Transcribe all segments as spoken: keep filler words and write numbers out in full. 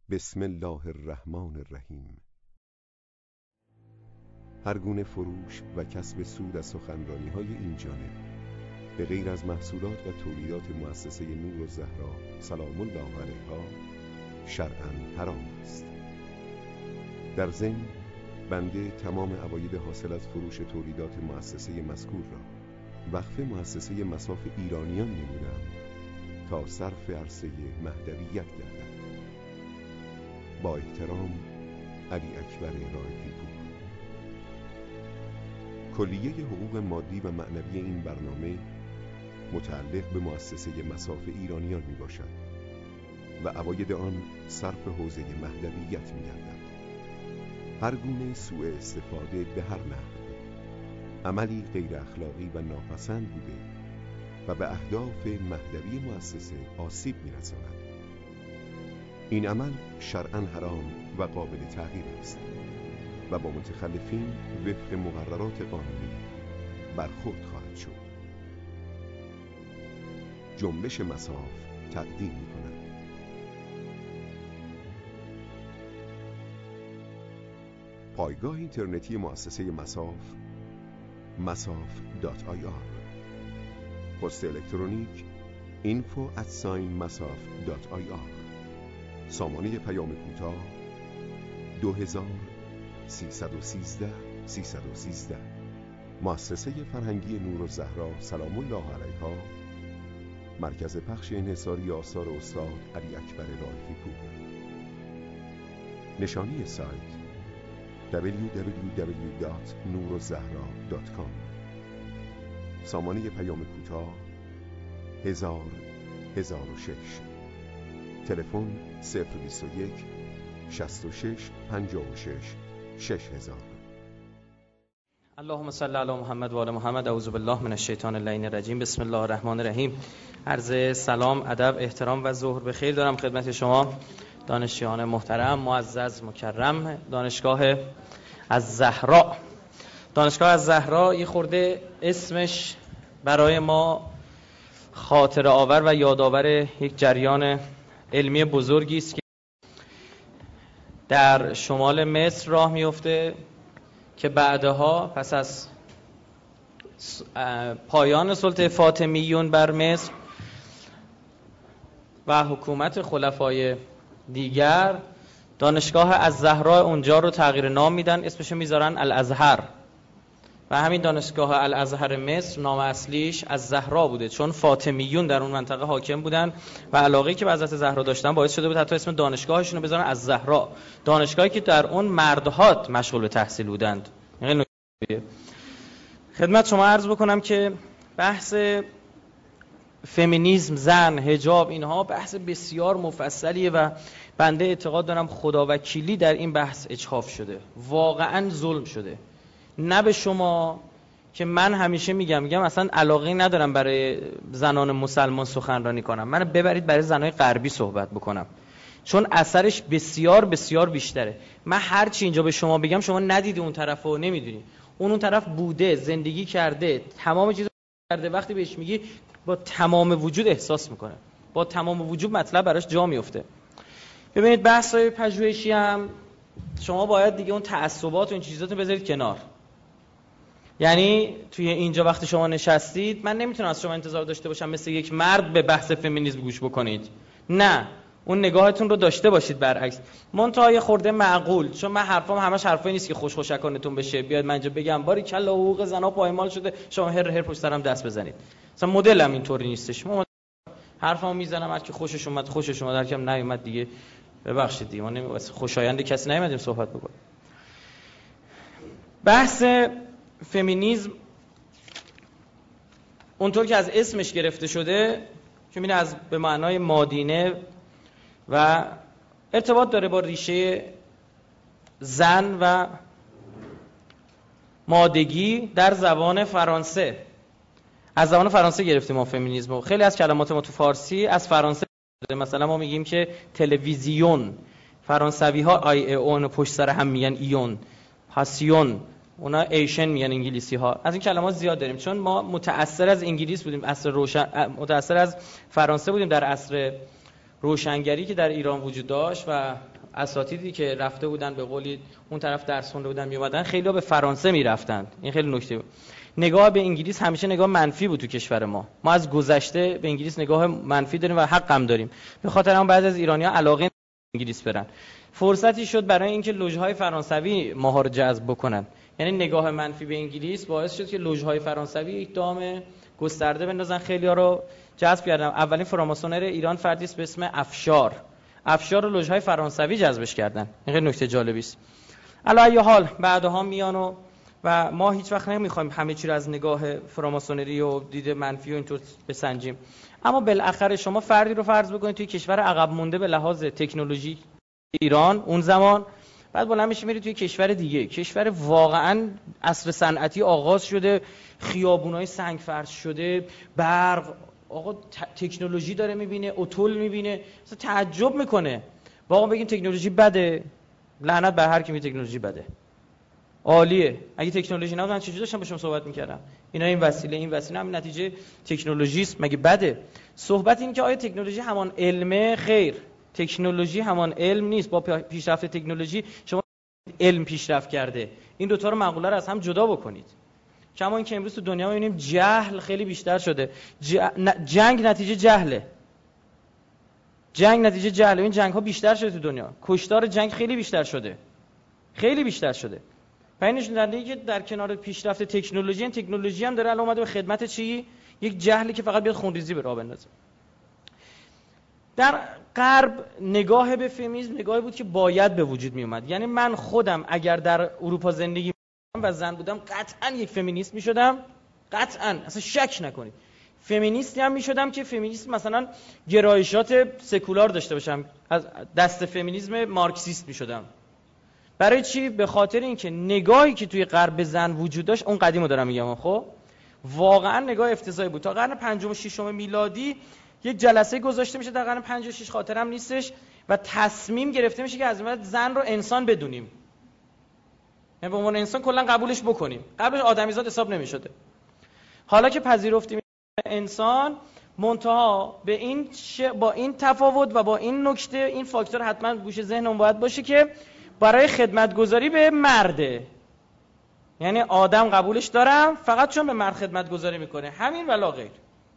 بسم الله الرحمن الرحیم. هر گونه فروش و کسب سود از سخنرانی‌های این جانب به غیر از محصولات و تولیدات مؤسسه نورالزهرا سلام الله علیها شرعاً حرام است. در ضمن بنده تمام عواید حاصل از فروش تولیدات مؤسسه مذکور را وقف مؤسسه مصاف ایرانیان نمودم تا صرف عرصه مهدویت گردد. با احترام، علی اکبر رائفی پور. کلیه حقوق مادی و معنوی این برنامه متعلق به مؤسسه مصاف ایرانیان می باشد و عواید آن صرف حوزه مهدویت می گردد. هر گونه سوء استفاده به هر نحو عملی غیر اخلاقی و ناپسند بوده و به اهداف مهدوی مؤسسه آسیب می رساند. این عمل شرعاً حرام و قابل تغییر است و با متخلفین وفق مقررات قانونی برخورد خواهد شد. جنبش مصاف تقدیم می کند. پایگاه اینترنتی مؤسسه مصاف مصاف دات آی آر. پست الکترونیک اینفو ات ساین مصاف دات آی آر. سامانه پیام کوتاه دو هزار سیصد و سیزده سیصد و سیزده. مؤسسه فرهنگی نورالزهرا سلام الله علیها، مرکز پخش انحصاری آثار استاد علی اکبر رائفی پور. نشانی سایت دبلیو دبلیو دبلیو دات نورالزهرا دات کام. سامانه پیام کوتاه هزار هزار و شش. تلفن صفر بیست و یک شصت و شش پنجاه و شش شش هزار. اللهم صل علی محمد و آل محمد. اعوذ بالله من الشیطان اللعین الرجیم. بسم الله الرحمن الرحیم. عرض سلام، ادب، احترام و ظهر بخیر دارم خدمت شما دانشجویان محترم، معزز، مکرم دانشگاه الزهرا. دانشگاه الزهرا یه خورده اسمش برای ما خاطره آور و یادآور یک جریان علمی بزرگی است که در شمال مصر راه میفته که بعدها پس از پایان سلطه فاطمیون بر مصر و حکومت خلفای دیگر دانشگاه الزهرا اونجا رو تغییر نام میدن، اسمشو میذارن الازهر و همین دانشگاه الازهر مصر نام اصلیش الزهرا بوده، چون فاطمیون در اون منطقه حاکم بودن و علاقه‌ای که به حضرت زهرا داشتن باعث شده بود حتی اسم دانشگاهشون رو بذارن الزهرا، دانشگاهی که در اون مردهات مشغول به تحصیل بودند. خدمت شما عرض بکنم که بحث فمینیسم، زن، حجاب، اینها بحث بسیار مفصلیه و بنده اعتقاد دارم خداوکیلی در این بحث اجحاف شده، واقعا ظلم شده. نه به شما که من همیشه میگم میگم اصلا علاقه ندارم برای زنان مسلمان سخنرانی کنم، من ببرید برای زنای غربی صحبت بکنم، چون اثرش بسیار بسیار بیشتره. من هر چی اینجا به شما بگم شما ندیدی اون طرفو، نمیدونی اون اون طرف بوده، زندگی کرده، تمام چیزا کرده. وقتی بهش میگی با تمام وجود احساس میکنه، با تمام وجود مطلب براش جا میفته. ببینید بحث‌های پژوهشی هم شما باید دیگه اون تعصبات و این چیزاتو بذارید کنار. یعنی توی اینجا وقتی شما نشستید من نمیتونم از شما انتظار داشته باشم مثل یک مرد به بحث فمینیسم گوش بکنید، نه، اون نگاهتون رو داشته باشید برعکس، منتها یه خورده معقول، چون من حرفام همش حرفایی نیست که خوش خوشکانتون بشه بیاد من اینجا بگم باری کلا حقوق زنا پایمال شده شما هر هر پشت سرم دست بزنید. مثلا مدلم اینطوری نیستش. من حرفامو میزنم هر کی خوشش اومد خوشش اومد، هر کی هم نیومد دیگه ببخشید دیگه، ما خوشایند کسی نیومدیم صحبت بکنیم. بحث فمینیسم اونطور که از اسمش گرفته شده که می‌بینه از به معنای مادینه و ارتباط داره با ریشه زن و مادگی در زبان فرانسه. از زبان فرانسه گرفتیم ما فمینیسم و خیلی از کلمات ما تو فارسی از فرانسه داره. مثلا ما میگیم که تلویزیون، فرانسوی ها آی اون پشت سر هم میگن ایون، پاسیون اونا ایشن میگن انگلیسی ها. از این کلمات زیاد داریم چون ما متأثر از انگلیس بودیم، عصر روشن متأثر از فرانسه بودیم در عصر روشنگری که در ایران وجود داشت و اساتیدی که رفته بودن به قولی اون طرف درس خونده بودن میومدن، خیلی‌ها به فرانسه میرفتن. این خیلی نکته بود. نگاه به انگلیس همیشه نگاه منفی بود تو کشور ما. ما از گذشته به انگلیس نگاه منفی داریم و حق هم داریم. به خاطر هم بعضی از ایرانی‌ها علاقه انگلیس برن. فرصتی شد برای اینکه لوژهای فرانسوی ماها رو جذب بکنن. یعنی نگاه منفی به انگلیس باعث شد که لوژهای فرانسوی یک دام گسترده بندازن، خیلی‌ها رو جذب کردن. اولین فراماسونر ایران فردی است به اسم افشار. افشار رو لوژهای فرانسوی جذبش کردن. این خیلی نکته جالبی است. علی ای حال بعدها میان و و ما هیچ وقت نمیخوایم همه چی رو از نگاه فراماسونری و دید منفی و اینطور بسنجیم. اما بالاخره شما فردی رو فرض بکنید توی کشور عقب مونده به لحاظ تکنولوژی ایران اون زمان، بعد بلند میشه میری توی کشور دیگه، کشور واقعا عصر صنعتی آغاز شده، خیابونای سنگ فرش شده، برق، آقا تکنولوژی داره میبینه، اتول میبینه، مثلا تعجب میکنه. واقعا بگین تکنولوژی بده؟ لعنت بر هر کی میگه تکنولوژی بده. عالیه. اگه تکنولوژی نبود من چجوری داشتم با شما صحبت میکردم؟ اینا این وسیله این وسیله هم نتیجه تکنولوژی است، مگه بده؟ صحبت این که آیا تکنولوژی همان علمه؟ خیر. تکنولوژی همان علم نیست. با پیشرفت تکنولوژی شما علم پیشرفت کرده. این دو تا رو مقوله رو از هم جدا بکنید. کما اینکه امروز تو دنیا می‌بینیم جهل خیلی بیشتر شده. جنگ نتیجه جهله. جنگ نتیجه جهله. این جنگ‌ها بیشتر شده تو دنیا. کشتار جنگ خیلی بیشتر شده. خیلی بیشتر شده. و این نشون دهنده که در کنار پیشرفت تکنولوژی، این تکنولوژی هم داره الان اومده به خدمت چی؟ یک جهلی که فقط بیاد خونریزی به راه بندازه. در غرب نگاه به فمینیسم نگاهی بود که باید به وجود می اومد. یعنی من خودم اگر در اروپا زندگی و زن بودم قطعا یک فمینیست می شدم، قطعا، اصلا شک نکنید. فمینیستی هم می شدم که فمینیسم مثلا گرایشات سکولار داشته باشم، از دست فمینیسم مارکسیست می شدم. برای چی؟ به خاطر اینکه نگاهی که توی غرب به زن وجود داشت، اون قدیمو دارم میگم، خب واقعا نگاه افتضاحی بود. تا قرن پنجم و ششم میلادی یک جلسه گذاشته میشه در قرن پنجاه و شش، خاطرم نیستش، و تصمیم گرفته میشه که از این بعد زن رو انسان بدونیم، یعنی به عنوان انسان کلا قبولش بکنیم. قبلش آدمیزاد حساب نمیشده. حالا که پذیرفتیم انسان، منتها به این ش... با این تفاوت و با این نکته، این فاکتور حتما گوشه ذهنمون باید باشه که برای خدمتگذاری به مرده. یعنی آدم قبولش دارم فقط چون به مرد خدمتگذاری میکنه، همین ولا غیر.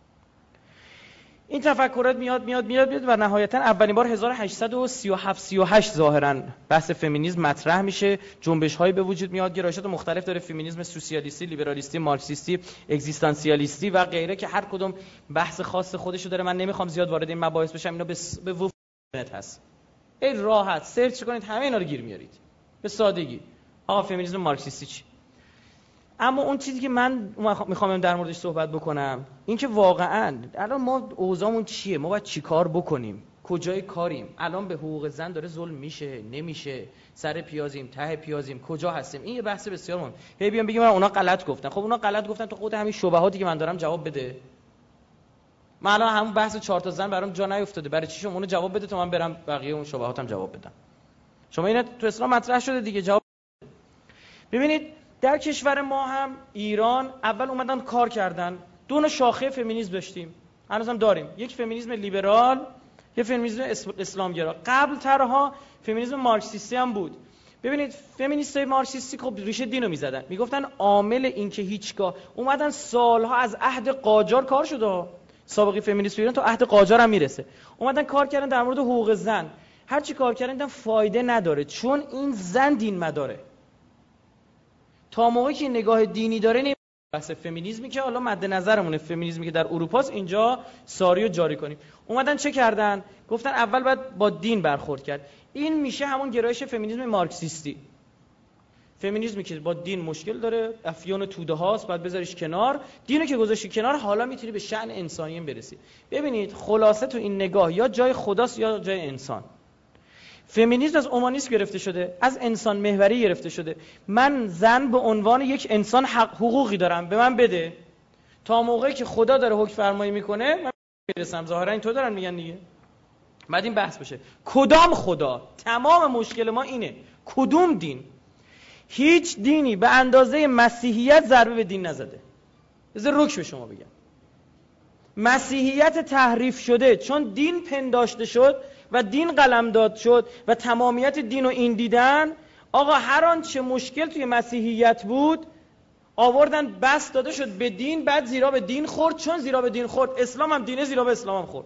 این تفکرات میاد میاد میاد میاد و نهایتا اولین بار هزار و هشتصد و سی و هفت سی و هشت ظاهرا بحث فمینیسم مطرح میشه، جنبش‌هایی به وجود میاد، گرایشات مختلف داره، فمینیسم سوسیالیستی، لیبرالیستی، مارکسیستی، اگزیستانسیالیستی و غیره که هر کدوم بحث خاص خودشو داره. من نمیخوام زیاد وارد این مباحث بشم، اینا به به وفورت هست. این راحت سرچ کنید همه اینا رو گیر میارید به سادگی. آقا فمینیسم مارکسیستی چی؟ اما اون چیزی که من میخوام در موردش صحبت بکنم این که واقعا الان ما اوضاعمون چیه، ما باید چیکار بکنیم، کجای کاریم، الان به حقوق زن داره ظلم میشه نمیشه، سر پیازیم ته پیازیم، کجا هستیم؟ این یه بحث بسیار مهمه. هی بیان بگیم اونا غلط گفتن. خب اونا غلط گفتن، تو خود همین شبهاتی که من دارم جواب بده. من الان همون بحث چهار تا زن برام جا نیافتاده، برای چی شما اونو جواب بده تا من برم بقیه اون شبهاتم جواب بدم. شما اینا تو اسلام مطرح شده دیگه، جواب ببینید. در کشور ما هم ایران اول اومدن کار کردن، دو نوع شاخه فمینیسم داشتیم، هنوزم داریم، یک فمینیسم لیبرال، یک فمینیسم اسلامگرا. قبل ترها فمینیسم مارکسیستی هم بود. ببینید فمینیستای مارکسیستی خب ریشه دینو میزدن، میگفتن عامل این که هیچگاه اومدن سالها از عهد قاجار کار شده، سابقه فمینیسم ایران تا عهد قاجار هم میرسه، اومدن کار کردن در مورد حقوق زن. هر چی کار کردن فایده نداره، چون این زن دین مداره. تا موقعی که نگاه دینی داره نمی بحث فمینیسمی که حالا مد نظرمونه، فمینیسمی که در اروپاست، اینجا ساری رو جاری کنیم. اومدن چه کردن؟ گفتن اول باید با دین برخورد کرد. این میشه همون گرایش فمینیسم مارکسیستی. فمینیسمی که با دین مشکل داره، افیون توده هاست، باید بذاریش کنار. دینو که گذاشتی کنار، حالا میتونی به شأن انسانی برسی. ببینید خلاصه تو این نگاه یا جای خداست یا جای انسان. فمینیسم از اومانیسم گرفته شده، از انسان محوری گرفته شده. من زن به عنوان یک انسان حق حقوقی دارم، به من بده. تا موقعی که خدا داره حکم فرمایی میکنه من میرسم. ظاهرا اینطور دارن میگن دیگه. بعد این بحث بشه کدام خدا؟ تمام مشکل ما اینه کدوم دین؟ هیچ دینی به اندازه مسیحیت ضربه به دین نزده. بذار رک به شما بگم، مسیحیت تحریف شده چون دین پنداشته شد، و دین قلمداد شد و تمامیت دین رو این دیدن، آقا هر آن چه مشکل توی مسیحیت بود آوردن بس داده شد به دین، بعد زیرا به دین خورد، چون زیرا به دین خورد اسلام هم دینه، زیرا به اسلام هم خورد.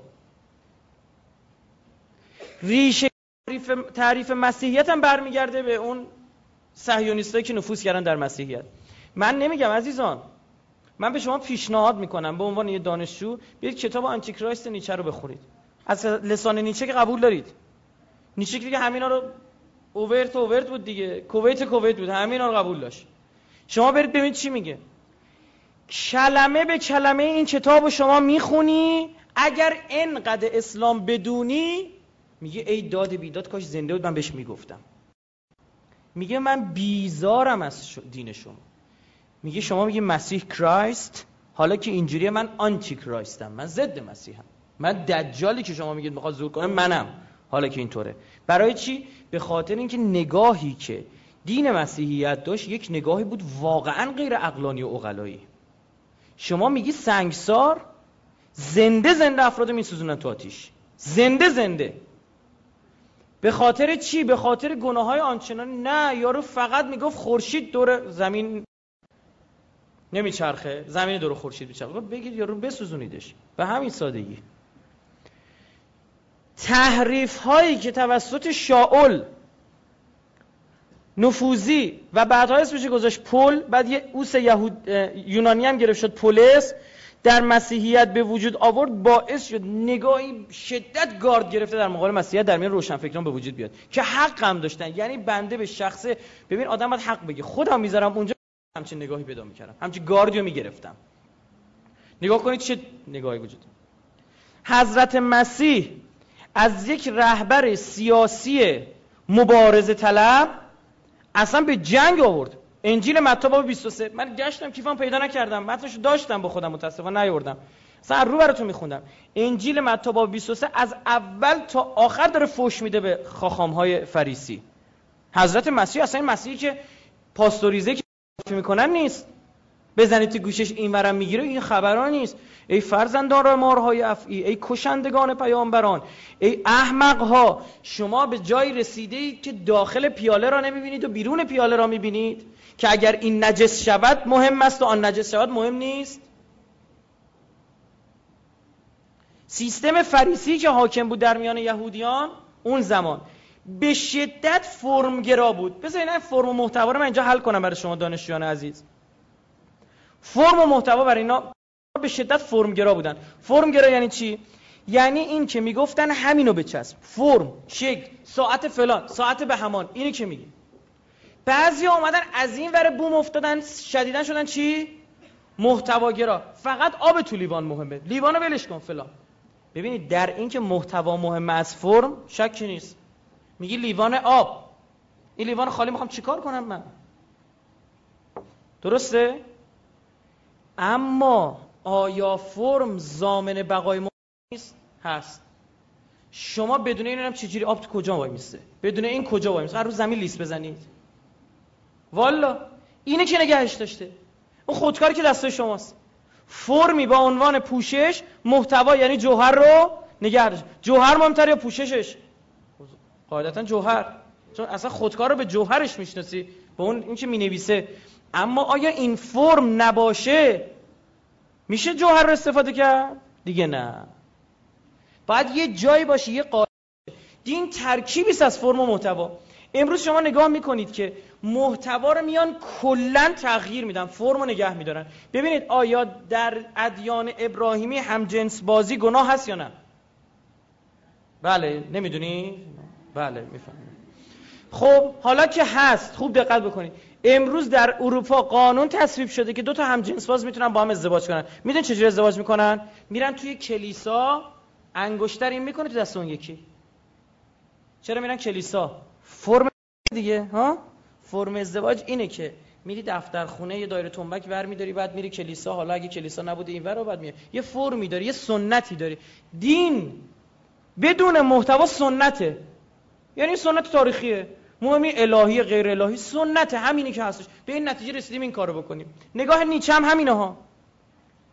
ریشه تعریف, تعریف مسیحیت هم برمیگرده به اون صهیونیستایی که نفوذ کردن در مسیحیت. من نمیگم عزیزان، من به شما پیشنهاد میکنم به عنوان یه دانشجو بیاید کتاب آنتیکرایست نیچه رو بخونید. از لسان نیچه که قبول دارید؟ نیچه که همینا رو اوورت اوورت بود دیگه، کویت کویت بود، همینا رو قبول داشت. شما برید ببینید چی میگه. کلمه به کلمه این کتابو شما میخونی، اگر انقدر اسلام بدونی میگه ای داد بیداد کاش زنده بود من بهش میگفتم. میگه من بیزارم از دین شما. میگه شما میگه مسیح کرایست، حالا که اینجوریه من آنتی کرایستم، من ضد مسیحم، من دجالی که شما میگید میخواد زور کنه منم، حالا که اینطوره. برای چی؟ به خاطر اینکه نگاهی که دین مسیحیت داشت یک نگاهی بود واقعا غیر عقلانی و عقلایی. شما میگی سنگسار، زنده زنده افراد میسوزونن تو آتیش، زنده زنده. به خاطر چی؟ به خاطر گناههای آنچنانی. نه، یارو فقط میگفت خورشید دور زمین نمیچرخه، زمین دور خورشید میچرخه. بگید یارو بسوزونیدش. به همین سادگی. تحریف هایی که توسط شاول نفوذی و بعدها اسمش گذاشت پل، بعد یه اوس یهود یونانی هم گرفت شد پولس، در مسیحیت به وجود آورد، باعث شد نگاهی شدت گارد گرفته در مقابل مسیحیت در میان روشنفکران به وجود بیاد که حق هم داشتن. یعنی بنده به شخصه، ببین آدم باید حق بگه، خودم میذارم اونجا همچین نگاهی پیدا میکردم، همچین گاردیو میگرفتم. نگاه کنید چه نگاهی وجود. حضرت مسیح از یک رهبر سیاسی مبارزه طلب اصلا به جنگ آورد. انجیل متی باب بیست و سه، من گشتم کیفم پیدا نکردم، متنشو داشتم با خودم متاسفانه نیاوردم، اصلا رو براتون میخوندم. انجیل متی باب بیست و سه از اول تا آخر داره فحش میده به خاخامهای فریسی. حضرت مسیح اصلا این مسیحی که پاستوریزه که میکنن نیست، بزنید تو گوشش اینورم میگیره، این خبران نیست. ای فرزندان را مارهای افعی، ای کشندگان پیامبران، ای احمقها، شما به جای رسیدید که داخل پیاله را نمیبینید و بیرون پیاله را میبینید که اگر این نجس شود مهم است و آن نجس شود مهم نیست. سیستم فریسی که حاکم بود در میان یهودیان اون زمان به شدت فرمگرا بود. بذارید این فرم و محتوا رو من اینجا حل کنم برای شما دانشجویان عزیز. فرم و محتوا برای اینا به شدت فرمگرا بودن. فرمگرا یعنی چی؟ یعنی این که میگفتن همینو بچسب، فرم، شکل، ساعت فلان، ساعت به همان، اینی که میگی. بعضیا اومدن از این ور بوم افتادن، شدیدن شدن چی؟ محتواگرا. فقط آب تو لیوان مهمه، لیوانو ولش کن فلان. ببینید در این که محتوا مهمه از فرم شکی نیست. میگی لیوان آب، این لیوان خالی میخوام چیکار کنم من؟ درسته؟ اما آیا فرم ضامن بقای ما نیست؟ هست. شما بدون این هم چجوری آب تو کجا وای میسته؟ بدون این کجا وای میسته؟ هر روز زمین لیس بزنید. والا اینه که نگهش داشته. اون خودکاری که دستای شماست. فرمی با عنوان پوشش، محتوا یعنی جوهر رو نگه داشت. جوهر مهمتر یا پوششش؟ قاعدتا جوهر، چون اصلا خودکار رو به جوهرش میشناسی، به اون این که مینویسه. اما آیا این فرم نباشه میشه جوهر رو استفاده کرد؟ دیگه نه. باید یه جایی باشه، یه قاعده. دین ترکیبی است از فرم و محتوا. امروز شما نگاه میکنید که محتوا رو میان کلاً تغییر میدن، فرم رو نگه میدارن. ببینید آیا در ادیان ابراهیمی هم جنس بازی گناه هست یا نه؟ بله. نمیدونی؟ بله میفهمید. خب حالا که هست، خوب دقت بکنید. امروز در اروپا قانون تصویب شده که دو تا همجنس باز میتونن با هم ازدواج کنن. میدونن چجوری ازدواج میکنن؟ میرن توی کلیسا، انگشتر این میکنه تو دست اون یکی. چرا میرن کلیسا؟ فرم دیگه ها؟ فرم ازدواج اینه که میری دفتر خونه یه دایره تنبک برمی‌داری، بعد میری کلیسا. حالا اگه کلیسا نبوده اینور رو بعد میای. یه فرمی داری، یه سنتی داری. دین بدون محتوا سنته. یعنی سنت تاریخیه. مهمی الهی غیر الهی سنت، همینی که هستش. به این نتیجه رسیدیم این کارو بکنیم. نگاه نیچه هم همینه ها.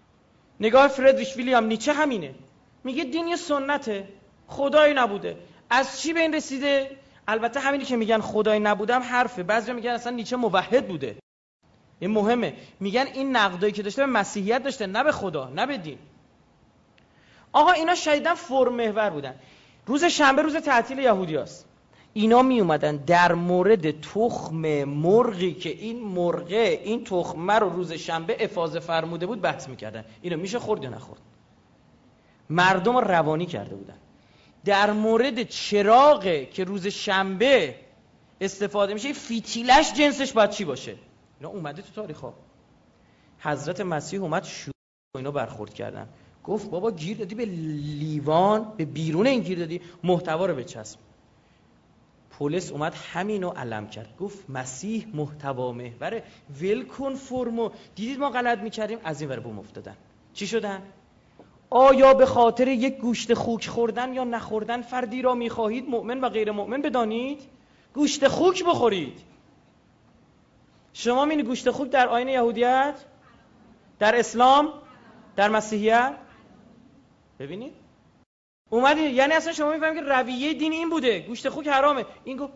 نگاه فردریش ویلیام نیچه همینه. میگه دین یه سنته، خدایی نبوده. از چی به این رسیده؟ البته همینی که میگن خدای نبودم حرفه. بعضیا میگن اصلا نیچه موحد بوده. این مهمه. میگن این نقدایی که داشته به مسیحیت داشته، نه به خدا، نه به دین. آقا اینا شدیداً فرم محور بودن. روز شنبه روز تعطیل یهودیاست. اینا می اومدن در مورد تخم مرغی که این مرغه این تخمه رو روز شنبه افاضه فرموده بود بحث میکردن. اینو میشه خورد یا نخورد. مردم رو روانی کرده بودن. در مورد چراغه که روز شنبه استفاده میشه فتیلش جنسش باید چی باشه. اینا اومده تو تاریخ ها. حضرت مسیح اومد شروع اینا برخورد کردن. گفت بابا گیر دادی به لیوان، به بیرون این گیر دادی، محتوا رو بچسب. پولس اومد همینو علم کرد. گفت مسیح محتوا محوره، ول کن فرمو. دیدید ما غلط میکردیم، از این ور بوم افتادن. چی شدن؟ آیا به خاطر یک گوشت خوک خوردن یا نخوردن فردی را میخواهید مؤمن و غیر مؤمن بدانید؟ گوشت خوک بخورید. شما می‌بینید گوشت خوک در آیین یهودیت، در اسلام، در مسیحیت ببینید اومدید. یعنی اصلا شما میفهمید که رویه دین این بوده، گوشت خوک حرامه. این گفت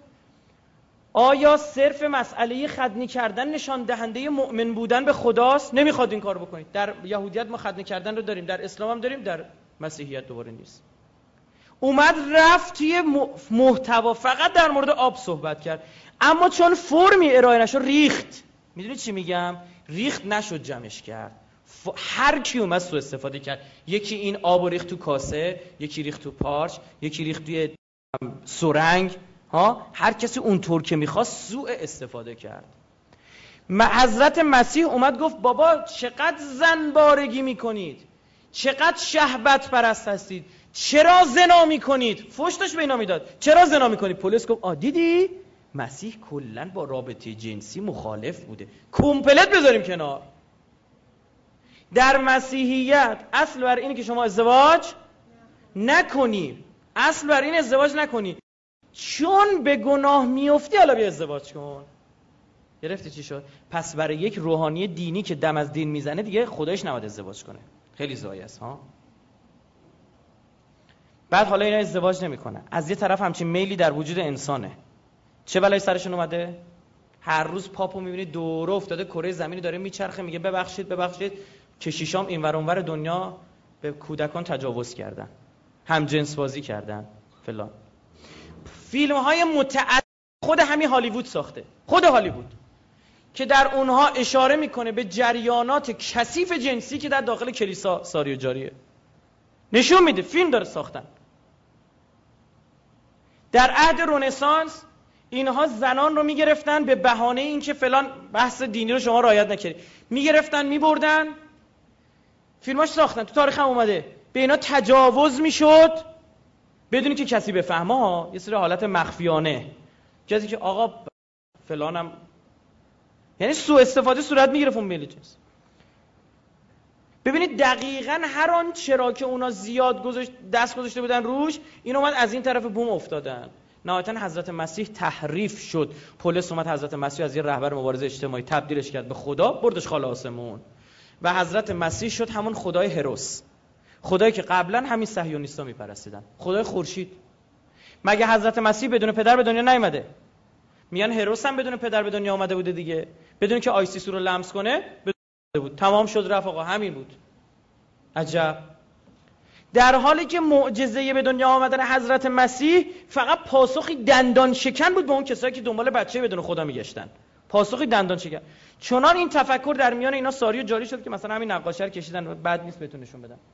آیا صرف مسئله خدنی کردن نشان دهنده مؤمن بودن به خداست؟ نمیخواد این کار بکنید. در یهودیت ما خدنی کردن رو داریم، در اسلام هم داریم، در مسیحیت دوباره نیست. اومد رفت توی محتوا فقط در مورد آب صحبت کرد، اما چون فرمی ارائه نشد ریخت. میدونید چی میگم؟ ریخت، نشد جمعش کرد. ف... هر کی اومد سوء استفاده کرد. یکی این آب ریخت تو کاسه، یکی ریخت تو پارچ، یکی ریخت توی سرنگ. ها، هر کسی اونطور که میخواست سوء استفاده کرد. حضرت مسیح اومد گفت بابا چقدر زنبارگی میکنید، چقدر شهوت پرست هستید، چرا زنا میکنید؟ فحش به اینا میداد. چرا زنا میکنید؟ پولس گفت آ دیدی مسیح کلا با رابطه جنسی مخالف بوده. کمپلت بذاریم کنار. در مسیحیت اصل بر اینه که شما ازدواج نکنی. اصل بر این ازدواج نکنی. چون به گناه میفتی حالا بیا ازدواج کن. گرفتی چی شد؟ پس برای یک روحانی دینی که دم از دین میزنه دیگه خودش نباید ازدواج کنه. خیلی زایی است ها. بعد حالا اینا ازدواج نمیکنن. از یه طرف همچین میلی در وجود انسانه. چه بلایی سرشون اومده؟ هر روز پاپو میبینی دوره افتاده کره زمینی داره میچرخه، میگه ببخشید ببخشید کشیشام اینور اونور دنیا به کودکان تجاوز کردن، هم جنس بازی کردن فلان. فیلم های متعدد خود همین هالیوود ساخته، خود هالیوود، که در اونها اشاره میکنه به جریانات کثیف جنسی که در داخل کلیسا ساری و جاریه. نشون میده، فیلم داره ساختن. در عهد رنسانس اینها زنان رو میگرفتن به بهانه اینکه فلان بحث دینی رو شما رعایت نکردید، میگرفتن میبردن. فیلماش ساختن، تو تاریخ هم اومده. به اینا تجاوز میشد بدونی که کسی بفهمه ها، یه سری حالت مخفیانه، کسی که آقا فلانم، یعنی سوء استفاده صورت میگرفت اون میل جنس. ببینید دقیقاً هر آن چرا که اونا زیاد گذاشت دست گذاشته بودن روش، این اومد از این طرف بوم افتادن. نهایتاً حضرت مسیح تحریف شد. پولس اومد حضرت مسیح از یه رهبر مبارزه اجتماعی تبدیلش کرد به خدا، بردش خاله آسمون. و حضرت مسیح شد همون خدای هروس، خدایی که قبلا همین صهیونیستا میپرستیدن، خدای خورشید. مگه حضرت مسیح بدون پدر به دنیا نیامده؟ میگن هروس هم بدون پدر به دنیا آمده بوده دیگه، بدون که آیسیس رو لمس کنه بود. تمام شد رفت آقا، همین بود. عجب. در حالی که معجزه به دنیا آمدن حضرت مسیح فقط پاسخی دندان شکن بود به اون کسایی که دنبال بچه بدون خدا میگشتن. پاسخی دندان شکن. چنان این تفکر در میان اینا ساری و جاری شد که مثلا همین نقاشه رو کشیدن و بد نیست بهتون نشون بدم.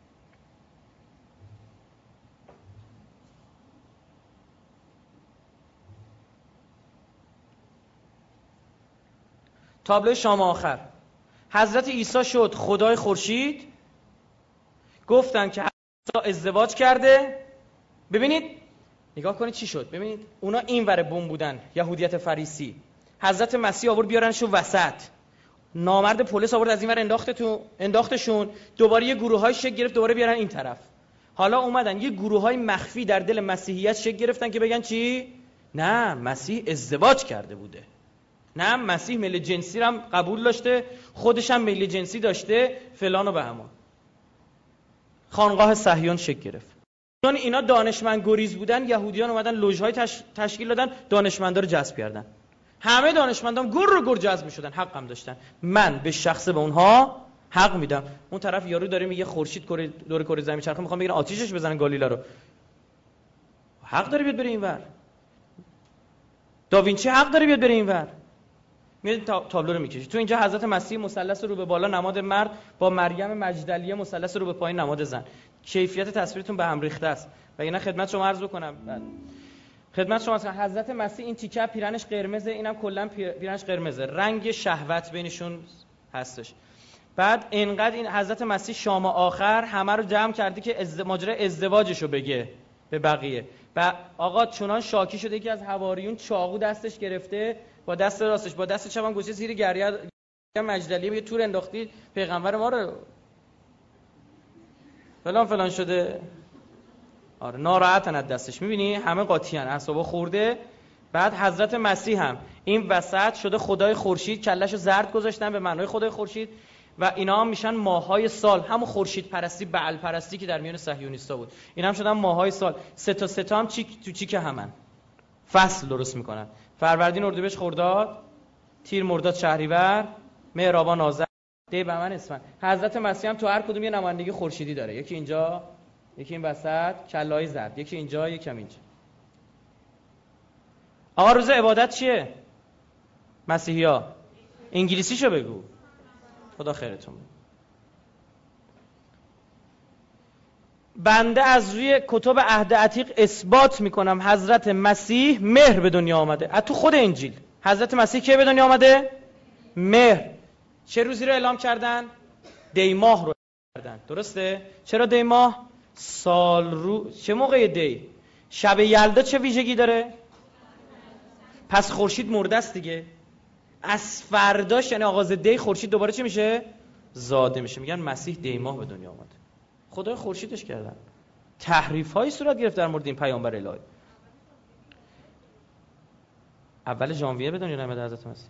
تابلو شام آخر. حضرت عیسی شد خدای خورشید. گفتن که حضرت ازدواج کرده. ببینید نگاه کنید چی شد. ببینید اونا این ور بوم بودن، یهودیت فریسی. حضرت مسیح آورد بیارنشون وسط. نامرد پلیس آورد از این ور انداخته تو انداختشون. دوباره یه گروه‌های شک گرفت دوباره بیارن این طرف. حالا اومدن یه گروه‌های مخفی در دل مسیحیت شک گرفتن که بگن چی؟ نه مسیح ازدواج کرده بوده. نه مسیح میل جنسی رو هم قبول داشته، خودش هم میل جنسی داشته، فلان و بهمان. خانقاه صهیون شکل گرفت. چون اینا دانشمند گریز بودن، یهودیان اومدن لوژهای تش... تشکیل دادن، دانشمندا رو جذب کردن. همه دانشمندان گر رو گر جذب می‌شدن، حق هم داشتن. من به شخصه به اونها حق میدم. اون طرف یارو داره میگه خورشید کره دور کره زمین چرخه، میخوام بگن آتیشش بزنن گالیله رو. حق داره بیاد بره اینور. داوینچی حق داره بیاد بره اینور. میاد تا... تابلو رو میکشه. تو اینجا حضرت مسیح مثلث رو به بالا نماد مرد با مریم مجدلیه مثلث رو به پایین نماد زن. کیفیت تصویرتون به هم ریخته است. و اینا خدمت شما عرض بکنم. خدمت شما هستم. حضرت مسیح این تیکه پیرنش قرمزه، اینم کلا پیرنش قرمزه. رنگ شهوت بینشون هستش. بعد اینقدر این حضرت مسیح شام آخر همه رو جمع کرده که از ماجرای ازدواجشو بگه به بقیه. و آقا چنان شاکی شده که از حواریون چاقو دستش گرفته، با دست راستش با دست چپم گوشه زیر گریه مجدلیه، یه تور انداختی پیغمبر ما رو فلان فلان شده. آره ناراحتن از دستش. میبینی همه قاطیان، اعصابا خورده. بعد حضرت مسیح هم این وسط شده خدای خورشید، کلهشو زرد گذاشتن به معنای خدای خورشید و اینا هم میشن ماهای سال، همون خورشید پرستی بعل پرستی که در میان صهیونیستا بود. اینا هم شدن ماهای سال. سه تا سه تا هم چیک تو چیک همن. فصل درست میکنن. فروردین، اردیبهشت، خرداد، تیر، مرداد، شهریور، مهر، آبان، آذر، دی، بهمن، اسفند. حضرت مسیح هم تو هر کدوم یه نمایندگی خورشیدی داره. یکی اینجا، یکی این وسط، کله‌های زرد، یکی اینجا، یکی هم اینجا. آقا روز عبادت چیه؟ مسیحی‌ها انگلیسیشو بگو. خدا خیرتون بده. بنده از روی کتب عهد عتیق اثبات میکنم حضرت مسیح مهر به دنیا آمده. از تو خود انجیل حضرت مسیح کی به دنیا آمده؟ مهر. چه روزی رو اعلام کردن؟ دی ماه رو کردن. درسته؟ چرا دی ماه؟ سال رو چه موقع دی؟ شب یلدا چه ویژگی داره؟ پس خورشید مرده است دیگه. از فرداش یعنی آغاز دی خورشید دوباره چه میشه؟ زاده میشه. میگن مسیح دی ماه به دنیا آمده. خدای خورشیدش کردن. تحریف هایی صورت گرفت در مورد این پیامبر الهی. اول ژانویه به دنیا آمده حضرت مسیح.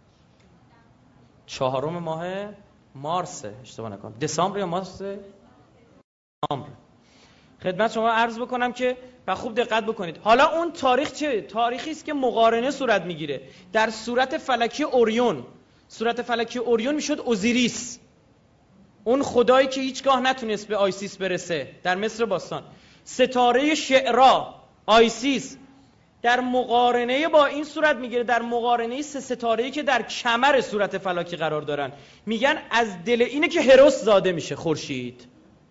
چهارم ماه مارس اشتباه نکنم. دسامبر یا مارس؟ دسامبر. خدمت شما عرض بکنم که و خوب دقت بکنید. حالا اون تاریخ چه؟ تاریخی است که مقارنه صورت میگیره. در صورت فلکی اوریون، صورت فلکی اوریون میشد اوزیریس، اون خدایی که هیچگاه نتونست به آیسیس برسه در مصر باستان. ستاره شعرا آیسیس در مقارنه با این صورت میگیره، در مقارنه سه ستاره‌ای که در کمر صورت فلکی قرار دارن. میگن از دل اینه که هروس زاده میشه خورشید.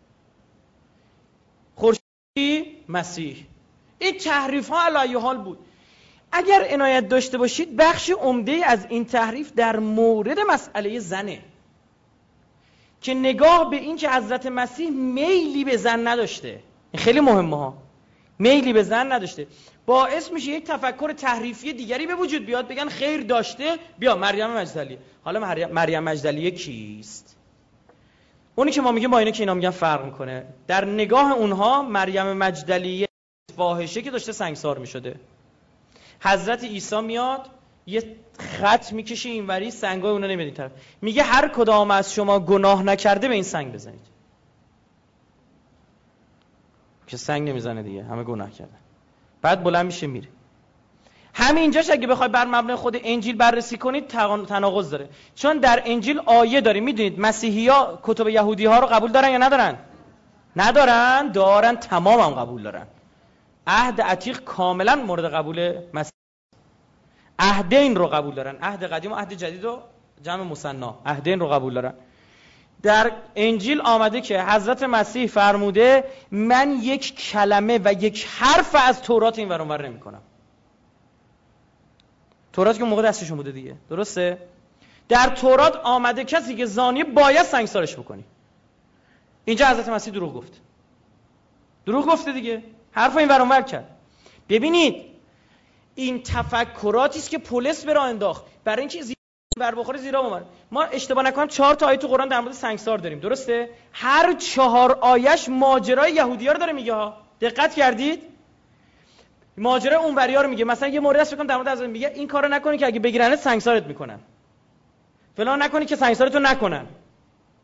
خورشید مسیح. این تحریف ها علی حال بود. اگر عنایت داشته باشید بخش عمده از این تحریف در مورد مسئله زنه که نگاه به این که حضرت مسیح میلی به زن نداشته. خیلی مهمه ها. میلی به زن نداشته باعث میشه یک تفکر تحریفی دیگری به وجود بیاد، بگن خیر داشته. بیا مریم مجدلیه. حالا مریم مجدلیه کیست؟ اونی که ما میگیم با اینه که اینا میگن فرق میکنه. در نگاه اونها مریم مجدلیه فاحشه که داشته سنگسار میشده. حضرت عیسی میاد یه خط میکشه اینوری، سنگای اونا نمیاد این طرف، میگه هر کدام از شما گناه نکرده به این سنگ بزنید. که سنگ نمیزنه دیگه، همه گناه کردن. بعد بلند میشه میره. همینجاش اگه بخوای بر مبنای خود انجیل بررسی کنید تناقض داره، چون در انجیل آیه داره. میدونید مسیحی‌ها کتب یهودی ها رو قبول دارن یا ندارن؟ ندارن؟ دارن، تمام هم قبول دارن. عهد عتیق کاملا مورد قبول مسیح. عهدین رو قبول دارن، عهد قدیم و عهد جدید و جمع مثنی. عهدین رو قبول دارن. در انجیل آمده که حضرت مسیح فرموده من یک کلمه و یک حرف از تورات این ور اون ور نمی‌کنم. تورات که موقع دستشون بوده دیگه، درسته؟ در تورات آمده کسی که زانی باید سنگسارش بکنی. اینجا حضرت مسیح دروغ گفت. دروغ گفته دیگه، حرف این ور اون ور کرد. ببینید این تفکراتی است که پولس برا انداخت برای اینکه زیر بر بخوره زیرا اومد. ما اشتباه نکنم چهار تا آیه تو قرآن در مورد سنگسار داریم، درسته؟ هر چهار آیش ماجرای یهودی‌ها رو داره میگه ها. دقت کردید؟ ماجرای اونوریا رو میگه. مثلا یه مورد است فکر کنم در مورد از میگه این کارو نکنی که اگه بگیرنت سنگسارت میکنن. فلان نکنی که سنگسارتو نکنن.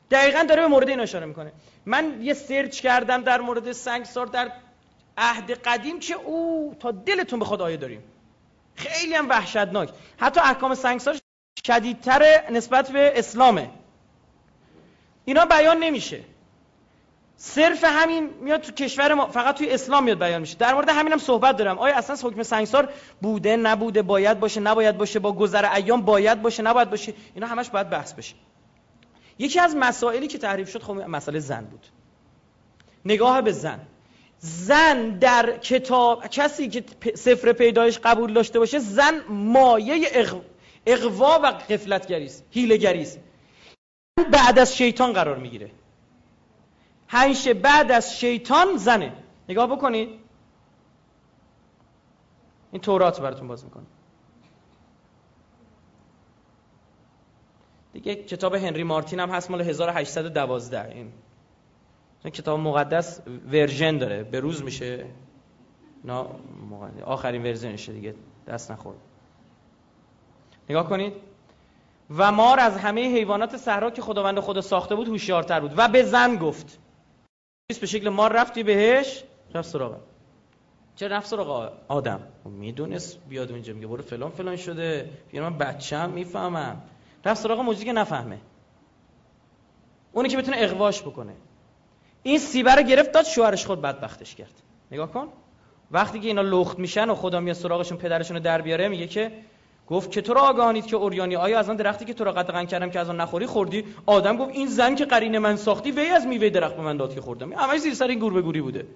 دقیقاً داره به مورد این اشاره میکنه. من یه سرچ کردم در مورد سنگسار در عهد قدیم که او تا دلتون بخواد آیه داریم، خیلی هم وحشتناک. حتی احکام سنگسار شدیدتر نسبت به اسلامه. اینا بیان نمیشه، صرف همین میاد تو کشور ما، فقط توی اسلام میاد بیان میشه. در مورد همینم صحبت دارم. آیا اصلا حکم سنگسار بوده نبوده، باید باشه نباید باشه، با گذر ایام باید باشه نباید باشه، اینا همش باید بحث بشه. یکی از مسائلی که تعریف شد خب مسئله زن بود. نگاه به زن. زن در کتاب، کسی که سفر پیدایش قبول داشته باشه، زن مایه اغ... اغوا و غفلتگری است، حیله‌گری است. بعد از شیطان قرار میگیره. همیشه بعد از شیطان زنه. نگاه بکنید، این تورات براتون باز میکنه دیگه. کتاب هنری مارتین هم هست مال هزار و هشتصد و دوازده. این این کتاب مقدس ورژن داره، به روز میشه، نه آخرین ورژنشه دیگه، دست نخورد. نگاه کنید. و مار از همه حیوانات صحرا که خداوند خدا ساخته بود هوشیارتر بود و به زن گفت. به شکل مار رفتی بهش، رفت سراغ. چه رفت سراغ آدم؟ میدونست بیاد اونجا میگه برو فلان فلان شده، میگه من بچه‌ام میفهمم. رفت سراغ موجودی که نفهمه، اونی که بتونه اغواش بکنه. این سیبه رو گرفت داد شوهرش، خود بدبختش کرد. نگاه کن، وقتی که اینا لخت میشن و خدا میاد سراغشون پدرشون رو در بیاره، میگه که گفت که تو را آگاهانید که اوریانی، آیا از آن درختی که تو را قطعاً کردم که از آن نخوری خوردی؟ آدم گفت این زن که قرین من ساختی، وی از میوه درخت به من داد که خوردم. همش زیر سر این گور به گوری بوده.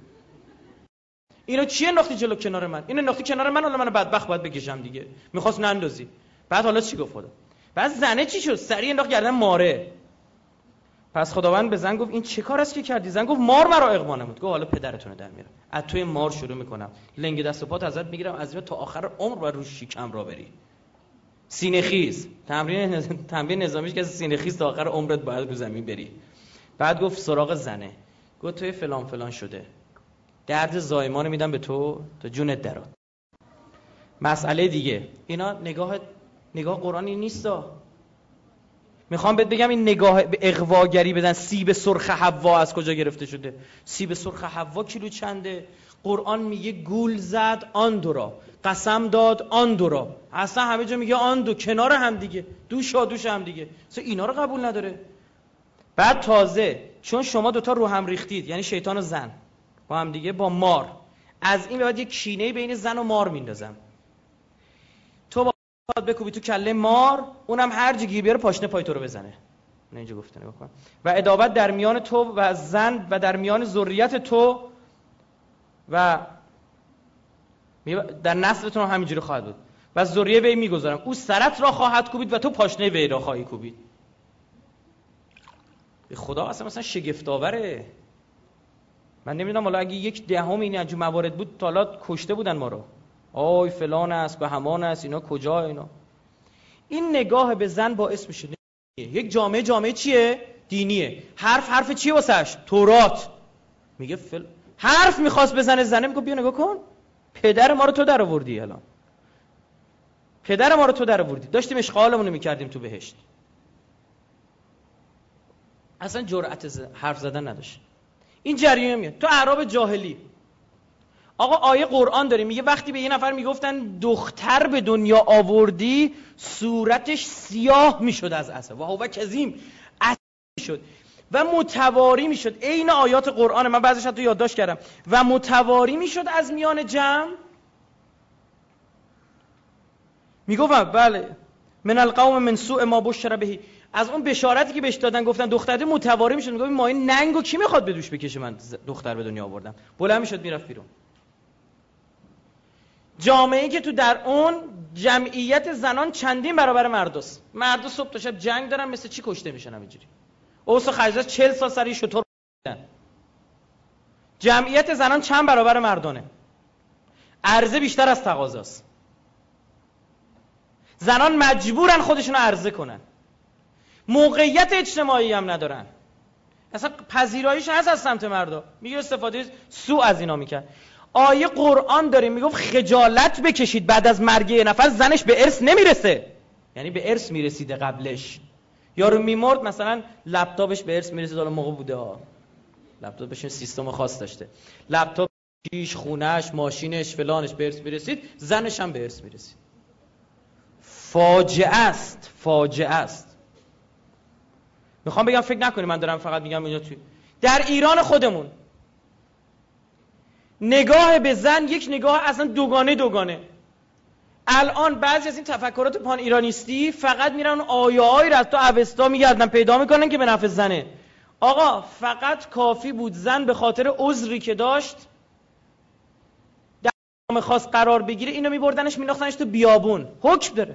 اینو چیه انداختی جلو کنار من؟ اینو انداختی کنار من، حالا من بدبخت باید بکشم دیگه. میخواست نندازی. بعد حالا چی گفت خدا؟ بعد زنه چی شد؟ سری انداخت گردن ماره. پس خداوند به زن گفت این چه کار است که کردی؟ زن گفت مار مرا اغوا نمود. گفت حالا پدرتون در میارم، از توی مار شروع میکنم، لنگ دست و پات ازت میگیرم، از این تا آخر عمر و روش شیکم را بری. سینه خیز، تمرین نز... تمرین نظامیش که سینه خیز تا آخر عمرت باید رو زمین بری. بعد گفت سراغ زنه، گفت توی فلان فلان شده، درد زایمان میدم به تو تا جونت درات. مسئله دیگه، اینا نگاه نگاه قرآنی نیستا. میخوام بهت بگم این نگاه به اغواگری بدن. سیب سرخ حوا از کجا گرفته شده؟ سیب سرخ حوا کیلو چنده؟ قرآن میگه گول زد آن دو را، قسم داد آن دو را. اصلا همه جا میگه آن دو، کنار هم دیگه، دوش و دوش هم دیگه. اصلا اینا رو قبول نداره. بعد تازه چون شما دوتا رو هم ریختید، یعنی شیطان و زن با هم دیگه، با مار، از این به بعد یک کینه بین زن و مار میندازم. تو با بکوبی تو کله مار، اونم هر جا گیر بیاره پاشنه پای تو رو بزنه. من اینجا گفتم نگاه کن. و عداوت در میان تو و زن و در میان ذریت تو و در نسلتون هم همینجوری خواهد بود و ذریه وی میگذارم، او سرت را خواهد کوبید و تو پاشنه وی را خواهی کوبید. به خدا اصلا مثلا شگفت آوره. من نمیدونم حالا اگه یک دهم این انجام موارد بود تا حالا کشته بودن ما رو. آی فلان است به همان است، اینا کجا اینا؟ این نگاه به زن باعث میشه یک جامعه جامعه چیه؟ دینیه. حرف حرف چیه واسش؟ تورات. میگه فل... حرف میخواست بزنه زنه، میگه بیا نگاه کن، پدر ما رو تو در آوردی، الان پدر ما رو تو در آوردی، داشتیم اشغالمون رو میکردیم تو بهشت. اصلا جرأت حرف زدن نداشت. این جریان میاد تو اعراب جاهلی. آقا آیه قرآن داره میگه وقتی به یه نفر میگفتن دختر به دنیا آوردی، صورتش سیاه میشد از عصب و هو کظیم، عصبی میشد و متواری میشد. عین آیات قرآن، من بعضیش تو یادداشت کردم. و متواری میشد از میان جمع. میگفتن بله من القوم من سوء ما بشر به، از اون بشارتی که بهش دادن گفتن دختره متواری میشد. میگفت ما این ننگو کی میخواد به دوش بکشه، من دختر به دنیا آوردم. بلند میشد میرفت بیرون. جامعه‌ای که تو در اون جمعیت زنان چندین برابر مرداست. مردا صبح تا شب جنگ دارن، مثل چی کشته میشن همینجوری. اوس خرجات چهل سال سری شطور بودن. جمعیت زنان چند برابر مردانه. عرضه بیشتر از تقاضاست. زنان مجبورن خودشون رو عرضه کنن. موقعیت اجتماعی هم ندارن. اصلا پذیراییش هست از سمت مردا. میگه استفاده سوء از اینا میکرد. آیه قرآن داره میگفت خجالت بکشید، بعد از مرگ یه نفر زنش به ارث نمیرسه. یعنی به ارث میرسیده قبلش، یارو میمرد مثلا لپتاپش به ارث میرسید، حالا موقع بوده ها لپتاپش سیستم خاص داشته، لپتاپ پیش خونهش ماشینش فلانش به ارث میرسید، زنش هم به ارث میرسید. فاجعه است، فاجعه است. میخوام بگم فکر نکنی من دارم فقط میگم اینجا توی در ایران خودمون نگاه به زن یک نگاه اصلا دوگانه دوگانه. الان بعضی از این تفکرات پان ایرانیستی فقط میرن آیه‌هایی رو از تو اوستا میگردن پیدا میکنن که به نفع زنه. آقا فقط کافی بود زن به خاطر عذری که داشت در مقام خاص قرار بگیره، اینو میبردنش مینداختنش تو بیابون، حکم داره.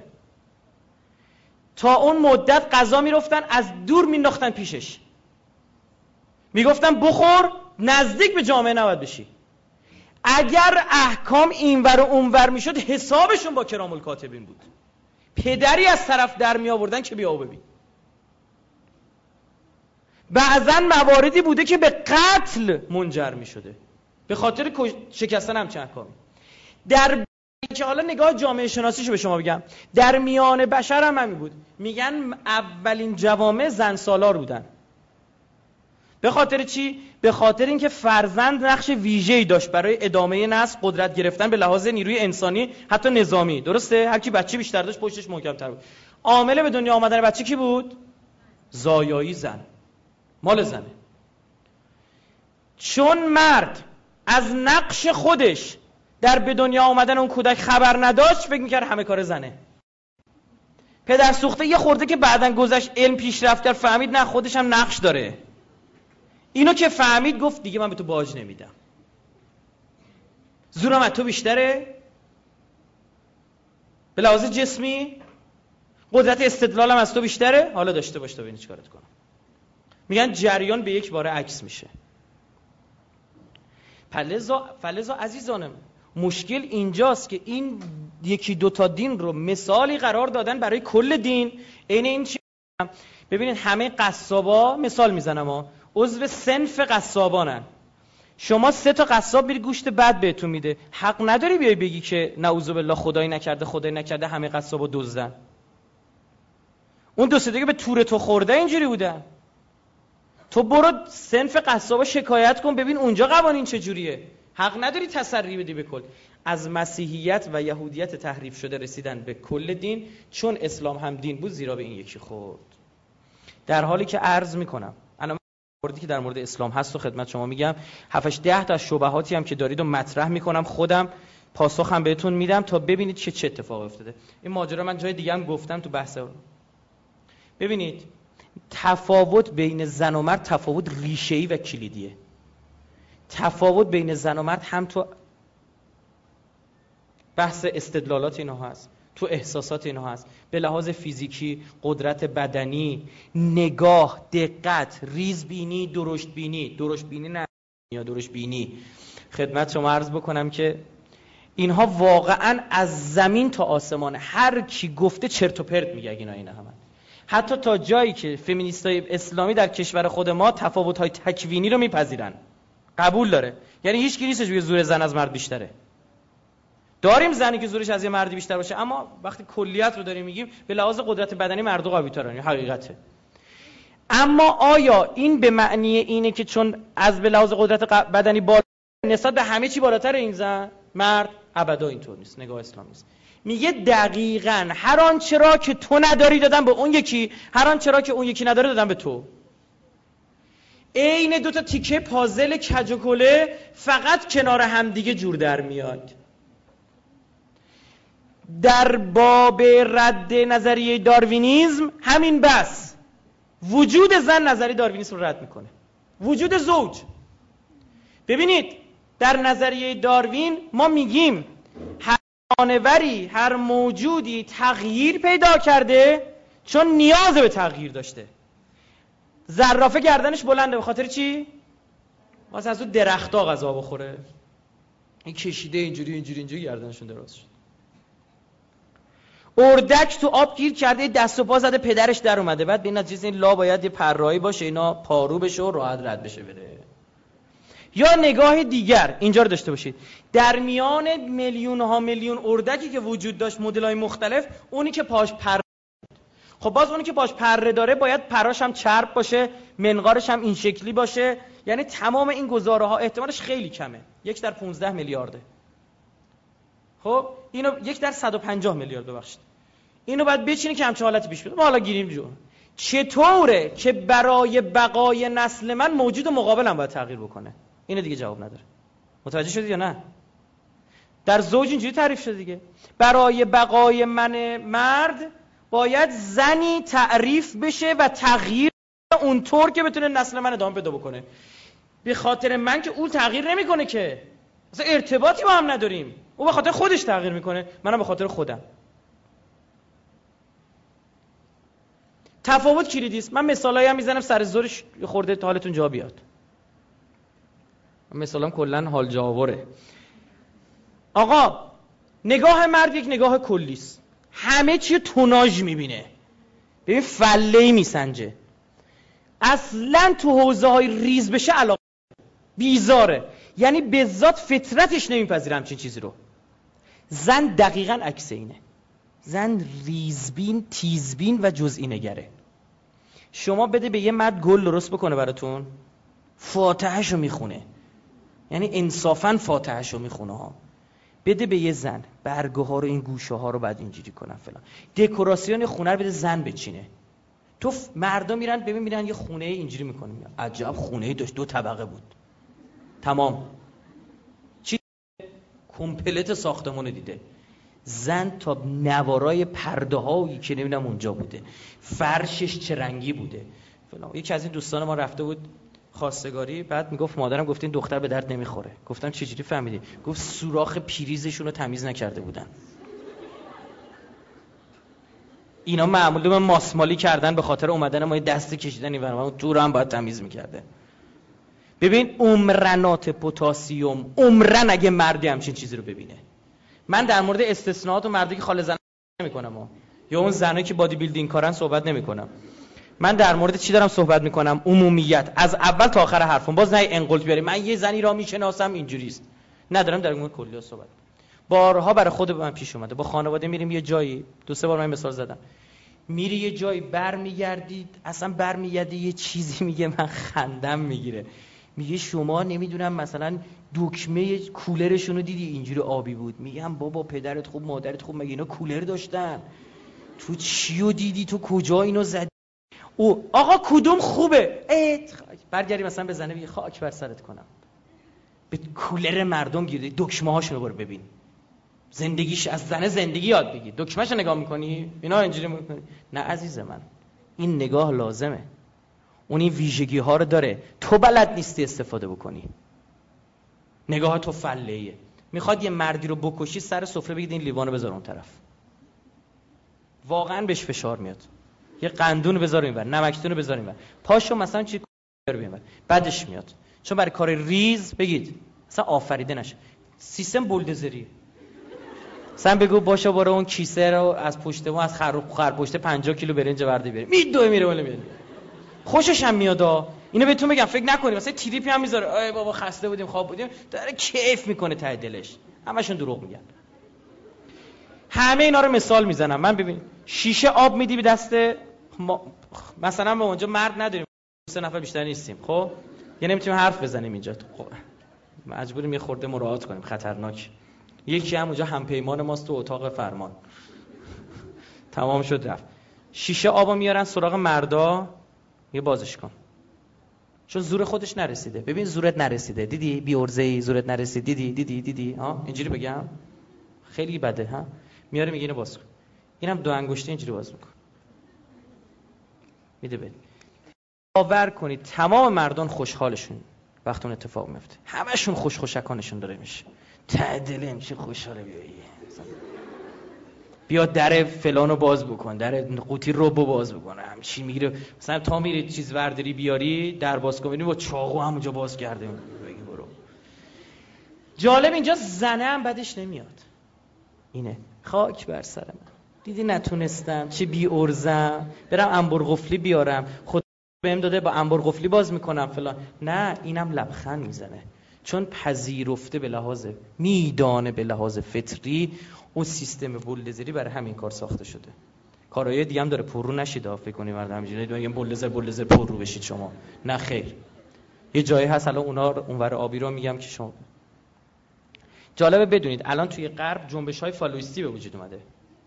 تا اون مدت غذا میرفتن از دور مینداختن پیشش، میگفتن بخور، نزدیک به جامعه نباید بشی. اگر احکام اینور و اونور میشد حسابشون با کرام الکاتبین بود. پدری از طرف در می آوردن که بیا ببین. بعضا مواردی بوده که به قتل منجر می شده به خاطر شکستن همچین احکامی. در که حالا نگاه جامعه شناسیشو به شما بگم، در میان بشر هم همین بود. میگن اولین جوامع زن سالار بودن. به خاطر چی؟ به خاطر اینکه فرزند نقش ویژه‌ای داشت برای ادامه نسل، قدرت گرفتن به لحاظ نیروی انسانی، حتی نظامی. درسته؟ هر کی بچه بیشتر داشت پشتش محکم‌تر بود. عامل به دنیا آمدن بچه کی بود؟ زایایی زن. مال زنه. چون مرد از نقش خودش در به دنیا آمدن اون کودک خبر نداشت، فکر می‌کرد همه کار زنه. پدر سوخته یه خورده که بعداً گذشت علم پیشرفت کرد فهمید نه خودش هم نقش داره. اینو که فهمید گفت دیگه من به تو باج نمیدم. زورم از تو بیشتره؟ به لحاظ جسمی؟ قدرت استدلالم از تو بیشتره؟ حالا داشته باش تا ببین چیکارت کنم. میگن جریان به یک باره عکس میشه. فلذا فلذا عزیزانم مشکل اینجاست که این یکی دو تا دین رو مثالی قرار دادن برای کل دین. عین این چی؟ ببینید همه قصابا، مثال میزنم ها، عضو صنف قصابانن. شما سه تا قصاب میری گوشت بد بهتون میده، حق نداری بیای بگی که نعوذ بالله خدایی نکرده خدایی نکرده همه قصابا دزدن. اون دو سه دیگه به تور تو خورده اینجوری بودن. تو برو صنف قصابا شکایت کن ببین اونجا قوانین چجوریه. حق نداری تسری بدی به کل. از مسیحیت و یهودیت تحریف شده رسیدن به کل دین، چون اسلام هم دین بود زیرا به این یکی خورد. در حالی که عرض میکنم انا موردی که در مورد اسلام هست و خدمت شما میگم، هفت ده تا شبهاتی هم که دارید و مطرح میکنم، خودم پاسخم بهتون میدم تا ببینید چه چه اتفاقی افتاده. این ماجرا من جای دیگه هم گفتم تو بحث. ببینید تفاوت بین زن و مرد تفاوت ریشه‌ای و کلیدیه. تفاوت بین زن و مرد هم تو بحث استدلالات اینها هست، تو احساسات اینها هست، به لحاظ فیزیکی، قدرت بدنی، نگاه، دقت، ریزبینی، درشتبینی. درشتبینی نه یا درشتبینی. خدمت شما عرض بکنم که اینها واقعا از زمین تا آسمان هر کی گفته چرت و پرت میگه. اینا اینا همه حتی تا جایی که فمینیستای اسلامی در کشور خود ما تفاوت‌های تکوینی رو میپذیرن، قبول داره. یعنی هیچ کی نیستش بگه زور زن از مرد بیشتره. داریم زنی که زورش از یه مردی بیشتر باشه، اما وقتی کلیت رو داریم میگیم به لحاظ قدرت بدنی مرد قوی‌ترن، حقیقته. اما آیا این به معنی اینه که چون از به لحاظ قدرت بدنی بالا نسبت به همه چی بالاتر این زن مرد؟ ابدا اینطور نیست. نگاه اسلام نیست. میگه دقیقاً هر آنچه را که تو نداری دادن به اون یکی، هر آنچه را که اون یکی نداره دادن به تو. عین دو تا تیکه پازل کج و کله فقط کنار هم دیگه جور در میاد. در باب رد نظریه داروینیسم همین بس. وجود زن نظریه داروینیسم رو رد میکنه، وجود زوج. ببینید در نظریه داروین ما میگیم هر جانوری، هر موجودی تغییر پیدا کرده چون نیاز به تغییر داشته. زرافه گردنش بلنده به خاطر چی؟ واسه از اون درختا غذا بخوره. این کشیده اینجوری اینجوری اینجوری گردنشون دراز شد. اردک تو آب گیر کرده، دست و پا زده، پدرش در اومده. بعد به این نتیجه این لا باید یه پرایی باشه اینا پارو بشه و راحت رد بشه بره. یا نگاه دیگر اینجا رو داشته باشید، در میان میلیون ها میلیون اردکی که وجود داشت مدل‌های مختلف، اونی که پاش پر خب باز اونی که باش پره داره باید پراش هم چرب باشه، منقارش هم این شکلی باشه. یعنی تمام این گزاره ها احتمالش خیلی کمه، یک در پانزده میلیارده. خب اینو یک در صد و پنجاه میلیارد ببخشید، اینو باید بچینی که همچه حالتی پیش بیاد. ما حالا گیریم جو چطوره که برای بقای نسل من موجود مقابلم باید تغییر بکنه؟ اینو دیگه جواب نداره. متوجه شدید یا نه؟ در زوج اینجوری تعریف شده دیگه، برای بقای من مرد باید زنی تعریف بشه و تغییر اونطور که بتونه نسل من ادامه پیدا بکنه. به خاطر من که اون تغییر نمیکنه که، اصلا ارتباطی با هم نداریم. او به خاطر خودش تغییر میکنه، منم به خاطر خودم. تفاوت کلیدی است. من مثالایی هم میزنم سر زورش خورده تا حالتون جا بیاد. مثالام کلا حال جاوره. آقا نگاه مرد یک نگاه کلی است، همه چی توناژ میبینه، ببین فله‌ای میسنجه، اصلا تو حوزه های ریز بشه علاقه بیزاره، یعنی به ذات فطرتش نمیپذیره همچین چیزی رو. زن دقیقاً عکس اینه، زن ریزبین، تیزبین و جزئی نگره. شما بده به یه مرد گل درست بکنه براتون، فاتحه‌شو میخونه، یعنی انصافاً فاتحه‌شو میخونه ها. بده به یه زن برگه ها رو، این گوشه ها رو بعد اینجوری کنن فلان، دکوراسیون خونه رو بده زن بچینه. تو ف... مردا میرن ببین میرن یه خونه اینجوری میکنه، عجب خونه‌ای داشت، دو طبقه بود، تمام چی کمپلت ساختمون دیده. زن تا نوارای پرده هایی که نمیدونم اونجا بوده، فرشش چه رنگی بوده فلان. یکی از این دوستان ما رفته بود خواستگاری، بعد میگفت مادرم گفت این دختر به درد نمیخوره. گفتم چجوری فهمیدی؟ گفت سوراخ پریزشون رو تمیز نکرده بودن. اینا معمولا ماسمالی کردن به خاطر اومدن ما دست کشیدن این ورما، تو رو هم باید تمیز میکرده. ببین عمرنات پتاسیم، عمرن اگه مردی همچین چیزی رو ببینه. من در مورد استثناءات و مردی که خاله زن نمیکنم یا اون زنایی که بادی بیلدینگ کارن صحبت نمیکنم. من در مورد چی دارم صحبت میکنم؟ عمومیت، از اول تا آخر حرفم. باز نه انقلت بیاری من یه زنی را میشناسم اینجوریست، ندارم در مورد کلی صحبت. بارها برای خود من پیش اومده، با خانواده میریم یه جایی، دو سه بار من مثال زدم، میری یه جایی برمیگردید، اصلا برمیگردی یه چیزی میگه من خندم میگیره، میگه شما نمیدونم مثلا دکمه کولرشون رو دیدی اینجوری آبی بود. میگم بابا پدرت خوب مادرت خوب، مگه اینا کولر داشتن؟ تو چیو دیدی؟ تو کجا اینو زدی؟ او آقا کدوم خوبه؟ برگردی مثلا به زنه بگی خاک بر سرت کنم، به کولر مردم گیری، دکمه هاشونو برو ببین، زندگیش از زنه زندگی یاد بگی، دکمه‌ش نگاه میکنی اینا اینجوری میکنی. نه عزیز من، این نگاه لازمه، اون این ویژگی ها رو داره، تو بلد نیستی استفاده بکنی. نگاه تو فله‌ایه. میخواد یه مردی رو بکشی، سر سفره بگید این لیوانو بذار اون طرف، واقعا بهش فشار میاد. یه قندون بذار اینور، نمکتون بذار اینور، پاشو مثلا چی بذار اینور، بعدش میاد. چون برای کار ریز بگید مثلا آفریده نشه، سیستم بولدوزری. مثلا بگو باشه برو اون کیسه رو از پشت ما از خر خر پشت پنجاه کیلو برنج وردی بریم، میدوه میره ولی میاد. خوشش هم میاد. اینو بهتون بگم فکر نکنید مثلا تریپی هم میذاره، ای بابا خسته بودیم خواب بودیم، داره کیف میکنه ته دلش. همشون دروغ میگن. همه اینا رو مثال میزنم. من ببین شیشه آب میدی به دست ما... مثلا ما اونجا مرد نداریم، سه نفر بیشتر نیستیم، خب یه نمیتونیم حرف بزنیم اینجا، خب مجبوریم یه خورده مراعات کنیم، خطرناک. یکی هم اونجا همپیمان ماست تو اتاق فرمان. تمام شد رفت. شیشه آبو میارن سراغ مردا، یه بازش کن، چون زور خودش نرسیده. ببین زورت نرسیده، دیدی بی ارزه‌ای، زورت نرسید، دیدی دیدی دیدی ها، اینجوری بگم خیلی بده ها. میاره میگه اینو باز کن، اینم دو انگشته اینجوری باز میکن، میده بده. باور کنید تمام مردان خوشحالشون وقتی اون اتفاق میفته، همشون خوش خوشکانشون داره میشه، ته دل میشه خوشحاله. بیایی بیا در فلانو باز بکن، در قوطی ربو باز بکن، همچی میگیره. مثلا تا میری چیز ورداری بیاری در باز کن، با چاقو همونجا باز کرده بگی برو. جالب اینجا زنه هم بدش نمیاد. اینه خاک بر سر من، دیدی نتونستم چه بی ارزم برم انبر قفلی بیارم، خود بهم داده با انبر قفلی باز میکنم فلان. نه اینم لبخند میزنه، چون پذیرفته به لحاظ میدانه به لحاظ فطری اون سیستم بولدوزری برای همین کار ساخته شده. کارهای دیگه هم داره، پررو نشید فکر کنید مرد همینجوری میگم بولدوزر بولدوزر پررو بشید شما، نه خیر. یه جایی هست الان اونا اونور آبی رو میگم که شما جالبه بدونید الان توی غرب جنبش‌های فالویستی به وجود اومده،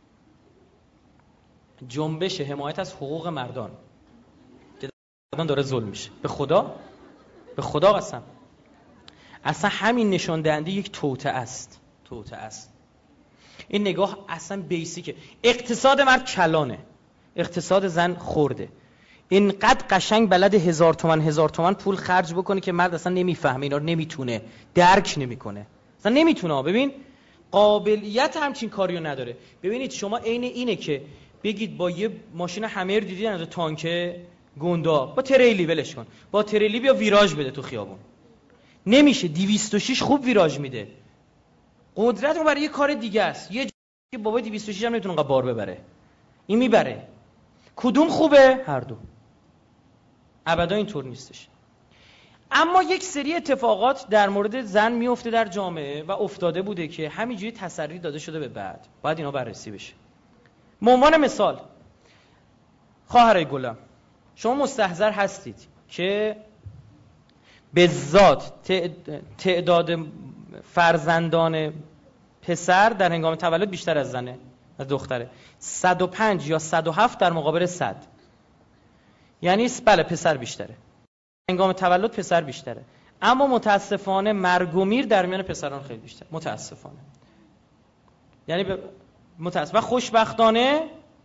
جنبش حمایت از حقوق مردان که مردان داره ظلم میشه. به خدا به خدا قسم اصلا همین نشان دهنده یک توطئه است، توطئه است. این نگاه اصلا بیسیکه. اقتصاد مرد کلانه، اقتصاد زن خورده. اینقدر قشنگ بلد هزار تومن هزار تومن پول خرج بکنه که مرد اصلا نمیفهمه اینا رو، نمیتونه درک نمیکنه، اصلا نمیتونه. ببین قابلیت همچین کاریو نداره. ببینید شما عین اینه که بگید با یه ماشین همر دیدین از تانک گوندا با تریلی ولش کن، با تریلی بیا ویراژ بده تو خیابون، نمیشه. دویست و شش خوب ویراژ میده، قدرت رو برای یه کار دیگه است. یه که بابا دویست و شش هم نمیتونه اونقدر بار ببره، این میبره. کدوم خوبه؟ هر دو. ابدا اینطور نیستش. اما یک سری اتفاقات در مورد زن میفته در جامعه و افتاده بوده که همینجوری تسری داده شده به بعد، باید اینا بررسی بشه. به عنوان مثال خواهرای گلم، شما مستحضر هستید که به ذات تعداد فرزندان پسر در هنگام تولد بیشتر از زنه، از دختره. صد و پنج یا صد و هفت در مقابل صد، یعنی بله پسر بیشتره، هنگام تولد پسر بیشتره. اما متاسفانه مرگ و میر در میان پسران خیلی بیشتر، متاسفانه. یعنی ب... متاسف و خوشبختانه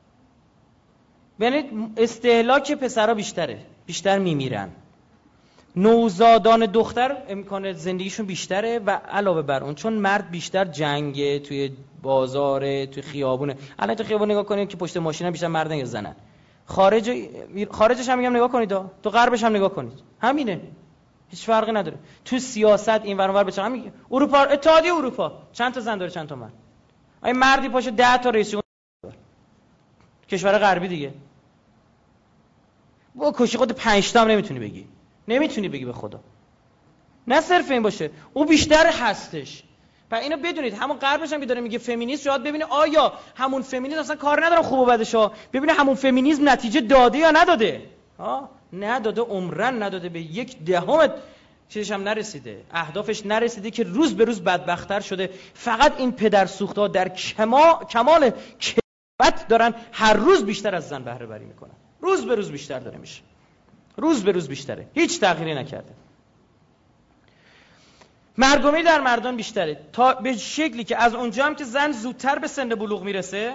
ببینید استهلاک پسرها بیشتره، بیشتر میمیرن. نوزادان دختر امکان زندگیشون بیشتره و علاوه بر اون چون مرد بیشتر جنگه، توی بازاره، توی خیابونه. الان تو خیابون نگاه کنید که پشت ماشینا بیشتر مردن یا زنن. خارج خارجش هم میگم نگاه کنید، تو غربش هم نگاه کنید، همینه، هیچ فرقی نداره. تو سیاست این ور اون ور بچه همین. اروپا، اتحادیه اروپا چند تا زن داره چند تا مرد؟ آیا مردی پاشه ده تا رئیس جمهور کشور غربی دیگه؟ با کشی خود پنج تا هم نمیتونی بگی، نمیتونی بگی به خدا. نه صرف این باشه، او بیشتر هستش. و اینو بدونید همون غربش هم که داره میگه فمینیسم، شاید ببینه آیا همون فمینیسم اصلا کار نداره خوب و بدشو، ببینه همون فمینیسم نتیجه داده یا نداده. ها نداده، عمرن نداده، به یک دهم چیزش هم نرسیده، اهدافش نرسیده که روز به روز بدبخت‌تر شده. فقط این پدر سوخت‌ها در کما... کمال کفایت دارن هر روز بیشتر از زن بهره بری میکنن، روز به روز بیشتر داره میشه، روز به روز بیشتره، هیچ تغییری نکرده. مرگ و میر در مردان بیشتره تا به شکلی که از اونجا هم که زن زودتر به سن بلوغ میرسه،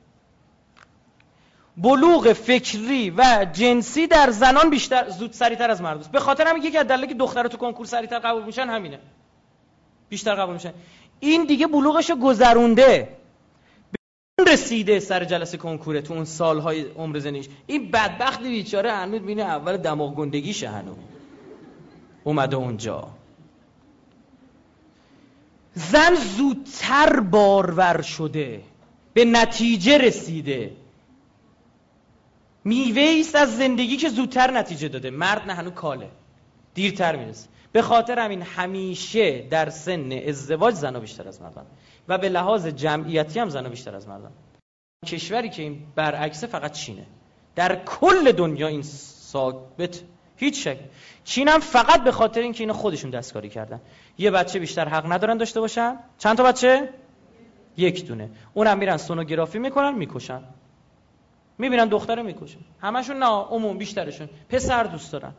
بلوغ فکری و جنسی در زنان بیشتر زود سریعتر از مرداست. به خاطر همین یکی از دلایلی که دخترها تو کنکور سریعتر قبول میشن همینه، بیشتر قبول میشن. این دیگه بلوغشو گذرونده، به رسیده سر جلسه کنکوره تو اون سالهای عمر زندگیش. این بدبخت بیچاره هنوز میبینه اول دماغ گندگیشه، هنوز اومده اونجا. زن زودتر بارور شده، به نتیجه رسیده، میوه است از زندگی که زودتر نتیجه داده. مرد نه، هنوز کاله، دیرتر میرسه. به خاطر همین همیشه در سن ازدواج زنها بیشتر از مردان و به لحاظ جمعیتی هم زنها بیشتر از مردان. کشوری که این برعکسه فقط چینه، در کل دنیا این ثابت، هیچ شک. چین هم فقط به خاطر اینکه اینا خودشون دستکاری کردن. یه بچه بیشتر حق ندارن داشته باشن. چند تا بچه؟ یک دونه. اونم میرن سونوگرافی میکنن، میکشن. میبینن دختره میکشن. همشون نه، عموم بیشترشون پسر دوست دارن.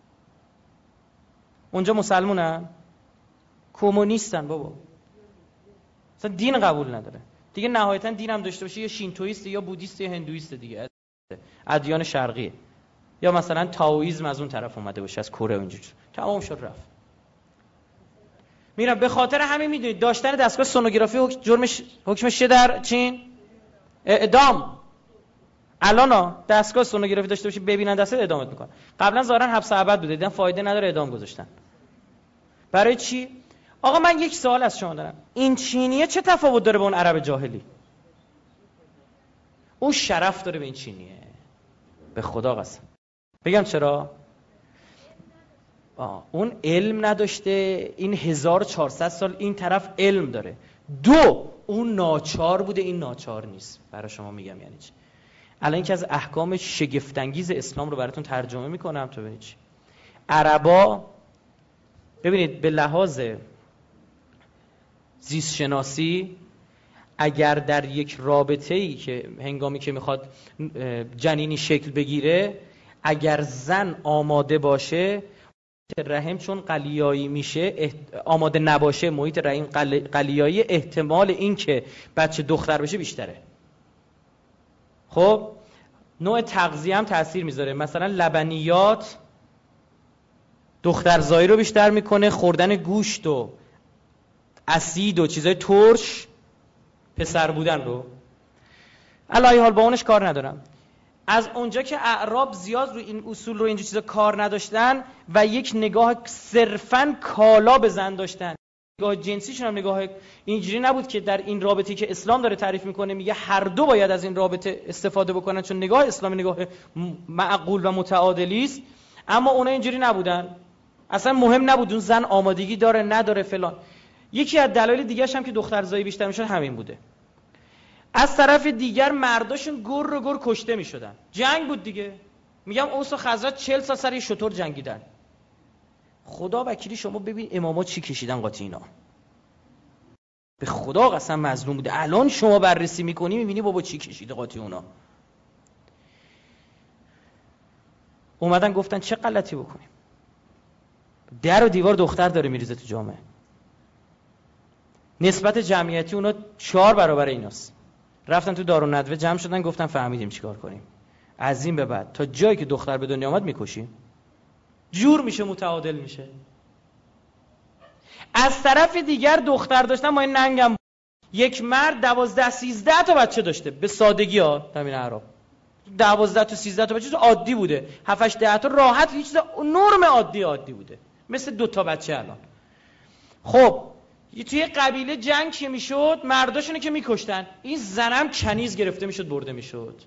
اونجا مسلمونن، کمونیستن بابا، اصلا دین قبول نداره دیگه. نهایتا دین هم داشته باشه یا شینتویست یا بودیست یا هندویست دیگه، ادیان شرقیه، یا مثلا تائوئیسم از اون طرف اومده باشه از کره اونجوری، تمام شد رفت. میرم به خاطر همین میدونید داشتن دستگاه سونوگرافی حکم جرمش حکمش چه در چین؟ اعدام. الان دستگاه سونوگرافی داشته باشی ببینن دستت اعدامت میکنن. قبلا ظاهرا حبس ابد بوده، دیدن فایده نداره اعدام گذاشتن. برای چی؟ آقا من یک سوال از شما دارم، این چینیه چه تفاوت داره با اون عرب جاهلی؟ اون شرف داره به این چینیه، به خدا قسم. بگم چرا؟ آه. اون علم نداشته، این هزار و چهارصد سال این طرف علم داره. دو، اون ناچار بوده، این ناچار نیست. برای شما میگم یعنی چی. الان که از احکام شگفت‌انگیز اسلام رو براتون ترجمه میکنم تا ببینید چی. عربا ببینید به لحاظ زیست شناسی اگر در یک رابطه‌ای که هنگامی که میخواد جنینی شکل بگیره، اگر زن آماده باشه، رحم چون قلیایی میشه، احت... آماده نباشه، محیط رحم قل... قلیایی، احتمال این که بچه دختر بشه بیشتره. خب نوع تغذیه هم تأثیر میذاره. مثلا لبنیات دخترزایی رو بیشتر میکنه، خوردن گوشت و اسید و چیزای ترش پسر بودن رو. علی حال با اونش کار ندارم. از اونجا که اعراب زیاد رو این اصول رو اینجور چیزا کار نداشتن و یک نگاه صرفاً کالا به زن داشتن، نگاه جنسیشون هم نگاه اینجوری نبود که در این رابطه‌ای که اسلام داره تعریف میکنه میگه هر دو باید از این رابطه استفاده بکنن چون نگاه اسلامی نگاه معقول و متعادلی است. اما اونا اینجوری نبودن، اصلا مهم نبود اون زن آمادگی داره نداره فلان. یکی از دلایل دیگه‌ش هم که دخترزایی بیشتر میشد همین بوده. از طرف دیگر مرداشون گر و گر کشته میشدن. جنگ بود دیگه. میگم اوس و خزرج چهل سال سر یه شتر جنگیدن. خدا وکیلی شما ببین اماما چی کشیدن قاطینا. به خدا قسم مظلوم بوده. الان شما بررسی میکنی میبینی بابا چی کشیده قاطی اونا. اومدن گفتن چه غلطی بکنیم. در و دیوار دختر داره میریزه تو جامعه. نسبت جمعیتی اونا چهار برابر ایناست. رفتن تو دارالندوه جمع شدن گفتن فهمیدیم چیکار کنیم. از این به بعد تا جایی که دختر به دنیا آمد میکشیم. جور میشه، متعادل میشه. از طرف دیگر دختر داشتن ما این ننگم یک مرد دوازده سیزده تا بچه داشته به سادگی ها. همین اعراب دوازده تا سیزده تا بچه عادی بوده. هفت هشت ده تا راحت هیچ چیز نرم عادی عادی بوده. مثل دو تا بچه الان. خب توی قبیله جنگ که میشد مرداشونو که میکشتن، این زنم کنیز گرفته میشد برده میشد.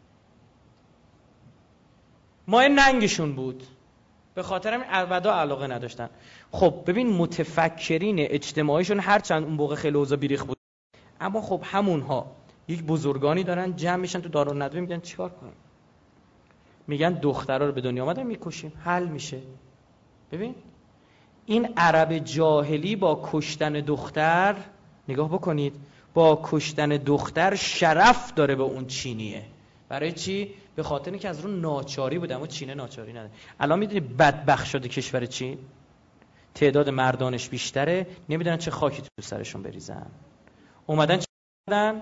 مایه ننگشون بود، به خاطر همین ابدا علاقه نداشتن. خب ببین متفکرین اجتماعیشون هرچند اون موقع خیلی اوضاع بیریخ بود، اما خب همونها یک بزرگانی دارن جمع میشن تو دارالندوه میگن چیکار کنیم؟ میگن دخترها رو به دنیا آمدن میکشیم، حل میشه. ببین این عرب جاهلی با کشتن دختر، نگاه بکنید، با کشتن دختر شرف داره به اون چینیه. برای چی؟ به خاطر اینکه از رو ناچاری بود، اما چینه ناچاری نداره. الان میدونی بدبخت شده کشور چین، تعداد مردانش بیشتره، نمیدونن چه خاکی تو سرشون بریزن. اومدن چه کردن؟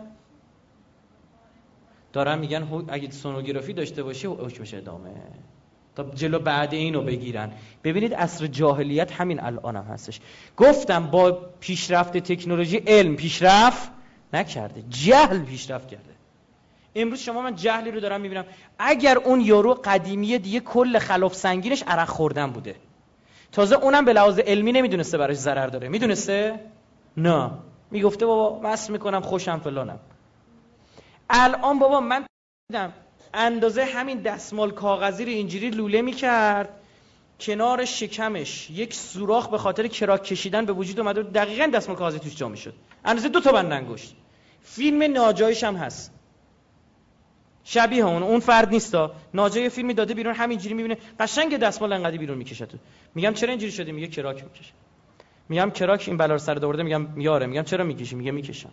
دارن میگن اگه سونوگرافی داشته باشی حکمش ادامه، تا جلو بعد اینو بگیرن. ببینید عصر جاهلیت همین الان هم هستش. گفتم با پیشرفت تکنولوژی علم پیشرفت نکرده، جهل پیشرفت کرده. امروز شما من جهلی رو دارم میبینم. اگر اون یارو قدیمیه دیگه کل خلاف سنگینش عرق خوردن بوده، تازه اونم به لحاظ علمی نمیدونسته براش ضرر داره. میدونسته؟ نه، میگفته بابا مست میکنم خوشم فلانم. الان بابا من دیدم اندازه همین دستمال کاغذی رو اینجوری لوله میکرد، کنار شکمش یک سوراخ به خاطر کراک کشیدن به وجود اومده، دقیقاً دستمال کاغذی توش جا میشد، اندازه دو تا بند انگشت. فیلم ناجایش هم هست، شبیه اون اون فرد نیستا، ناجای فیلمی داده بیرون، همینجوری میبینه قشنگ دستمال انقدی بیرون میکشه. تو میگم چرا اینجوری شدی؟ میگه کراک میکشه. میگم کراک این بلا رو سر آورده؟ میگم یاره. میگم چرا میکشی؟ میگه میکشم.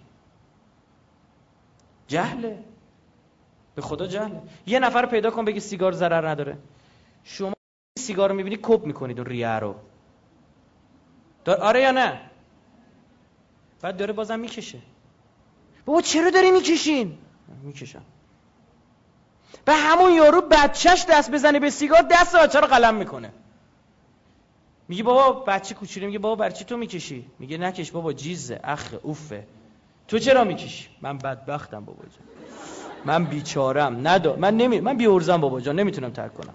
جهله، به خدا جهله. یه نفر پیدا کن بگی سیگار ضرر نداره. شما سیگار رو میبینی کپ میکنید و ریه رو دار... آره یا نه؟ بعد داره بازم میکشه. بابا چرا داری میکشین؟ میکشم. به همون یارو بچهش دست بزنه به سیگار، دست بچه رو قلم میکنه. میگه بابا بچه کوچولو، میگه بابا برای چی تو میکشی؟ میگه نکش بابا، جیزه، اخه، اوفه. تو چرا میکشی؟ من بدبختم بابا جان، من بیچارم، ندا من نمی من بیورزم بابا جان، نمیتونم ترک کنم.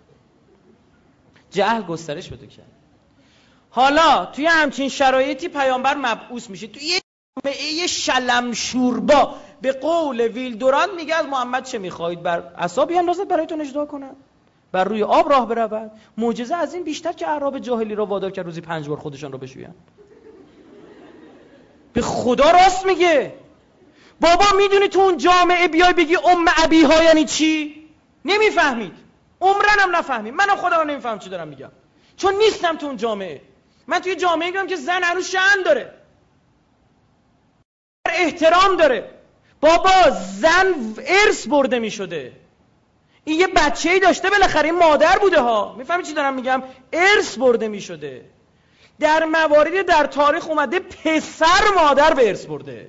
جهل گسترش بده کرد. حالا توی همچین شرایطی پیامبر مبعوث میشه توی یه جامعه شلم شوربا. به قول ویلدوران میگه از محمد چه میخواهید؟ بر عصا بیاندازد برایتون اجدا کند، بر روی آب راه برود. معجزه از این بیشتر که اعراب جاهلی را وادار کرد روزی پنج بار خودشان را بشویند. به خدا راست میگه. بابا میدونی تو اون جامعه بیای بگی ام ابیها یعنی چی؟ نمیفهمید، عمرن هم نفهمید. منم خودم هم نمیفهم چی دارم میگم، چون نیستم تو اون جامعه. من توی جامعه میگم که زن هنوز شأن داره، احترام داره. بابا زن ارث برده میشده. این یه بچه‌ای داشته بالاخره، این مادر بوده ها. میفهمی چی دارم میگم؟ ارث برده میشده. در مواردی در تاریخ اومده پسر مادر به ارث برده.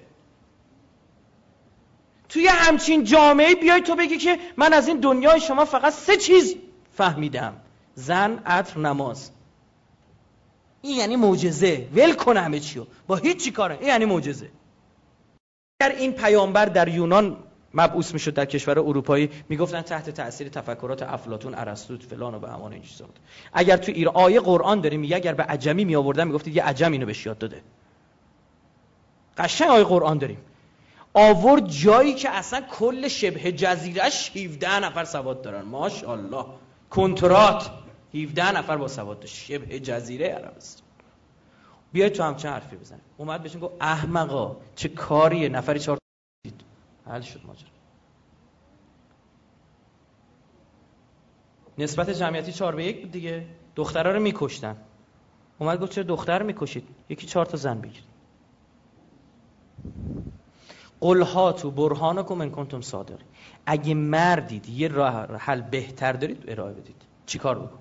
توی همچین جامعه بیای تو بگی که من از این دنیای شما فقط سه چیز فهمیدم: زن، عطر، نماز. این یعنی معجزه. ول کن همه چیو، با هیچ چی کاره. این یعنی معجزه. اگر این پیامبر در یونان مبعوث میشد در کشور اروپایی، میگفتن تحت تأثیر تفکرات افلاطون، ارسطو، فلان و به همان این چیزا بود. اگر تو ایران آیه قرآن داریم میگه اگر به عجمی می آوردن میگفتید یه عجم اینو بهش یاد داده. قشنگ آیه قرآن داریم. آورد جایی که اصلا کل شبه جزیرهش هفده نفر سواد دارن. ماشاءالله. کنترات هفده نفر با سواد داشت. شبه جزیره عربستان. بیاید تو همچین حرفی بزنید. اومد بهشون گفت احمقا چه کاریه، نفری چهار دید. حل شد ماجرا. نسبت جمعیتی چهار به یک بود دیگه. دخترها رو میکشتن. اومد گفت چرا دختر میکشید؟ یکی چهار تا زن بگیرید. قل هاتوا برهانکم ان کنتم صادقین. اگه مردید یه راه حل بهتر دارید ارائه بدید. چیکار بکن؟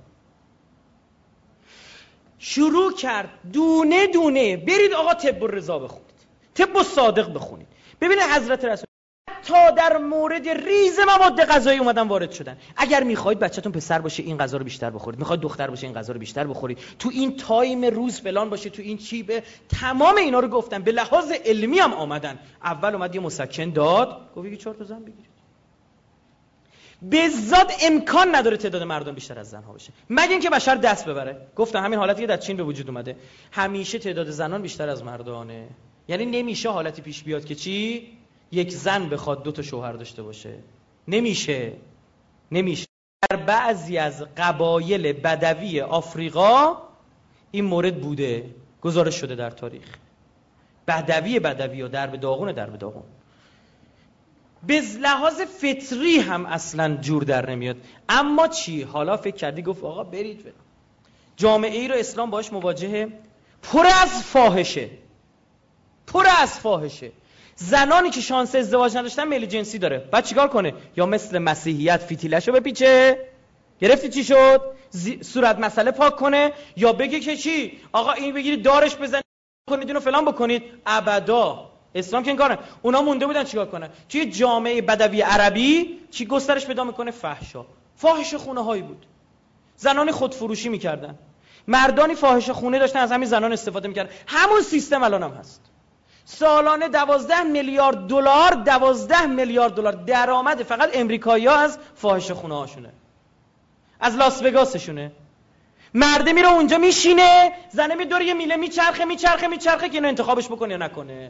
شروع کرد دونه دونه. برید آقا طب الرضا بخونید، طب الصادق بخونید، ببینید حضرت رسول تا در مورد ریز مواد غذایی اومدن وارد شدن. اگر میخواید بچه‌تون پسر باشه این غذا رو بیشتر بخورید، میخواید دختر باشه این غذا رو بیشتر بخورید، تو این تایم روز فلان باشه، تو این چی به تمام اینا رو گفتن. به لحاظ علمی هم آمدن. اول اومد یه مسکن داد، گفت یکی چهار تا زن بگیرید. به ذات امکان نداره تعداد مردم بیشتر از زنها باشه مگه اینکه بشر دست ببره. گفتم همین حالتی که در چین به وجود اومده، همیشه تعداد زنان بیشتر از مردانه. یعنی نمیشه حالتی پیش بیاد که چی؟ یک زن بخواد دو تا شوهر داشته باشه. نمیشه. نمیشه. در بعضی از قبایل بدوی آفریقا این مورد بوده، گزارش شده در تاریخ. بدوی بدوی و درب داغون درب داغون. به لحاظ فطری هم اصلا جور در نمیاد. اما چی؟ حالا فکر کردی گفت آقا برید برید. جامعه ای رو اسلام باش مواجهه، پر از فاحشه، پر از فاحشه. زنانی که شانس ازدواج نداشتن میل جنسی داره، بعد چیکار کنه؟ یا مثل مسیحیت فتیلشو بپیچه، گرفتی چی شد؟ زی... صورت مسئله پاک کنه، یا بگه که چی؟ آقا این بگیرید دارش بزنید کنید اینو فلان بکنید. ابدا. اسلام که این کاره. اونا مونده بودن چیکار کنن؟ توی جامعه بدوی عربی چی گسترش پیدا میکنه؟ فحشا. فاحش خونه هایی بود. زنان خودفروشی میکردن، مردانی فاحش خونه داشتن، از همین زنان استفاده میکردن. همون سیستم الان هم هست. سالانه دوازده میلیارد دلار دوازده میلیارد دلار درآمد فقط امریکایی‌ها از فاحش خونه هاشونه، از لاس وگاسشونه. مرده میره اونجا میشینه، زنه میدوره یه میله میچرخه میچرخه میچرخه که اینو انتخابش بکنه یا نکنه.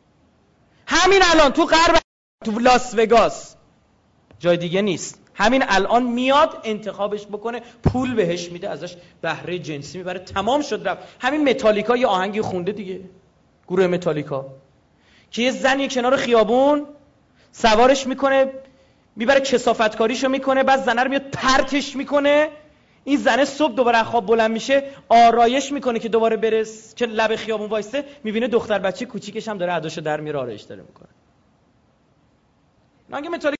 همین الان تو غرب، تو لاس وگاس، جای دیگه نیست، همین الان میاد انتخابش بکنه، پول بهش میده، ازش بهره جنسی میبره، تمام شد رفت. همین متالیکا یه آهنگی خونده دیگه، گروه متالیکا، که یه زنی کنار خیابون سوارش میکنه، میبره کثافتکاریشو میکنه، بعد زنه رو میاد پرتش میکنه. این زنه صبح دوباره خواب بلند میشه، آرایش میکنه که دوباره برس که لب خیابون وایسته، میبینه دختر بچه کوچیکش هم داره عداشو در میاره، آرایش داره میکنه. نگه متالیکا.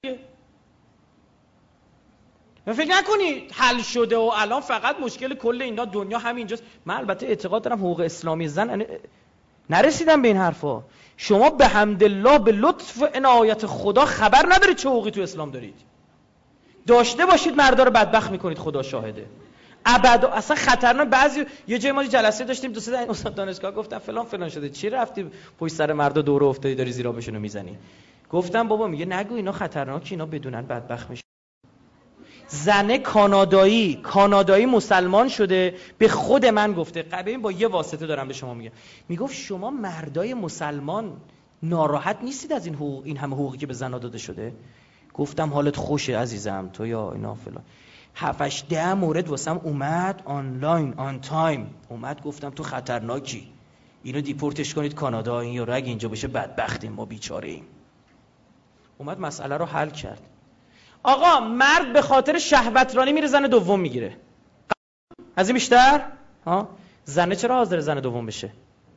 فکر نکنی حل شده و الان فقط مشکل کل اینا دنیا همینجاست. من البته اعتقاد دارم حقوق اسلامی زن نرسیدم به این حرفا. شما به حمدالله به لطف و عنایت خدا خبر ندارید چه حقوقی تو اسلام دارید. داشته باشید مردا رو بدبخت میکنید، خدا شاهده. ابدا اصلا خطرناک. بعضی یه جای ما جلسه داشتیم، دو سه تا استاد دانشگاه گفتن فلان فلان شده، چی رفتی پشت سر مردا دور افتادی داری زیرا بهشونو میزنی؟ گفتم بابا میگه نگو اینا خطرناکه، اینا بدونن بدبخت میشه. زنه کانادایی کانادایی مسلمان شده، به خود من گفته، ببین با یه واسطه دارم به شما میگم، میگفت شما مردای مسلمان ناراحت نیستید از این حقوق، این همه حقوقی که به زنا داده شده؟ گفتم حالت خوشه عزیزم تو یا اینا فلان. هفتش ده مورد واسم اومد آنلاین آن تایم اومد، گفتم تو خطرناکی، اینو دیپورتش کنید کانادا، این یارو اگه اینجا بشه بدبختیم، ما بیچاره ایم. اومد مسئله رو حل کرد. آقا مرد به خاطر شهوترانی میره زن دوم میگیره، از این بیشتر؟ ها؟ زنه چرا حاضر زن دوم بشه؟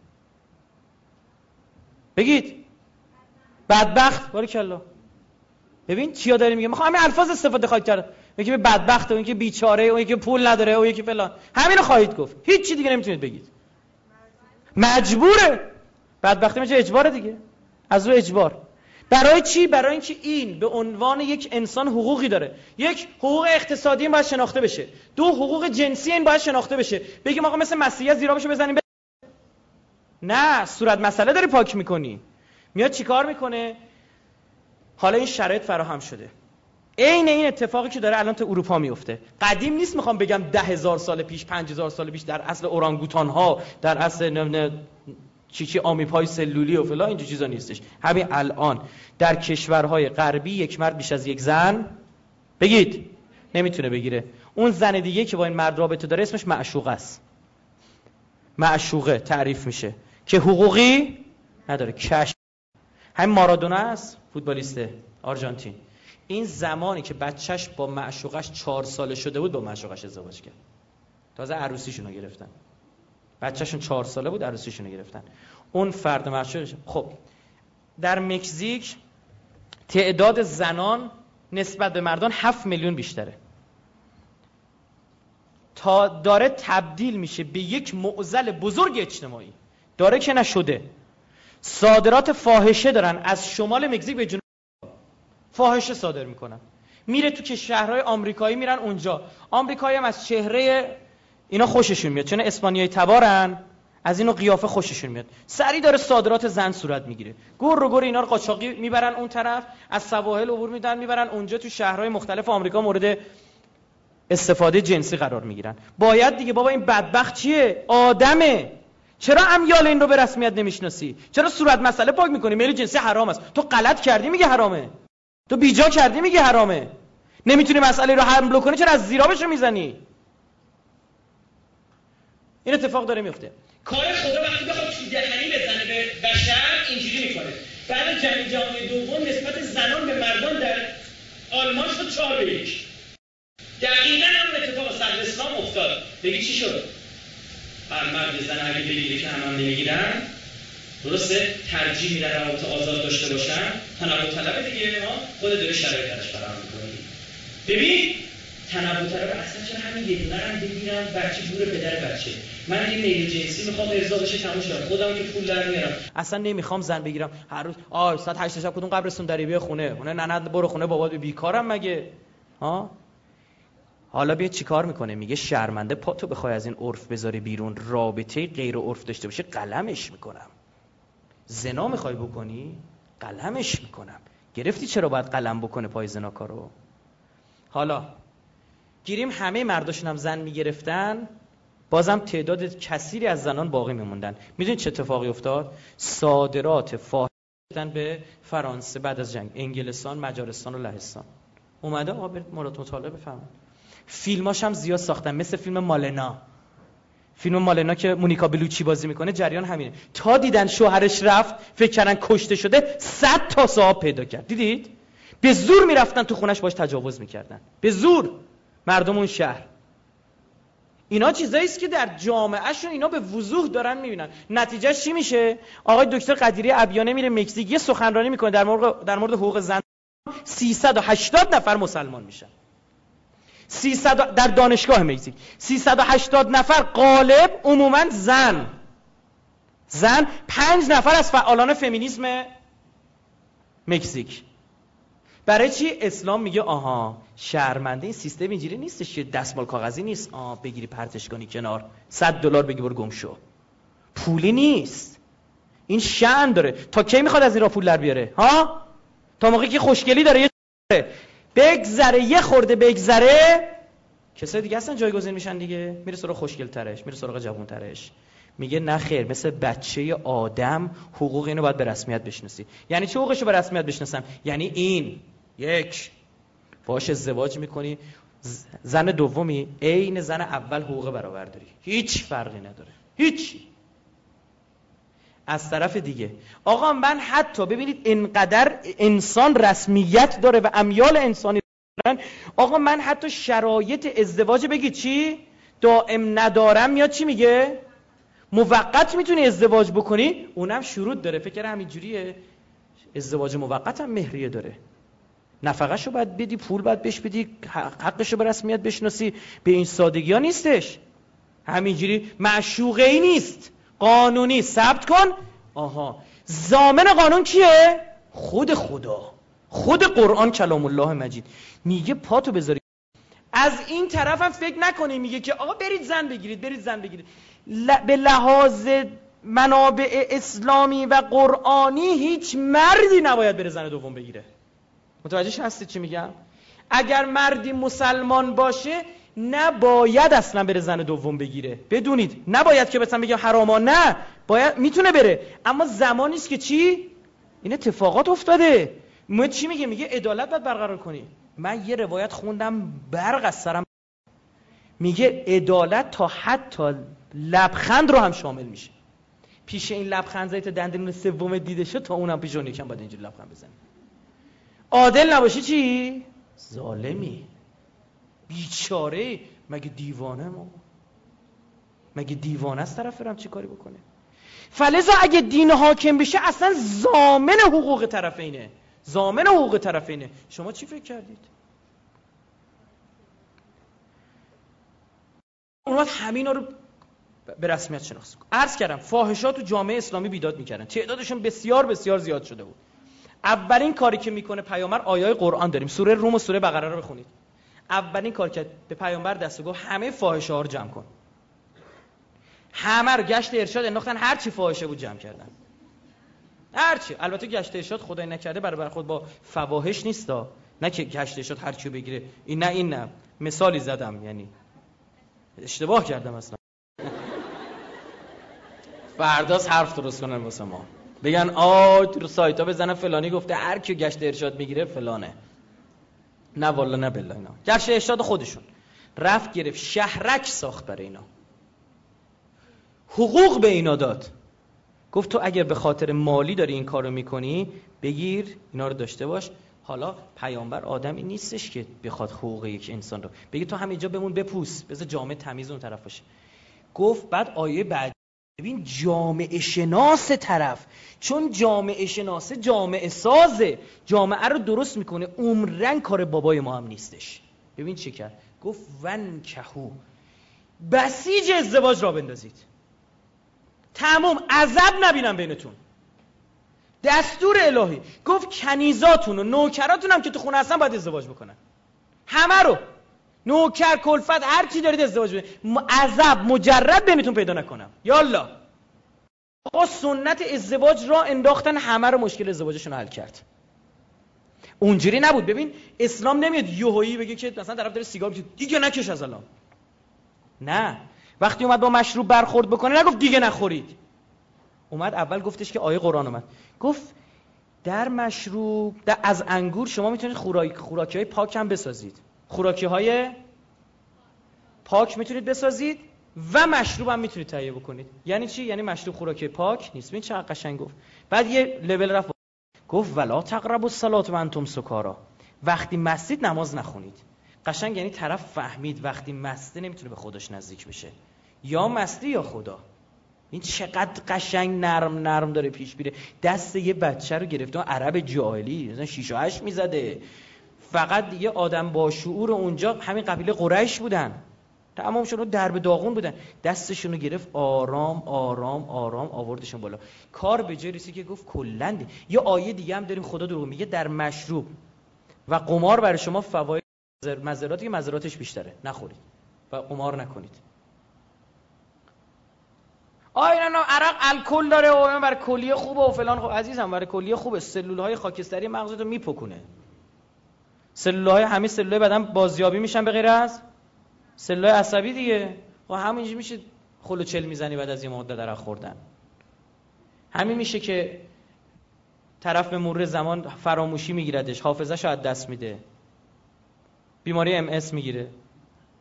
بگید. بدبخت. باریکلا. ببین چیا داری میگه؟ میخوام همین الفاظ استفاده خواهید کرد. یکی به بدبخت، اون یکی بیچاره، اون یکی پول نداره، اون یکی فلان. همین رو خواهید گفت. هیچ چی دیگه نمیتونید بگید. مجبوره. بدبختی میشه اجباره دیگه. از رو اجبار. برای چی؟ برای اینکه این به عنوان یک انسان حقوقی داره. یک، حقوق اقتصادی این باید شناخته بشه. دو، حقوق جنسی این باید شناخته بشه. بگیم آقا مثل مسیحیت زیرا بشه بزنیم ب... نه، صورت مسئله داری پاک میکنی. میاد چیکار میکنه؟ حالا این شرایط فراهم شده. عین این اتفاقی که داره الان تو اروپا میفته. قدیم نیست میخوام بگم ده هزار سال پیش، پنج هزار سال پیش، در اصل اورانگوتان ها، در اصل نمونه چی چی آمیپای سلولی و فلان، اینجور چیزا نیستش. همین الان در کشورهای غربی یک مرد بیش از یک زن بگید نمیتونه بگیره. اون زن دیگه که با این مرد رابطه داره اسمش معشوقه است. معشوقه تعریف میشه که حقوقی نداره. کش همین مارادونا است، فوتبالیست آرژانتین. این زمانی که بچهش با معشوقش چهار ساله شده بود با معشوقش ازدواج کرد. تازه عروسیشونو گرفتن. بچه‌شون چهار ساله بود عروسیشونو گرفتن. اون فرد معشوقش. خب در مکزیک تعداد زنان نسبت به مردان هفت میلیون بیشتره. تا داره تبدیل میشه به یک معضل بزرگ اجتماعی. داره که نشده. صادرات فاحشه دارن از شمال مکزیک به جنوب. فاحشه صادر میکنن. میره تو که شهرهای آمریکایی میرن اونجا. آمریکایی هم از چهره اینا خوششون میاد، چون اسپانیایی تبارن، از اینو قیافه خوششون میاد. سری داره صادرات زن صورت میگیره. گور رو گور اینا رو قاچاقی میبرن اون طرف، از سواحل عبور میدن میبرن اونجا تو شهرهای مختلف آمریکا مورد استفاده جنسی قرار میگیرن. باید دیگه بابا این بدبخت چیه؟ آدمه. چرا امیال این رو به رسمیت نمیشناسی؟ چرا صورت مسئله پاک میکنی؟ میل جنسی حرام است. تو غلط کردی میگه حرامه. تو بیجا کردی میگه حرامه. نمیتونی مسئله رو حل کنی، چرا از زیرابشو میزنی؟ این اتفاق داره میفته. کار خدا وقتی بخواد تو دهنی بزنه به بشر اینجوری میکنه. بعد جنگ جهانی دوم نسبت زنان به مردان در آلمان شد چهار به یک. دقیقاً هم اتفاق صدر اسلام افتاد. بگی چی شد؟ هر مرد زن اگه بگیره که هم هم نمیگیرن، درسته؟ ترجیح میدن روابط آزاد داشته باشن، تنوع طلب دیگه ما خود داره شرایط درش فراهم می‌کنی. ببین تنوع طلب اصلا چرا همین یه دونه هم بگیرم بچه دور پدر بچه. من یه میل جنسی میخوام ارضا بشه تموم شه. خودم که پول در میارم. اصلا نمیخوام زن بگیرم. هر روز آ ساعت هشت شب کدوم قبرستون داری بیا خونه. اون نه برو خونه بابات بیکارم مگه؟ ها؟ حالا بیا چیکار میکنه؟ میگه شرمنده پاتو بخوای از این عرف بذاری بیرون، رابطه غیر عرف داشته باشه قلمش میکنم. زنا میخوای بکنی؟ قلمش میکنم. گرفتی چرا باید قلم بکنه پای زناکارو؟ حالا گیریم همه مرداشون هم زن میگرفتن، بازم تعداد کثیری از زنان باقی میموندن. میدونید چه اتفاقی افتاد؟ صادرات فاحشه به فرانسه بعد از جنگ، انگلستان، مجارستان و لهستان. اومده آقا برید مراد مطالعه بفهمید. فیلماش هم زیاد ساختن، مثل فیلم مالنا. فیلم مالنا که مونیکا بلوچی بازی میکنه جریان همینه. تا دیدن شوهرش رفت فکر کردن کشته شده، صد تا صاحب پیدا کرد. دیدید؟ به زور میرفتن تو خونش باش تجاوز میکردن. به زور. مردم اون شهر. اینا چیزایی است که در جامعهشون اینا به وضوح دارن میبینن. نتیجه چی میشه؟ آقای دکتر قدیری ابیانه میره مکزیک یه سخنرانی میکنه در مورد در مورد حقوق زن. سیصد و هشتاد نفر مسلمان میشن. سیصد در دانشگاه مکزیک سیصد و هشتاد نفر غالب عموما زن. زن پنج نفر از فعالان فمینیسم مکزیک. برای چی؟ اسلام میگه آها شرمنده این سیستم اینجوری نیستش که دستمال کاغذی نیست، آه بگیری پرتش کنی کنار، صد دلار بگی برو گم شو. پولی نیست. این شأن داره. تا کی میخواد از این را پول در بیاره؟ ها؟ تا موقعی که خوشگلی داره یه بگذره، یه خورده بگذره، کسای دیگه اصلا جایگزین میشن دیگه. میره سراغ خوشگل ترش، میره سراغ جوان ترش. میگه نه خیر، مثل بچه آدم حقوق اینو باید به رسمیت بشناسی. یعنی چه حقوقشو به رسمیت بشناسم؟ یعنی این یک باهاش ازدواج میکنی، زن دومی عین زن اول حقوق برابر داری، هیچ فرقی نداره، هیچ. از طرف دیگه آقا من حتی ببینید اینقدر انسان رسمیت داره و امیال انسانی دارن، آقا من حتی شرایط ازدواج بگید چی؟ دائم ندارم میاد چی میگه؟ موقت میتونی ازدواج بکنی، اونم شروط داره. فکر همینجوریه؟ ازدواج موقت هم مهریه داره، نفقهشو باید بدی، پول باید بهش بدی، حقشو به رسمیت بشناسی. به این سادگی ها نیستش، همینجوری معشوقه ای نیست، قانونی ثبت کن. آها، ضامن قانون کیه؟ خود خدا، خود قرآن کلام الله مجید میگه پاتو بذاری. از این طرف هم فکر نکنی میگه که آقا برید زن بگیرید، برید زن بگیرید. ل... به لحاظ منابع اسلامی و قرآنی هیچ مردی نباید بره زن دوم بگیره. متوجه هستید چی میگم؟ اگر مردی مسلمان باشه نباید اصلا بره زن دوم بگیره. بدونید نباید که مثلا بگم حراما، نه، باید، میتونه بره، اما زمانی است که چی؟ این اتفاقات افتاده. ما چی میگه؟ میگه عدالت باید برقرار کنی. من یه روایت خوندم برق از سرم، میگه عدالت تا حتی لبخند رو هم شامل میشه. پیش این لبخند زایت دندون سوم دیده شد، تا اونم پیش اون یکم باید اینجوری لبخند بزنی. عادل نباشی چی؟ ظالمی، بیچاره. مگه دیوانه ما؟ مگه دیوانه است طرف برم چی کاری بکنه؟ فلذا اگه دین حاکم بشه اصلا ضامن حقوق طرفینه، ضامن حقوق طرفینه. شما چی فکر کردید؟ اونوقت همینا رو به رسمیت شناخت کن. عرض کردم فاحشات تو جامعه اسلامی بیداد میکردن، تعدادشون بسیار بسیار زیاد شده بود. اولین کاری که میکنه پیامبر، آیای قرآن داریم، سوره روم و سوره بقره رو بخونید. اولین کار که به پیامبر دست گفت همه فاحشه ها رو جمع کن. همه رو گشت ارشاد انداختن، هر چی فاحشه بود جمع کردن. هر چی. البته گشت ارشاد خدای نکرده برابر خود با فواحش نیستا، نه که گشت ارشاد هر چیو بگیره. این نه، این نه، مثالی زدم، یعنی اشتباه کردم اصلا. فرداست حرف درست کنن واسه ما، بگن آ تو سایت ها بزنن فلانی گفته هر کی گشت ارشاد میگیره فلانه. نه والله نه بالله. اینا گشت ارشاد خودشون رفت گرفت شهرک ساخت برای اینا، حقوق به اینا داد. گفت تو اگر به خاطر مالی داری این کارو میکنی بگیر اینا رو داشته باش. حالا پیامبر آدمی نیستش که بخواد حقوق یک انسان رو بگی تو همینجا بمون بپوس، بذار جامعه تمیز اون طرف باشه. گفت بعد آیه بعد ببین جامعه شناس طرف، چون جامعه شناسه جامعه سازه، جامعه رو درست میکنه. عمرن کار بابای ما هم نیستش. ببین چی کرد؟ گفت ونکحو، بسیج ازدواج را بندازید، تمام، عذاب نبینم بینتون، دستور الهی. گفت کنیزاتون و نوکراتون هم که تو خونه هستن باید ازدواج بکنن، همه رو، نوکر کلفت هر چی دارید ازدواج بکنید، عذاب مجرد بینتون پیدا نکنم. یالا آقا سنت ازدواج را انداختن، همه رو مشکل ازدواجشون حل کرد. اونجوری نبود. ببین اسلام نمیاد یهویی بگه که مثلا طرف داره سیگار میکشه دیگه نکش از الان. نه، وقتی اومد با مشروب برخورد بکنه نگفت دیگه نخورید. اومد اول گفتش که آیه قرآن اومد گفت در مشروب در از انگور شما میتونید خوراک خوراکی‌های پاک هم بسازید، خوراکی‌های پاک میتونید بسازید و مشروب هم میتونید تهیه بکنید. یعنی چی؟ یعنی مشروب خوراکی پاک نیست. ببین چقدر قشنگ گفت. بعد یه لول رفت گفت ولا تقربوا الصلاة و انتم سکارا، وقتی مستید نماز نخونید. قشنگ یعنی طرف فهمید وقتی مسته نمیتونه به خودش نزدیک بشه، یا مستی یا خدا. این چقدر قشنگ نرم نرم داره پیش میره. دست یه بچه رو گرفته عرب جاهلی مثلا شیش و هشت میزده، فقط یه آدم با شعور اونجا همین قبیله قریش بودن، تمامشون رو درب داغون بودن، دستشون رو گرفت آرام آرام آرام آوردشون بالا. کار به جای رسید که گفت کلاً. یه آیه دیگه هم داریم خدا دروغ میگه در مشروب و قمار برای شما فواید مضراتی که مضراتش بیشتره، نخورید و قمار نکنید. آیا نه عرق الکل داره و برای کلیه خوبه و فلان. خب عزیزم برای کلیه خوبه، سلولهای خاکستری مغزتو میپکونه. سلولهای همه سلولهای بدن بازیابی میشن به غیر از سلولهای عصبی دیگه. و همینجوری میشه خلوچل میزنی بعد از یه مدت عرق خوردن. همین میشه که طرف به مرور زمان فراموشی میگیردش، حافظه‌ش از دست میده، بیماری ام اس میگیره.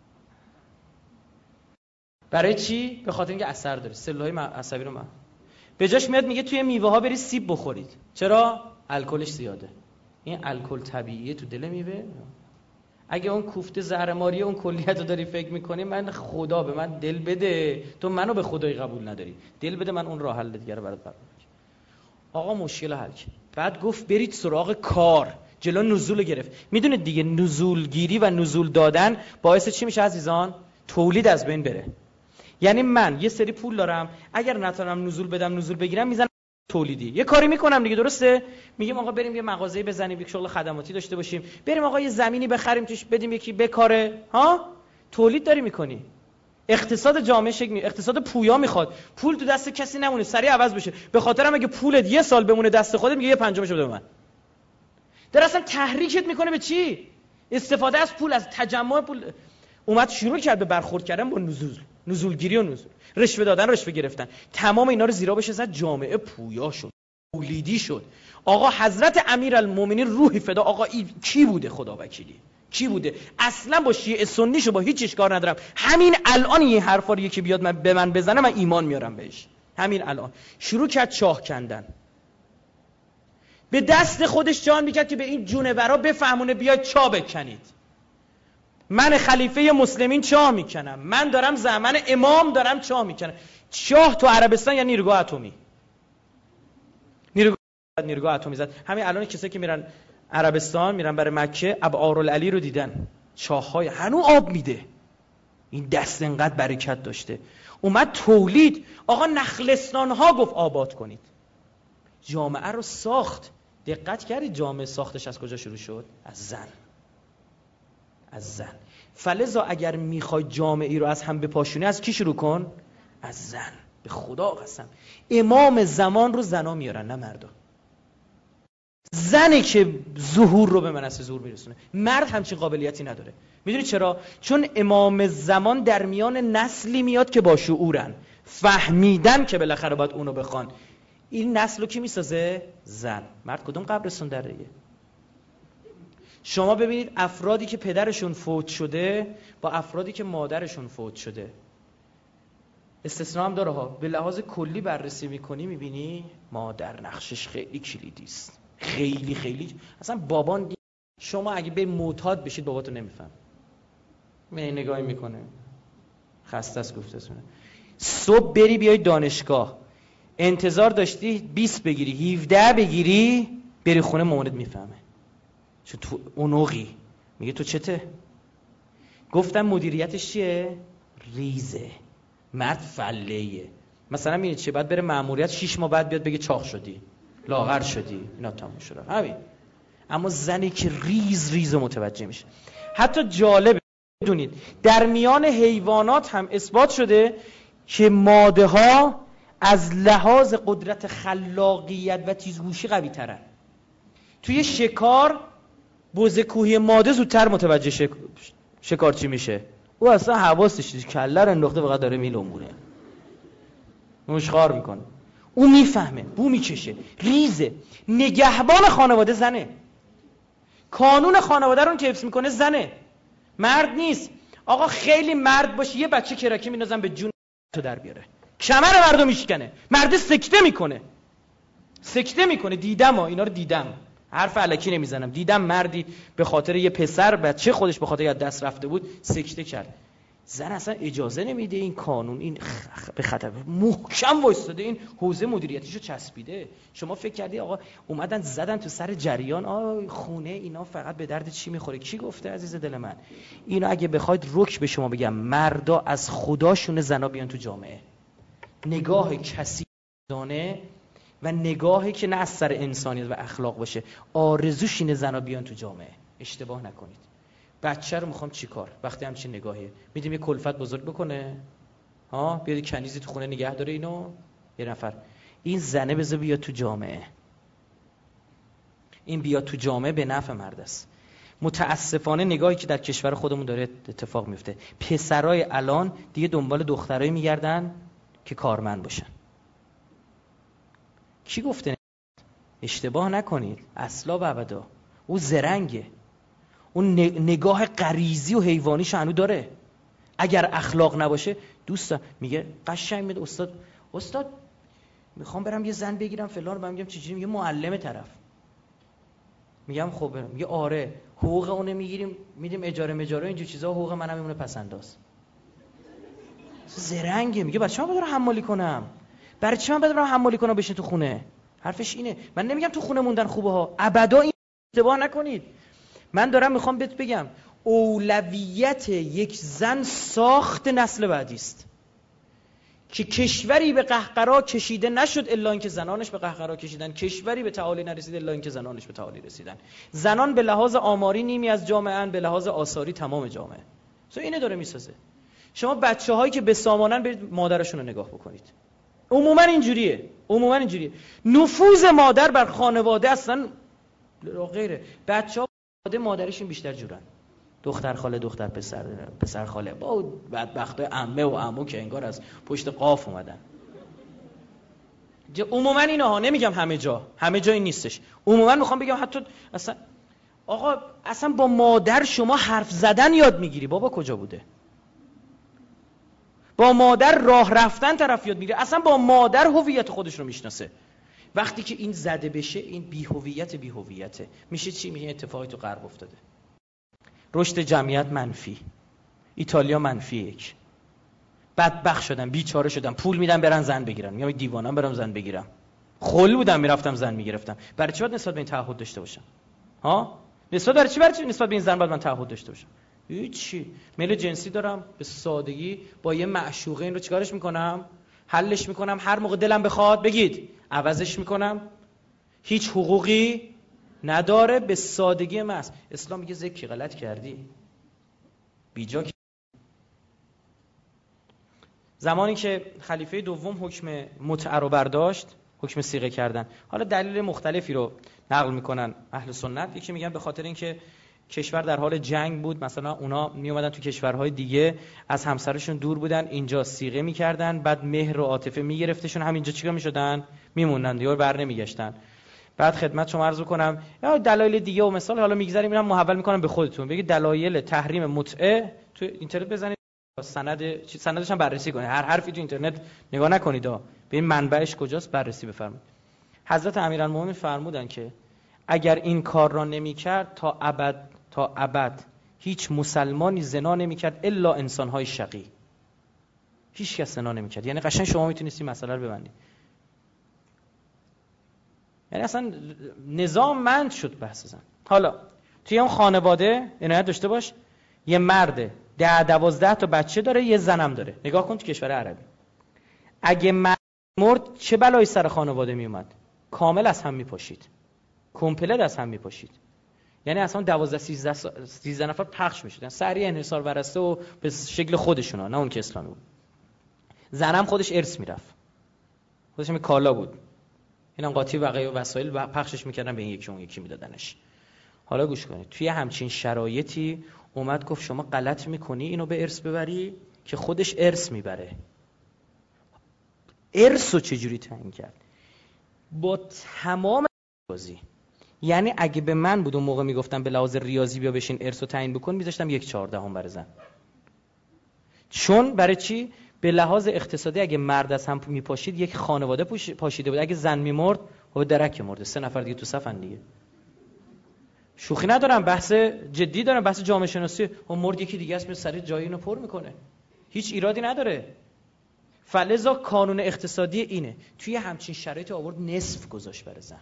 برای چی؟ به خاطر اینکه اثر داره، سلولهای عصبی رو من. به جاش میاد میگه توی میوه ها برید سیب بخورید. چرا؟ الکلش زیاده. این الکل طبیعیه تو دل میوه. اگه اون کوفته زهرماری اون کلیت رو داری فکر میکنی، من خدا به من دل بده، تو منو به خدای قبول نداری، دل بده من اون راه حل دیگه رو برات برام. آقا مشکل حل کرد. بعد گفت برید سراغ کار، جلو نزول گرفت. میدونید دیگه نزول گیری و نزول دادن باعث چی میشه عزیزان؟ تولید از بین بره. یعنی من یه سری پول دارم، اگر نتونم نزول بدم نزول بگیرم میزنم تولیدی، یه کاری میکنم دیگه، درسته؟ میگیم آقا بریم یه مغازه‌ای بزنیم، یک شغل خدماتی داشته باشیم، بریم آقا یه زمینی بخریم توش بدیم یکی بکاره، ها؟ تولید داری میکنی. اقتصاد جامعه شکل می اقتصاد پویا میخواد پول تو دست کسی نمونه، سریع عوض بشه. به خاطر اگه پولت یه سال بمونه دست خودت، میگه یه پنجمش بده به من. در اصلا تحریکت میکنه به چی؟ استفاده از پول، از تجمع پول. اومد شروع کرد به برخورد کردن با نزول، نزولگیری و نزول، رشوه دادن، رشوه گرفتن. تمام اینا رو زیرا بشه زد، جامعه پویا شد، تولیدی شد. آقا حضرت امیرالمومنین روحی فدا، آقا این کی بوده؟ خدا وکیلی کی بوده؟ اصلا با شیعه سنیشو با هیچ کار ندارم. همین الان این حرفا رو یکی بیاد من به من بزنه، من ایمان میارم بهش. همین الان شروع کرد چاه کندن، به دست خودش جان میکرد که به این جونورا بفهمونه بیاید چاه بکنید. من خلیفه مسلمین چاه میکنم، من دارم زمان امام دارم چاه میکنم. چاه تو عربستان یعنی نیروگاه اتمی. نیروگاه نیروگاه اتمی زد. همین الان کسایی که میرن عربستان میرن برای مکه، ابعارالعلی رو دیدن، چاه‌های هنوز آب میده. این دست انقدر برکت داشته. اومد تولید. آقا نخلستان ها گفت آباد کنید. جامعه رو ساخت. دقت کردید جامعه ساختش از کجا شروع شد؟ از زن. از زن. فلذا اگر میخوای جامعه رو از هم بپاشونی، از کی شروع کن؟ از زن. به خدا قسم امام زمان رو زنا میارن نه مردا. زنی که ظهور رو به منصه ظهور میرسونه، مرد همچین قابلیتی نداره. میدونی چرا؟ چون امام زمان در میان نسلی میاد که با شعورن، فهمیدن که بالاخره باید اونو بخوان. این نسل رو کی میسازه؟ زن. مرد کدوم قبرستون دره؟ شما ببینید افرادی که پدرشون فوت شده با افرادی که مادرشون فوت شده، استثناء هم داره ها، به لحاظ کلی بررسی میکنی میبینی مادر نقشش خیلی کلیدی است. خیلی خیلی اصلا بابان دی... شما اگه به معتاد بشید باباتو نمیفهم، من نگاهی میکنه خسته است گفتتونه. صبح بری بیای دانشگاه، انتظار داشتی بیست بگیری هفده بگیری بری خونه، مامانت میفهمه چون تو اونوقی میگه تو چته. گفتم مدیریتش چیه؟ ریزه. مرد فلهیه. مثلا میگه چه بعد بره مأموریت شش ماه بعد بیاد بگه چاق شدی، لاغر شدی، اینا تموم شد همین. اما زنی که ریز ریز متوجه میشه. حتی جالبه بدونید در میان حیوانات هم اثبات شده که ماده ها از لحاظ قدرت خلاقیت و تیزهوشی قوی ترن. توی شکار بز کوهی ماده زودتر متوجه شک... شکارچی میشه. او اصلا حواسش نیست، کله رو انداخته فقط داره میلنگونه، مشخار میکنه. او میفهمه، بو میکشه، ریزه. نگهبان خانواده زنه، کانون خانواده رو که حفظ میکنه زنه، مرد نیست. آقا خیلی مرد باشه یه بچه کرکی میندازن به جون تو در بیاره، کمر مردو میشکنه، مرد سکته میکنه، سکته میکنه. دیدم ها، اینا رو دیدم، حرف الکی نمیزنم. دیدم مردی به خاطر یه پسر بچه خودش به خاطر یه دست رفته بود سکته کرد. زن اصلا اجازه نمیده، این قانون این خ... به خطر محکم وایساده، این حوزه مدیریتیشو چسبیده. شما فکر کردی آقا اومدن زدن تو سر جریان آی خونه اینا فقط به درد چی میخوره؟ کی گفته عزیز دل من؟ اینو اگه بخواید رک به شما بگم، مردا از خداشونه زنا بیان تو جامعه. نگاه کثیرانه و نگاهی که نه از سر انسانیت و اخلاق باشه، آرزوش اینه زنا بیان تو جامعه. اشتباه نکنید. بچه رو میخوام چی کار وقتی همچین نگاهیه؟ میدیم یه کلفت بزرگ بکنه، ها بیاد کنیزی تو خونه نگه داره اینو یه نفر. این زنه بذار بیاد تو جامعه، این بیاد تو جامعه به نفع مرد است. متاسفانه نگاهی که در کشور خودمون داره اتفاق میفته، پسرای الان دیگه دنبال دخترایی میگردن که کارمند باشن. کی گفته؟ اشتباه نکنید، اصلا و ابدا. او زرنگه، اون نگاه غریزی و حیوانیش هنوز داره. اگر اخلاق نباشه دوست میگه قشنگ میده استاد استاد میخوام برم یه زن بگیرم فلان، بعد میگم چجوری؟ میگه معلم طرف. میگم خب برم. میگه آره حقوق اون میگیریم میدیم اجاره مجاره اینجور چیزا، حقوق منم میمونه پس انداز. زرنگه. میگه برای چی من برم حمالی کنم؟ برای چی من برم حمالی کنم بشین تو خونه؟ حرفش اینه. من نمیگم تو خونه موندن خوبه ها، ابدا این اشتباه نکنید. من دارم میخوام بهت بگم اولویت یک زن ساخت نسل بعدی است که کشوری به قهقرا کشیده نشد الا اینکه زنانش به قهقرا کشیدن، کشوری به تعالی نرسید الا اینکه زنانش به تعالی رسیدن. زنان به لحاظ آماری نیمی از جامعه ان، به لحاظ آثاری تمام جامعه. سو اینه داره میسازه. شما بچه‌هایی که به سامانن برید مادرشون رو نگاه بکنید. عموما اینجوریه. عموما اینجوریه. نفوذ مادر بر خانواده اصلا غیره. بچه‌ها خانواده مادرشون بیشتر جورن. دختر خاله، دختر پسر، پسر خاله، با بدبختای عمه و عمو که انگار از پشت قاف اومدن. عموما اینها، نمیگم همه جا، همه جا این نیستش. عموما میخوام بگم حتی اصلا آقا اصلا با مادر شما حرف زدن یاد میگیری. بابا کجا بوده؟ با مادر راه رفتن طرف یاد میگیره. اصلا با مادر هویت خودش رو میشناسه. وقتی که این زده بشه این بی هویت بی هویته. میشه چی؟ میگه اتفاقی تو غرب افتاده. رشد جمعیت منفی، ایتالیا منفی یک، بدبخت شدن، بیچاره شدن، پول میدن برن زن بگیرن. میگم دیوانم برم زن بگیرم؟ خل بودم میرفتم زن میگرفتم. برای چی باید نسبت به این تعهد داشته باشم؟ ها؟ نسبت برای چی برای چی نسبت به این زن باید من تعهد داشته باشم؟ هیچی. میل جنسی دارم به سادگی با یه معشوقه این رو چیکارش میکنم؟ حلش میکنم. هر موقع دلم بخواد بگید عوضش میکنم. هیچ حقوقی نداره، به سادگی محض. اسلام میگه زکی غلط کردی بیجا. زمانی که خلیفه دوم حکم متعه رو برداشت، حکم صیغه کردن، حالا دلیل مختلفی رو نقل میکنن اهل سنت. یکی میگن به خاطر اینکه کشور در حال جنگ بود، مثلا اونا می اومدن تو کشورهای دیگه از همسرشون دور بودن، اینجا صیغه میکردن، بعد مهر و عاطفه میگرفتشون، همینجا چیکار میشدن؟ میموندن دیگه، بر نمیگشتن. بعد خدمت شما عرض کنم یا دلایل دیگه و مثال حالا میگذاریم، اینم محول میکنم به خودتون. بگید دلایل تحریم متعه تو اینترنت بزنید، سند سندش هم بررسی کنید. هر حرفی تو اینترنت نگاه نکنید، ببین منبعش کجاست، بررسی بفرمایید. حضرت امیرالمومنین فرمودن که اگر این کار را نمیکرد تا ابد تا ابد هیچ مسلمانی زنا نمیکرد الا انسانهای شقی. هیچ کس زنا نمیکرد. یعنی قشنگ شما میتونید این مسئله رو ببندید. یعنی اصلا نظام مند شد بحث زن. حالا توی اون خانواده عنایت داشته باش، یه مرد ده دوازده تا بچه داره، یه زنم داره. نگاه کن تو کشور عربی اگه مرد مرد چه بلایی سر خانواده می اومد؟ کامل از هم میپاشید، کمپلت از هم میپاشید. یعنی اصلا دوازده سیزده سیزده نفر پخش میشدن، سریع انحصار برسته و به شکل خودشونا، نه اون که اسلامی بود. زنم خودش ارث میرفت، خودش هم کالا بود، اینا قاطی بقیه وسایل پخشش میکردن به این یکی اون یکی میدادنش. حالا گوش کنید، توی همچین شرایطی اومد گفت شما غلط میکنی اینو به ارث ببری که خودش ارث میبره. ارثو چجوری تعیین کرد؟ با تمام بازی. یعنی اگه به من بود اون موقع میگفتم به لحاظ ریاضی بیا بشین ارثو تعیین بکن، میذاشتم یک چهاردهم برای زن. چون برای چی؟ به لحاظ اقتصادی اگه مرد از هم میپاشید یک خانواده پاشیده بود، اگه زن میمرد و درک مرده، سه نفر دیگه تو صفن دیگه. شوخی ندارم، بحث جدی دارم، بحث جامعه شناسی. و مرد یکی دیگه است، به سری جای اینو پر میکنه، هیچ ایرادی نداره. فلذا قانون اقتصادی اینه. توی همچین شرایط آورد نصف گذاشت برای زن.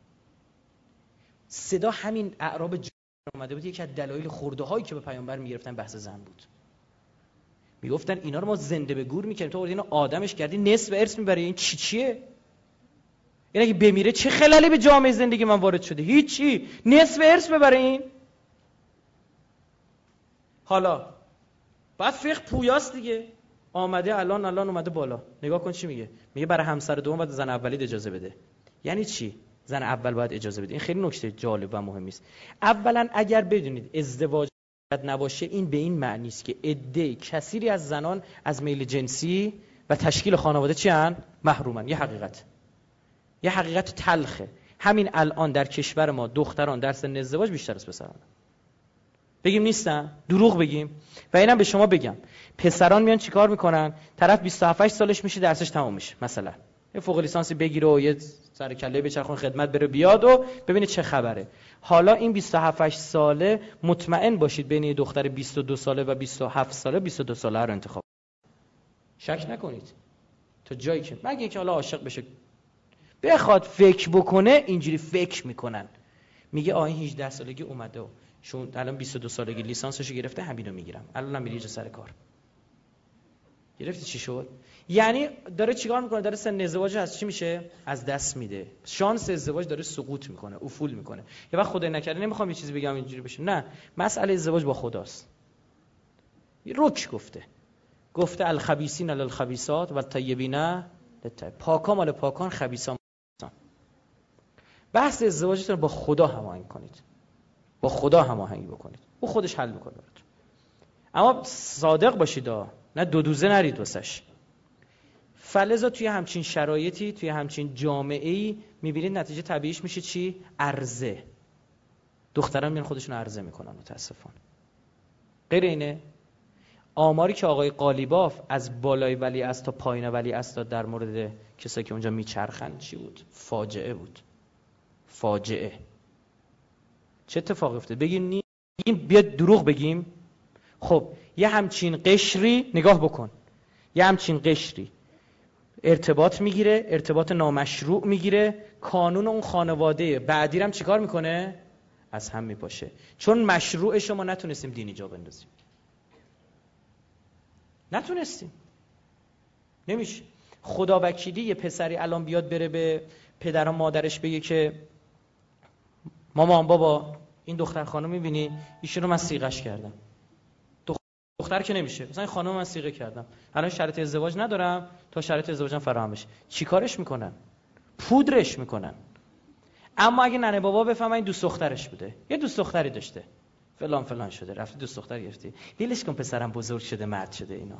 صدا همین اعراب جامعه اومده بود، یکی از دلایل خورده هایی که به پیامبر میگرفتن بحث زن بود. میگفتن اینا رو ما زنده به گور میکنیم، تو آوردی اینو آدمش کردی نصف ارث میبره. این چی چیه؟ این اگه بمیره چه خلالی به جامعه زندگی من وارد شده؟ هیچی، نصف ارث ببره این. حالا بعد فقه پویاست دیگه، آمده الان الان اومده بالا. نگاه کن چی میگه، میگه برای همسر دوم باید زن اولی اجازه بده. یعنی چی؟ زن اول باید اجازه بده. این خیلی نکته جالب و مهمی است. اولا اگر بدونید ازدواج نباشه، این به این معنی است که عده کثیری از زنان از میل جنسی و تشکیل خانواده چی ان؟ محرومن. یه حقیقت، یه حقیقت تلخه. همین الان در کشور ما دختران در سن ازدواج بیشتر از پسران. بگیم نیستن؟ دروغ بگیم؟ و اینم به شما بگم، پسران میان چیکار میکنن؟ طرف بیست و هفت سالش میشه درسش تموم میشه مثلا، یه فوق لیسانسی بگیره و یه سر کله بچرخون خدمت بره بیاد و ببینید چه خبره. حالا این بیست و هفت ساله مطمئن باشید بین یه دختر بیست و دو ساله و بیست و هفت ساله بیست و دو ساله رو انتخاب. شک نکنید تا جایی که مگه اینکه حالا عاشق بشه بخواد فکر بکنه، اینجوری فکر میکنن. میگه آ این هجده سالگی اومده و چون الان بیست و دو سالگی لیسانسشو گرفته، همینو میگیرم، الانم میره یه سر کار. گرفتی چی شد؟ یعنی داره چیکار میکنه؟ داره سن ازدواج از چی میشه؟ از دست میده. شانس ازدواج داره سقوط میکنه، افول میکنه. یه وقت خدای نکرده، نمیخوام یه چیزی بگم اینجوری بشه، نه، مسئله ازدواج با خداست. رک گفته گفته الخبیثین للخبیثات و الطیبین للطیب، پاکا مال پاکان، خبیثان. بحث ازدواجتون رو با خدا هماهنگ کنید، با خدا هماهنگی بکنید، او خودش حل میکنه براتون. اما صادق باشید، نه دو دوزه نرید واسش. فلزا توی همچین شرایطی، توی همچین جامعه‌ای میبینید نتیجه طبیعیش میشه چی؟ عرضه. دختران میان خودشون عرضه میکنن متاسفانه. غیر اینه آماری که آقای قالیباف از بالای ولیعصر تا پایین ولیعصر در مورد کسایی که اونجا میچرخن چی بود؟ فاجعه بود. فاجعه. چه اتفاقی افتاد؟ بگیم بیاد دروغ بگیم؟ خب یه همچین قشری نگاه بکن، یه همچین قشری ارتباط میگیره، ارتباط نامشروع میگیره، کانون اون خانواده بعدی هم چیکار میکنه؟ از هم میپاشه. چون مشروع شما نتونستیم دینی جا بندازیم، نتونستیم، نمیشه. خدا وکیلی یه پسری الان بیاد بره به پدر و مادرش بگه که مامان بابا این دختر خانم میبینی ایشون رو من صیغش کردم. دختر که نمیشه، مثلا این خانم من صیغه کردم، الان شرط ازدواج ندارم تا شرط ازدواجم فراهم بشه. چیکارش میکنن؟ پودرش میکنن. اما اگه ننه بابا بفهمن این دوست دخترش بوده، یه دوست دختری داشته، فلان فلان شده، رفتی دوست دختر گرفتی، دیلش کن پسرم بزرگ شده، مرد شده، اینا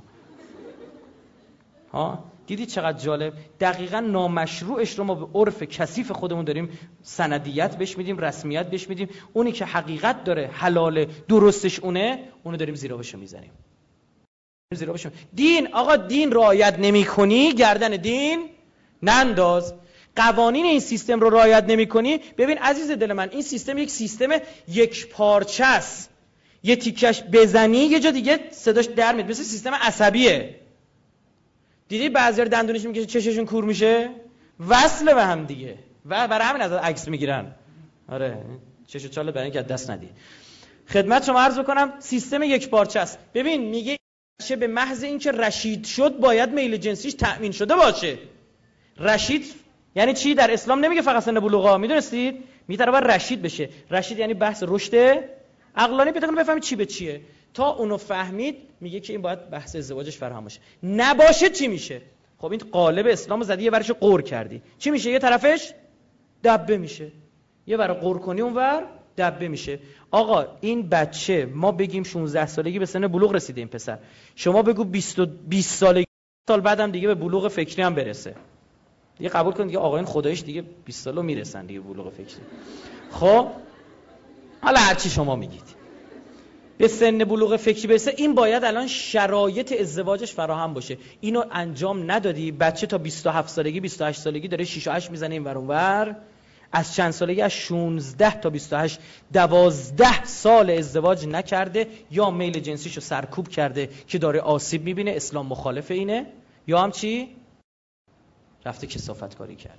ها. دیدی چقدر جالب؟ دقیقاً نامشروعش رو ما به عرف کثیف خودمون داریم سندیت بهش میدیم، رسمیت بهش میدیم. اونی که حقیقت داره، حلاله، درستش اونه، اونو داریم زیرابشو میزنیم. زیرابشو. دین، آقا دین رعایت نمی‌کنی، گردن دین ننداز. قوانین این سیستم رو رعایت نمی‌کنی. ببین عزیز دل من، این سیستم یک سیستم یک پارچه است. یه تیکش بزنی یه جا دیگه صداش در میاد، مثل سیستم عصبیه. دیدی بعضیا دندونش میکشه چششون کور میشه، وصله به هم دیگه و برای همین از عکس میگیرن. آره چشو چاله برای اینکه دست ندی. خدمت شما عرض بکنم سیستم یک پارچه است. ببین میگه چه به محض اینکه رشید شد باید میل جنسیش تأمین شده باشه. رشید یعنی چی؟ در اسلام نمیگه فقط سن بلوغا، میدونستید؟ میگه طرف رشید بشه. رشید یعنی بحث رشد عقلانی پیدا کنه، بفهمید چی به چیه. تا اونو فهمید میگه که این باید بحث ازدواجش فراهم باشه. نباشه چی میشه؟ خب این قالب اسلامو زدی، یه ورش قور کردی، چی میشه؟ یه طرفش دبه میشه، یه ور قور کنی اون ور دبه میشه. آقا این بچه ما بگیم شانزده سالگی به سن بلوغ رسیده این پسر، شما بگو بیست و بیست سالگی، سال بعدم دیگه به بلوغ فکری هم برسه، دیگه قبول کن دیگه آقایون خداییش دیگه بیست سالو میرسن دیگه بلوغ فکری. خب حالا هر چی شما میگید به سن بلوغ فکری برسه، این باید الان شرایط ازدواجش فراهم باشه. اینو انجام ندادی، بچه تا بیست و هفت سالگی بیست و هشت سالگی داره شیش و هشت میزنه این ور اون ور. از چند سالگی؟ از شانزده تا بیست و هشت، دوازده سال ازدواج نکرده، یا میل جنسیشو سرکوب کرده که داره آسیب میبینه، اسلام مخالف اینه، یا هم چی؟ رفته کثافت کاری کرده.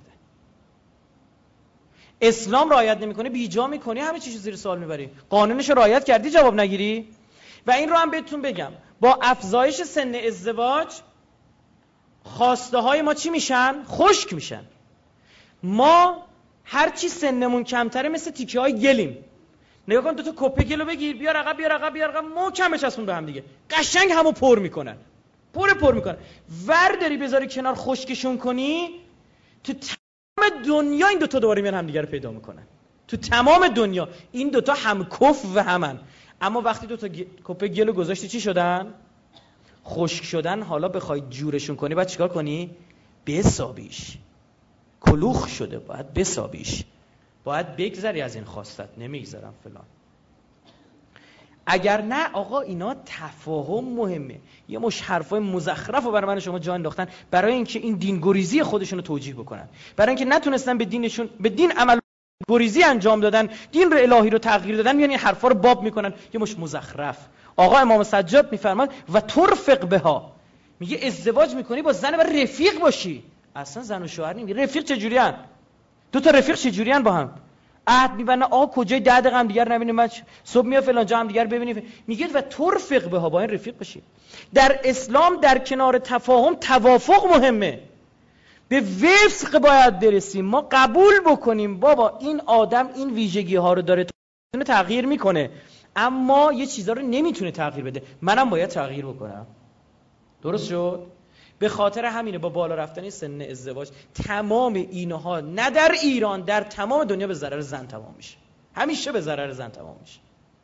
اسلام رعایت نمیکنه، بیجا میکنی، همه چیزو زیر سوال میبری. قانونش رعایت کردی جواب نگیری. و این رو هم بهتون بگم، با افزایش سن ازدواج خواسته های ما چی میشن؟ خشک میشن. ما هر چی سنمون کمتره مثل تیکه های گلیم. نگاه کن، دو تا کپه گلو بگیر، بیار عقب بیار عقب بیار عقب، محکم بچسبون به هم دیگه، قشنگ همو پر میکنن، پر پر میکنن. ور داری بذاری کنار خشکشون کنی، تو تمام دنیا این دوتا دوباره میان هم دیگه رو پیدا میکنن. تو تمام دنیا این دوتا هم کف و همن. اما وقتی دوتا گ... کپه گلو گذاشتی چی شدن؟ خشک شدن. حالا بخوای جورشون کنی باید چیکار کنی؟ بسابیش. کلوخ شده، باید بسابیش، باید بگذری از این خواستت. نمیگذرم فلان. اگر نه آقا اینا تفاهم مهمه. یه مش حرفای مزخرف رو برای من شما جا انداختن برای اینکه این دین گریزی خودشون رو توجیه بکنن، برای اینکه نتونستن به دینشون به دین عمل گریزی انجام دادن، دین رو الهی رو تغییر دادن، یعنی حرفا رو باب میکنن. یه مش مزخرف. آقا امام سجاد میفرماد و ترفق بها، میگه ازدواج میکنی با زن و رفیق باشی. اصلا زن و شوهر نمیگه. رفیق چجوری ان؟ دو تا رفیق چجوری ان با هم؟ عهد میبندن آقا کجای ده دقیقه هم دیگر نبینیم، من صبح میام فلان جا هم دیگر ببینیم. میگه و ترفق بها، با این رفیق باشی. در اسلام در کنار تفاهم توافق مهمه. به وفق باید برسیم، ما قبول بکنیم بابا این آدم این ویژگی ها رو داره، تغییر میکنه اما یه چیزا رو نمیتونه تغییر بده، منم باید تغییر بکنم. درست شد؟ به خاطر همینه با بالا رفتن سن ازدواج تمام اینها نه در ایران در تمام دنیا به ضرر زن تمام میشه. همیشه به ضرر زن تمام میشه.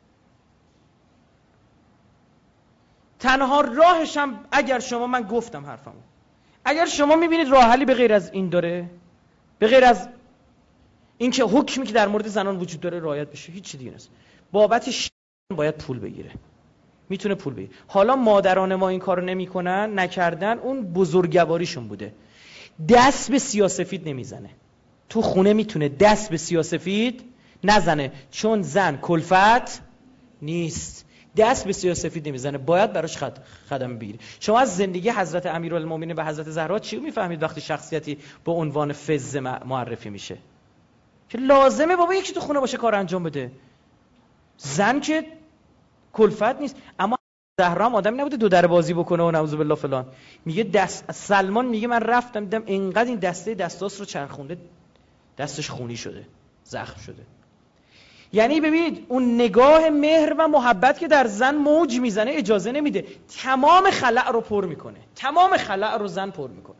تنها راهش هم اگر شما، من گفتم حرفمو، اگر شما میبینید راه حلی به غیر از این داره، به غیر از اینکه حکمی که در مورد زنان وجود داره رعایت بشه، هیچ چیزی نیست. بابتش باید پول بگیره، میتونه پول بگیره. حالا مادران ما این کارو نمیکنن، نکردن، اون بزرگواریشون بوده. دست به سیاه‌سفید نمیزنه. تو خونه میتونه دست به سیاه‌سفید نزنه چون زن کلفت نیست. دست به سیاه‌سفید نمیزنه، باید براش خد... خدمه بگیری. شما از زندگی حضرت امیرالمومنین و حضرت زهرا چی میفهمید وقتی شخصیتی به عنوان فز معرفی میشه؟ که لازمه بابا یکی تو خونه باشه کار انجام بده. زن که کلفت نیست. اما زهرا هم آدمی نبوده دو در بازی بکنه و نعوذ بالله فلان. میگه دست سلمان میگه من رفتم دیدم اینقدر این دسته دستاس رو چرخونده دستش خونی شده، زخم شده. یعنی ببینید اون نگاه مهر و محبت که در زن موج میزنه اجازه نمیده، تمام خلأ رو پر میکنه، تمام خلأ رو زن پر میکنه.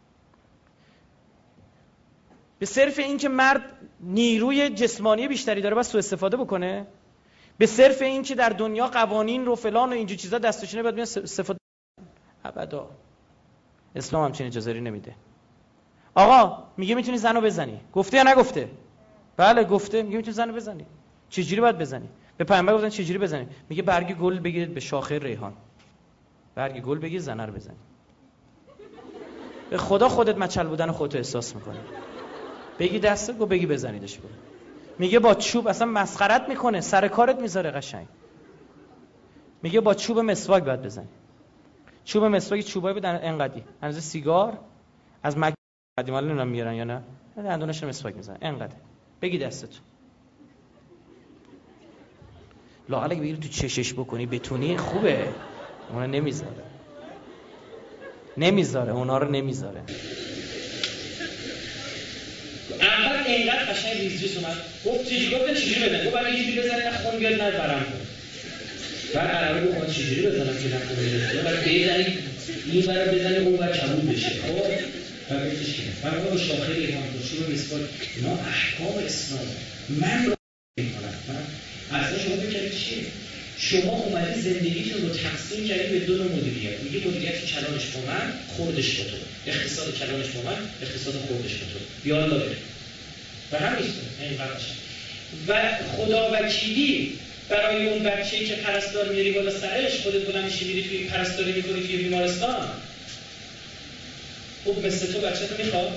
به صرف این که مرد نیروی جسمانی بیشتری داره بس سوء استفاده بکنه، به صرف این که در دنیا قوانین رو فلان و اینجور چیزا دستشونه باید بیان استفاده. ابدا اسلام همچین اجازه نمیده. آقا میگه میتونی زنو بزنی، گفته یا نگفته؟ بله گفته. میگه میتونی زنو بزنی. چجوری باید بزنی؟ به پیامبر گفتن چجوری بزنی؟ میگه برگ گل بگیرید به شاخه ریحان، برگ گل بگیر زنه رو بزنی. به خدا خودت مچل بودن خودت احساس میکنی. بگی دستت گو بگی بزنیدش برو. میگه با چوب، اصلا مسخرت میکنه، سر کارت میذاره قشنگ. میگه با چوب مسواک باید بزنی. چوب مسواک چوبای بدن انقدی اندازه سیگار از مک قدیم حالا نمیدونم میارن یا نه، دندونش مسواک میزنه انقدر. بگی دستت لااقل اگه بگیری تو چشش بکنی بتونی خوبه. اونا نمیذاره نمیذاره اونا رو نمیذاره. اول اینقدر قشنگ ریزجوش اومد گفت چیزی گفتن چجوری بدن؟ گفت برای چیزی بزنه نه خون بیاد نه برم کن. بعد عربی گفت من چجوری بزنم که نخون بیاد؟ بعد بزنی این برای بزنی اون بر کبود بشه. خب بعد بهش کنه بعد با شاخه ریحان با چوب مسواک، اینا احکام اسلام. من رو میکنم. اصلا شما بکنید چیه؟ شما اومدی زندگیتون رو تقسیم کردید به دو نوع مدیریت. میگه مدیریت کلانش با من، خوردش با تو. اقتصاد کلانش با من، اقتصاد خوردش با تو. یاد داره. و همیشه اینقدر و خدا وکیلی برای اون بچه‌ای که پرستار میاری بالا سرش، خودت بلند میشی میری توی پرستاری میکنی توی بیمارستان. خب مثل تو بچه‌تو میخواد؟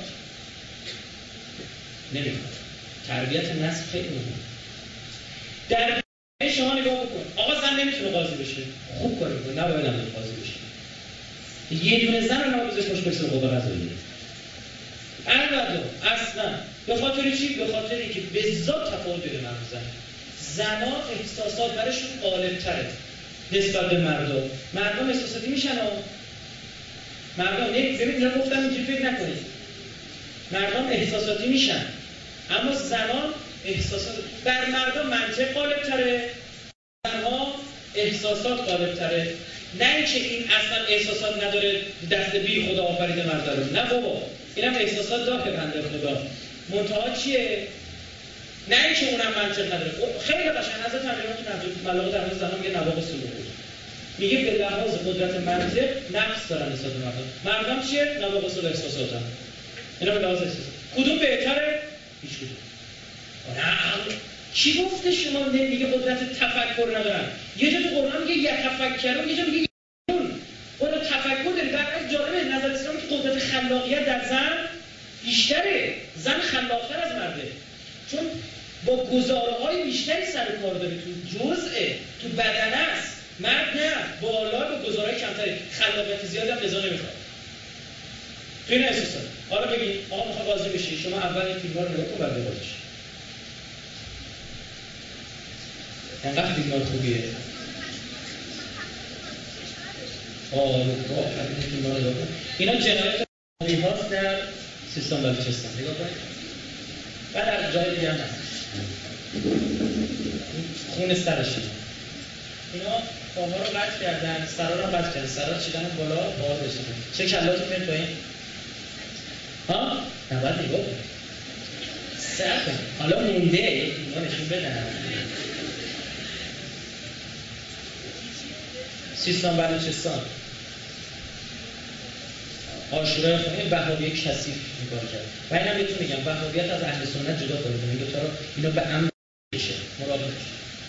نمیخواد. تربیت نسل خیلی مهمه. در شما نگاه بکن. آقا زن نمیتونه قاضی بشه. خوب کار میکنه. نباید هم قاضی بشه. یه دونه زن رو نمیذاش خوش برسه به قضا قضایی. البته اصلا به خاطر چی؟ به خاطر اینکه به ذات تفاوت بین مرد و زن. زن‌ها احساسات براشون غالب‌تره نسبت به مردم. مردم احساساتی میشن ها. مردم نه ببین اینا گفتم اینجوری فکر نکنید. مردم احساساتی میشن. اما زنان احساسات بر مردم منطق غالب‌تره، زن‌ها احساسات غالب‌تره. نه اینکه این اصلا احساسات نداره دست بی خدا آفریده مرد رو. نه بابا اینم احساسات داره بنده خدا. منتها چیه؟ نه اینکه اونم منطق نداره. خیلی قشنگ حضرت امیرالمومنین تو ملاقات در مورد زنان میگه نواقص سلوک. میگه به لحاظ قدرت منطق نقص دارن نسبت به مردم. مردم چیه؟ نواقص احساساتن. اینا به لحاظ احساس. کدوم بهتره؟ هیچ کدوم. نه کی گفته شما دیگه قدرت تفکر ندارن؟ یه جا تو قرآن میگه یتفکرون، یه جا میگه یتفکرون. اون تفکر داره. برعکس جالبه نظر اسلام که قدرت خلاقیت در زن بیشتره. زن خلاق‌تر از مرده، چون با گزاره‌های بیشتری سر کار داره، تو جزءه، تو بدن است. مرد نه، بالا با گزاره‌های کمتری، خلاقیت زیادی هم لزوم نمیخواد. تو این احساسا حالا بگید آقا میخواد بازی بشی، شما اول این فیلم‌ها رو نگاه کن بعد بازیش. انقدر فیلم‌ها خوبیه. آه آه همین فیلم‌ها رو نگاه کن. اینا جنایت هاست در سیستان بلوچستان. نگاه کنید. بعد از جای دیگه هم هست. خون سرشه. اینا پاها رو قطع کردن، سرا رو قطع کردن، سرا چیدن بالا باز بشن. چه کلاتون میاد پایین؟ ها؟ نباید نگاه کن. سر کن. حالا مونده اینا نشون بدن. سیستان بلوچستان. عاشورای خونه وهابی کثیف می‌کار کرد. و اینم بهتون میگم وهابیت از اهل سنت جدا کنید. میگه تا اینا به امر میشه. مراقب باشید.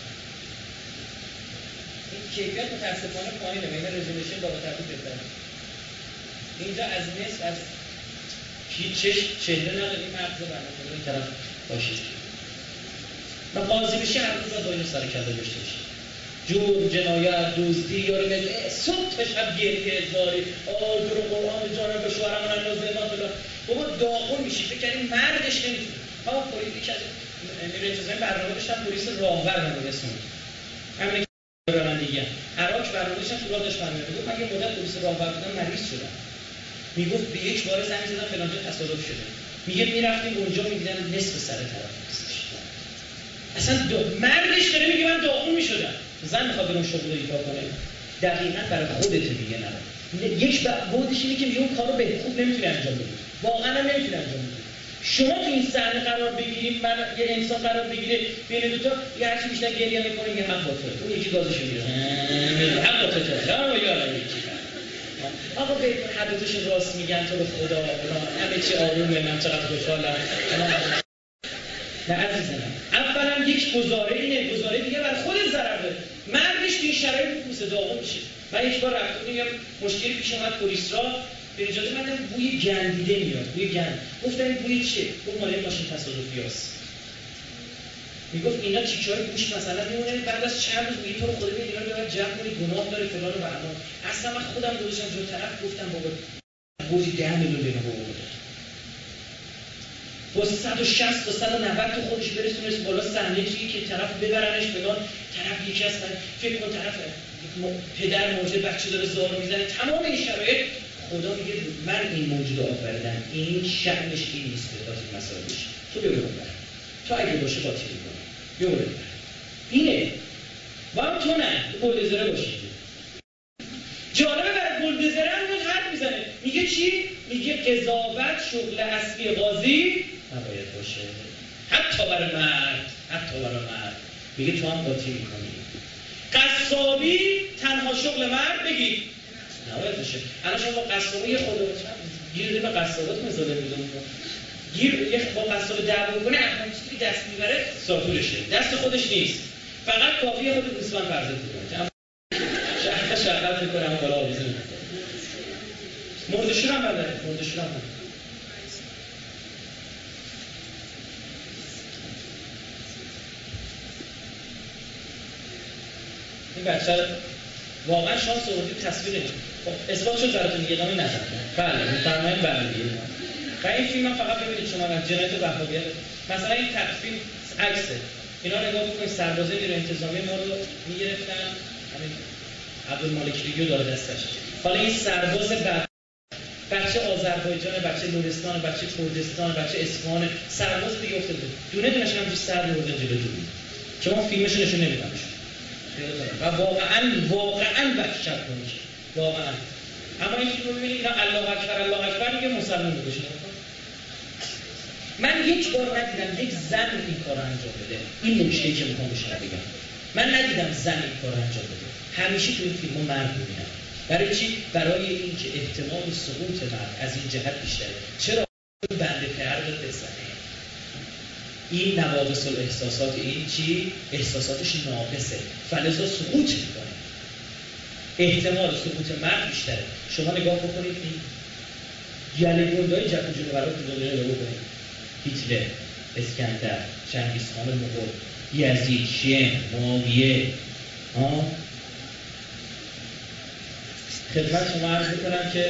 این کیفیت متأسفانه پایینه. بین رزولوشن با ترتیب بهتره. اینجا از نصف از هیچ چشم چهره نداره، این مغز برنامه این طرف باشید. و قاضی بشی هر روز با اینو سر کله داشته باشید. جور، جنایت، دزدی، یاری نزد صبح تا شب گریه زاری، آه درو قرآن جانب به شوهرمون انداز زمان بلا. بابا داغون میشی، فکر کردیم مردش نمیتونه. ها پلیس یکی از نیروی انتظامی برنامه داشتن پلیس راهور نمی‌رسون. همین که رانندگی عراق برنامه داشتن تو راه داشت برنامه. میگفت من یه مدت پلیس راهور بودم مریض شدم. میگفت به یک بار زنگ زدم فلان جا تصادف شده. میگه میرفتیم اونجا می‌دیدم نصف سر طرف نیستش. اصلا دو مردش داره میگه من داغون میشدم. زن میخواد برون شغل ایفا کنه. دقیقاً برای خودت میگه نه. یک بعدش اینه که میگه اون کارو به خوب نمیتونه انجام بده. واقعا هم نمیتونه انجام بده. شما تو این صحنه قرار بگیرید، من یه انسان قرار بگیره بین دو تا یه هرچی بیشتر گریه میکنه یه حق باطله. اون یکی گازش میگیره. حق باطله. آره یالا یکی. آقا بهتون حدودش راست میگن تو به خدا. همه چی آرومه، من چقدر خوشحالم. نه عزیزم. اولا یک گزاره اینه، گزاره دیگه بر خودت ضرر داره. مردش تو این شرایط پوست داغون میشه. من یک بار رفتم میگم مشکلی پیش اومد پلیس را به اجازه من بوی گندیده میاد، بوی گند. گفتم این بوی چیه؟ گفت مال ماشین تصادفیاست. میگفت اینا تیکه‌های گوش مثلا میمونه بعد از چند روز میگه تو رو خدا ببین اینا رو بعد جمع کنی گناه داره فلان و بهمان. اصلا من خودم گذاشتم جلوی طرف گفتم بابا بوی ده میلیون دیگه بابا. با صد و شصت تا صد و نود تو خودش برسونه بالا صحنه چیزی که طرف ببرنش فلان، طرف یکی از فکر کن طرف پدر موجود بچه داره زار میزنه، تمام این شرایط خدا میگه من این موجود آفریدم، این شأنش این نیست که از این مسائل بشه. تو بیا ببر. تو اگه باشه باطل می‌کنی. بیا ببر. اینه. با تو نه، بولدوزر باشی. جالبه برای بولدوزر هم میاد حرف میزنه. میگه چی؟ میگه قضاوت شغل اصلی قاضی نباید باشه. حتی برای مرد، حتی برای مرد. میگه تو هم قاطی می‌کنی. قصابی تنها شغل مرد بگی نباید باشه. الان شما با قصابی خدا گیر به قصابات مزاله میدونید. گیر یه با قصاب دعوا کنه اما چیزی دست میبره ساتورشه. دست خودش نیست. فقط کافیه خود گوسفند فرض کنه. شهر شهرت میکنه اما بالا آویزه میکنه. مردشور هم بلده. مردشور هم بلده. این بچه واقعا شانس آوردی تصویر نمید. خب اثبات شد براتون دیگه ادامه نزد. بله میفرمایید بله دیگه. و این فیلم هم فقط ببینید شما از جنایت وهابیت مثلا این تصویر عکسه. اینا نگاه بکنید سربازای نیروی انتظامی ما رو میگرفتن همین عبدالمالک ریگو داره دستش. حالا این سرباز بعد بچه آذربایجان، بچه لرستان، بچه کردستان، بچه اصفهان، سرباز دیگه افتاده. دونه دونه‌ش هم تو سر مورد جلو دونه. که ما فیلمشو نشون نمیدم. و واقعا واقعا وحشت کنید واقعا. اما این فیلم رو ببینید اینا الله اکبر الله اکبر میگه مسلمان بشه. من یک بار ندیدم یک زن این کارو انجام بده. این نکته‌ای که میخوام بهش بگم. من ندیدم زن این کارو انجام بده. همیشه تو این فیلم‌ها مرد میبینم. برای چی؟ برای اینکه احتمال سقوط مرد از این جهت بیشتره. چرا؟ بنده پر داره بزنه. این نواقص الاحساسات، این چی؟ احساساتش ناقصه، فلذا سقوط میکنه، احتمال سقوط مرد بیشتره. شما نگاه بکنید این گله گندهای جبهه جنوبرات رو دنیا نگاه بکنید، هیتلر، اسکندر، چنگیزخان مغول، یزید، شین، معاویه. ها خدمت شما عرض میکنم که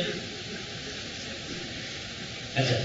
عجب.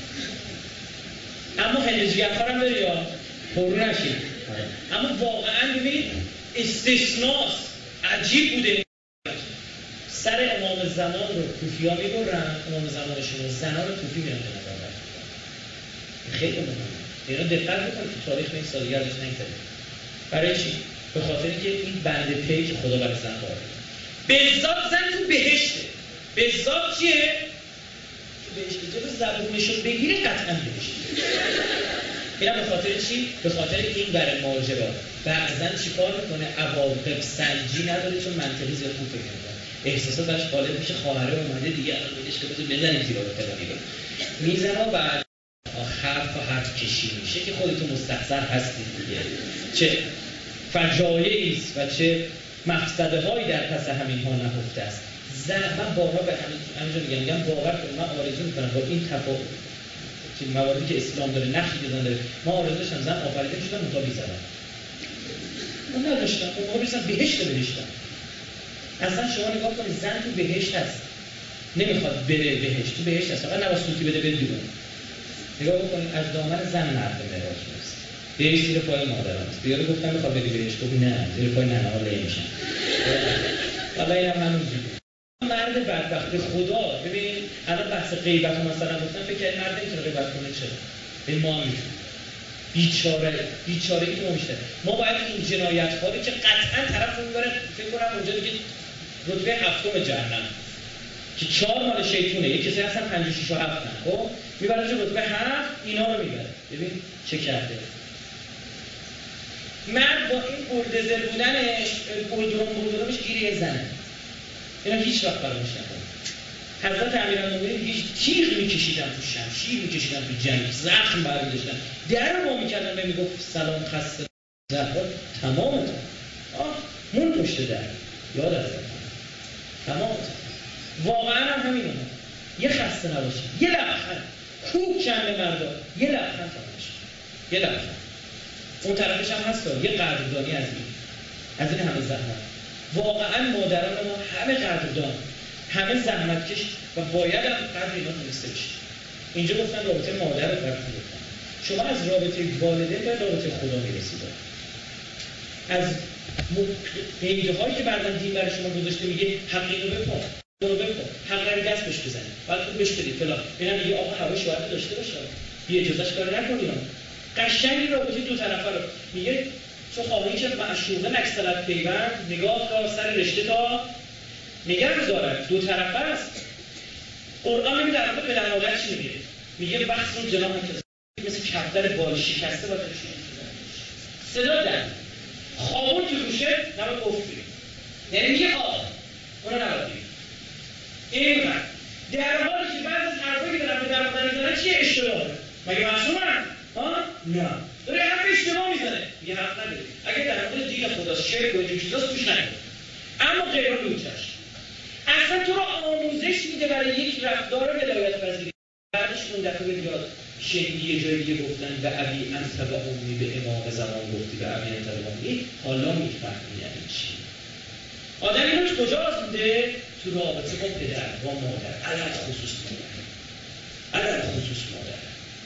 اما هندزی افکار هم داری یا پرو نشید، اما واقعا ببینید استثناست، عجیب بوده. سر امام زمان رو کوفی ها میبرن، امام زمانشون زنان کوفی میرن به نظر برد. خیلی مهمه، اینا دقت بکنید که تاریخ به این سالگردش نگذاره. برای چی؟ به خاطر که این بند پی که خدا برای زن قائل. بهزاد زن تو بهشته. بهزاد چیه؟ تو بهشته. جلو زبونشو بگیره قطعا بهشته. اینا به خاطر چی؟ به خاطر این برای ماجرا. بعضن چی کار میکنه؟ عواقب سنجی نداره، چون منطقی زیاد خوب فکر میکنه. احساسات برش غالب میشه، خواهره اومده دیگه الان میگه که بذار بزنیم زیرا به فلانی رو. میزنه و بعد حرف و حرف کشی میشه که خودتون مستحضر هستید دیگه. چه فجایعی است و چه مفسده هایی در پس همین ها نهفته است. زن من بارها به همین همینجا میگم میگم باور کنید، من آرزو میکنم با این تفاوت که مواردی که اسلام داره نقشی که داره، ما آرزو داشتم زن آفریده شدن اونها بیزنم. من نداشتم، اونها بیزن بهشت بهشتم. اصلا شما نگاه کنید زن تو بهشت هست، نمیخواد بره بهشت، تو بهشت هست، فقط نباید سوتی بده بره بیرون. نگاه بکنید از دامن زن مرد معراج میرسه، بری زیر پای مادرم است. بیاره گفتم میخواد بری بهشت، گفت نه زیر پای ننه ها لی میشن. حالا اینم همون جوری مرد بدبخت خدا. ببینید الان بحث غیبت رو مثلا گفتم، فکر کنید مرد نمیتونه غیبت کنه، چرا؟ به ما میتونه. بیچاره بیچارگی تو میشه. ما باید این جنایت ها رو که قطعا طرف اون بره، فکر کنم اونجا دیگه رتبه هفتم جهنم که چهار مال شیطونه، یک کسی هستن پنج و شش و هفت، خب میبره جو رتبه هفت، اینا رو میبره. ببین چه کرده مرد با این بردزر بودنش، بردرم بردرمش گیری زنه. اینا هیچ وقت فراموش نکنه. حضرت امیرالمومنین هیچ تیغ میکشیدن تو شمشیر میکشیدن تو جنگ، زخم برمی‌داشتن، در رو میکردن، نمیگفت سلام خسته زهرا تمامتون آه مون پشت در یاد از تمامتون. واقعا هم همینه، یه خسته نباشید، یه لبخند خوب کنه مردا، یه لبخند فراموش، یه لبخند. اون طرفش هم هست یه قدردانی از این از این همه زحمت. واقعا مادران ما همه قدردان، همه زحمتکش و باید هم قدر اینا دونسته بشه. اینجا گفتن رابطه مادر رو فرق گفتن. شما از رابطه والدین به رابطه خدا میرسید. از قیده هایی که بعدن دین برای شما گذاشته میگه حق اینو بپا، اینو بپا، حق رو دست بهش بزنید، بعد خوب بهش بدید فلان. اینا میگه آقا هوا شوهر داشته باشه، بی اجازهش کار نکنید. قشنگی رابطه دو طرفه رو میگه چون خواهی که معشوقه نکسلت پیوند، نگاه کار سر رشته تا نگه دارد، دو طرفه است. قرآن میگه در مورد پدرمادر چی میگه؟ میگه بحث اون جناح که مثل کفتر بال شکسته باشه صدا در خوابون که روشه نباید گفتی، یعنی میگه آه اونو نباید بگید. اینقدر در حالی که بعض از حرفایی که دارن به درمادر میزنن چیه؟ اشتباهه. مگه معصومن؟ ها؟ نه داره حرف اشتباه میزنه، میگه حرف نداره. اگه در مورد دین خداست، شرک و اینجور چیزاست توش نکنه، اما غیر میوچش اصلا تو رو آموزش میده برای یک رفتار ولایت پذیری. بعدش اون دفعه بیاد شنیدی یه جایی دیگه گفتن به ابی انت و امی، به امام زمان گفتی به ابی انت و امی، حالا میفهمی یعنی چی. آدم اینو کجاست بوده؟ تو رابطه با پدر با مادر، علل خصوص مادر، علل خصوص مادر.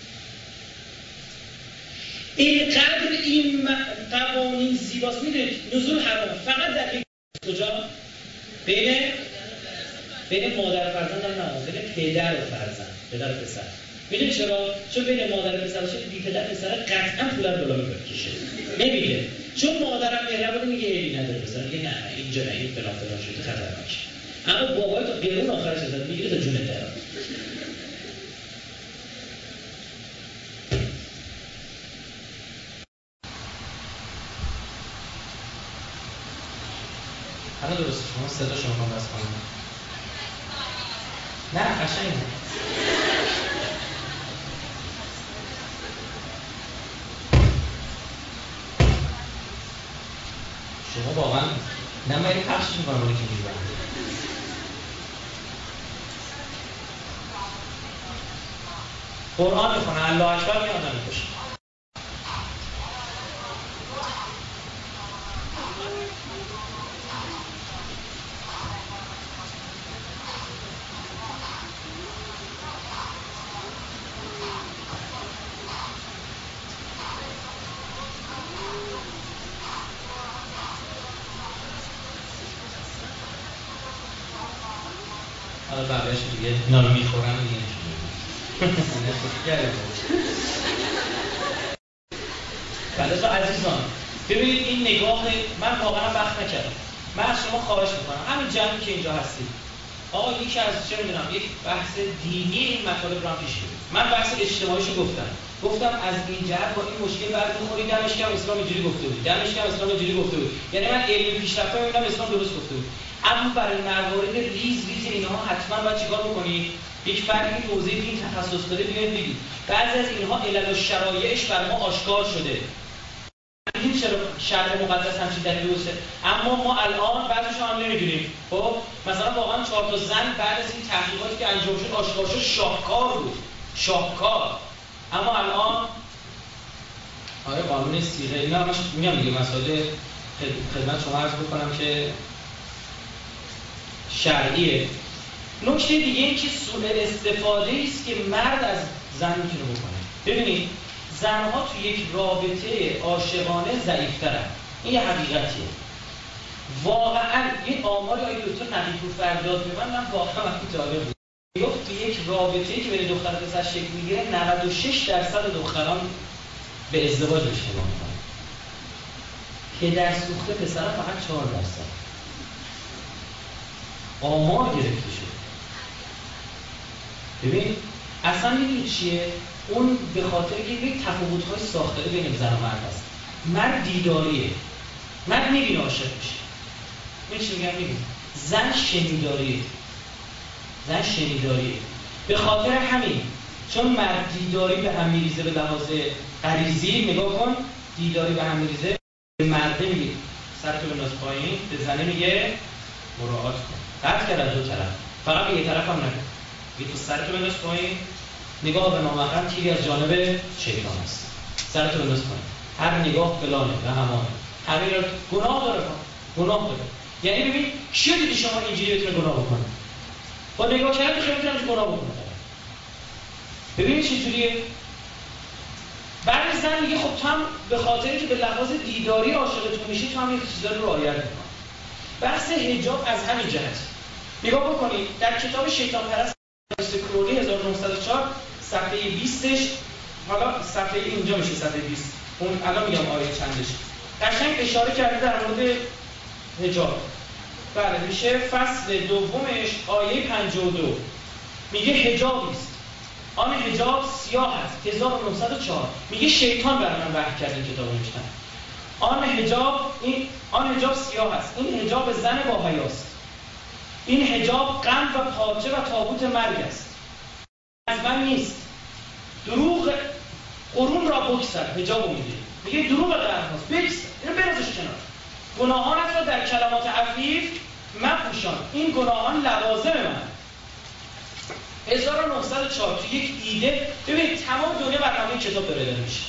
اینقدر این قوانین زیباست. میدونید نزول حرامه فقط در یک کجا؟ بین بین مادر فرزند هم نه، بین پدر و فرزند، پدر و پسر. میدونید چرا؟ چون بین مادر و پسر باشه بی پدر پسر قطعا پول رو بالا میکشه. نمیگه چون مادرم مهربونه میگه ایلی نداره، پسر میگه نه اینجا نه، این فلان فلان شده خطرناکه. اما بابای تو قرون آخرش ازت میگیره تا جونت در. الان درست شما صدا شما کام بس کنم. نه قشنگه. اینا واقعا نه من پخشش میکنم اونی که میبرم. قرآن میخونه الله اکبر میگه آدم میکشه. حالا بقیه‌اش دیگه اینا رو میخورن و دیگه نشون بله. عزیزان ببینید این نگاه من واقعا وقت نکردم. من از شما خواهش میکنم همین جمعی که اینجا هستید آقا یکی از چه میدونم یک بحث دینی این مطالب رو هم پیش برید. من بحث اجتماعیشو گفتم گفتم از این جهت با این مشکل برمیخوری دمش کم اسلام اینجوری گفته بود دمش کم اسلام اینجوری گفته بود یعنی من علمی پیشرفته میبینم اسلام درست گفته بود. اما برای موارد ریز ریز اینها حتما باید چیکار بکنید؟ یک فردی که حوزه دین تخصص داره بیاید بگید بعضی از اینها علل و شرایعش بر ما آشکار شده. این چرا شرع مقدس همچین دلیلی باشه؟ اما ما الان بعضیشو هم نمیدونیم. خب مثلا واقعا چهار تا زن بعد از این تحقیقاتی که انجام شد آشکار شد شاهکار بود. شاهکار. اما الان آره قانون صیغه اینا همش میگم دیگه مسائل خدمت شما عرض بکنم که شرعیه. نکته دیگه این که سوء استفاده است که مرد از زن میتونه بکنه. ببینید زنها تو یک رابطه عاشقانه ضعیف‌ترن. این یه حقیقتیه. واقعا این آماری آقای دکتر نقی‌پور فرداد به من من واقعا جالب بود. گفت تو یک رابطه‌ای که بین دختر و پسر شکل میگیره نود و شش درصد دختران به ازدواج اشتباه میکنن. پدر سوخته پسر فقط چهار درصد. آمار گرفته شد. ببین اصلا میدونی چیه؟ اون به خاطر که یک تفاوت‌های ساختاری بین زن و مرد هست. مرد دیداریه. مرد میبینه عاشق میشه. این چی میگم میبینه. زن شنیداریه. زن شنیداریه. به خاطر همین چون مرد دیداری به هم میریزه به لحاظ غریزی نگاه کن دیداری به هم میریزه به مرد میگه سرتو بنداز پایین به زنه میگه مراعات کن. قطع کرد از دو طرف. فقط به یه طرف هم نکن. میگه تو سرتو بنداز پایین نگاه به نامحرم تیری از جانب شیطان است. سرتو بنداز پایین. هر نگاه فلانه و همانه. همین رو گناه داره کن. گناه داره. یعنی ببین کیو دیدی شما اینجوری بتونه گناه بکنه؟ با نگاه کردن خیلی میتونه گناه بکنه. ببینید چه جوریه؟ بعد زن میگه خب تو هم به خاطری که به لحاظ دیداری عاشقتون میشی تو هم این چیزا رو رعایت می‌کنی. بحث حجاب از همین جهت. نگاه بکنید در کتاب شیطان پرست کرولی هزار و نهصد و چهار صفحه بیستش حالا صفحه اینجا میشه صفحه بیست. اون الان میگم آیه چندش. قشنگ اشاره کرده در مورد حجاب. بله میشه فصل دومش آیه پنجاه و دو. میگه حجابی است. آن حجاب سیاه است. هزار و نهصد و چهار. میگه شیطان بر من وحی کرد این کتابو نوشتن. آن حجاب این آن حجاب سیاه است. این حجاب زن با حیاست. این حجاب غم و پارچه و تابوت مرگ است. از من نیست. دروغ قرون را بکسر. حجابو میگه. میگه دروغ قرن هاست. بکسر. اینو بریزش کنار. گناهانت را در کلمات عفیف مپوشان. این گناهان لوازم من. هزار و نهصد و چهار تو یک ایده ببینید تمام دنیا برنامه کتاب داره داره میشه.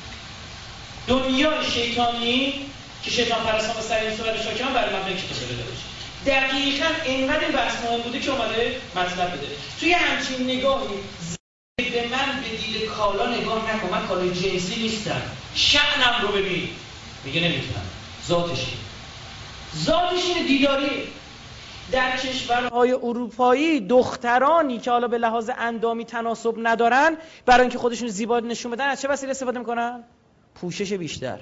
دنیای شیطانی که شیطان پرستان به سر این صورت شاکران برنامه کتاب داره داره میشه. دقیقاً اینقدر این بحث مهم بوده که اومده مطلب بده. توی همچین نگاهی به من به دید کالا نگاه نکن. من کالای جنسی نیستم. شأنم رو ببین. میگه نمیتونم. ذاتش ذاتش اینه دیداری. در کشورهای اروپایی دخترانی که حالا به لحاظ اندامی تناسب ندارن برای اینکه خودشون زیبا نشون بدن از چه وسیله استفاده میکنن؟ پوشش بیشتر.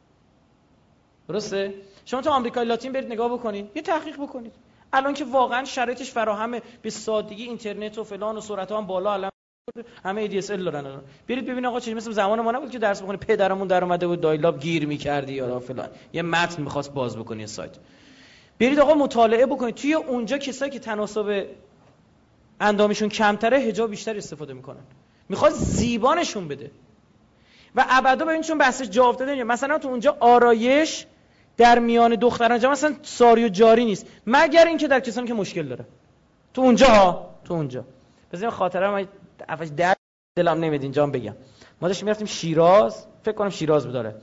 درسته؟ شما تو آمریکای لاتین برید نگاه بکنید، یه تحقیق بکنید. الان که واقعا شرایطش فراهمه، به سادگی اینترنت و فلان و سرعت‌ها هم بالا، الان همه ای دی اس ال دارن. الان برید ببینید آقا چه مثل زمان ما نبود که درس بخونی پدرمون در اومده بود دایلاب گیر می‌کردی یا فلان، یه متن می‌خواست باز بکنی سایت. برید آقا مطالعه بکنید توی اونجا کسایی که تناسب اندامشون کمتره حجاب بیشتر استفاده میکنن. میخواد زیبا نشون بده. و ابدا ببین چون بحثش جا افتاده. مثلا تو اونجا آرایش در میان دختران جمع مثلا ساری و جاری نیست، مگر اینکه در کسانی که مشکل داره. تو اونجا ها تو اونجا بزنیم خاطره من افش در دلم نمیاد اینجا بگم. ما داشتیم میرفتیم شیراز، فکر کنم شیراز بود داره.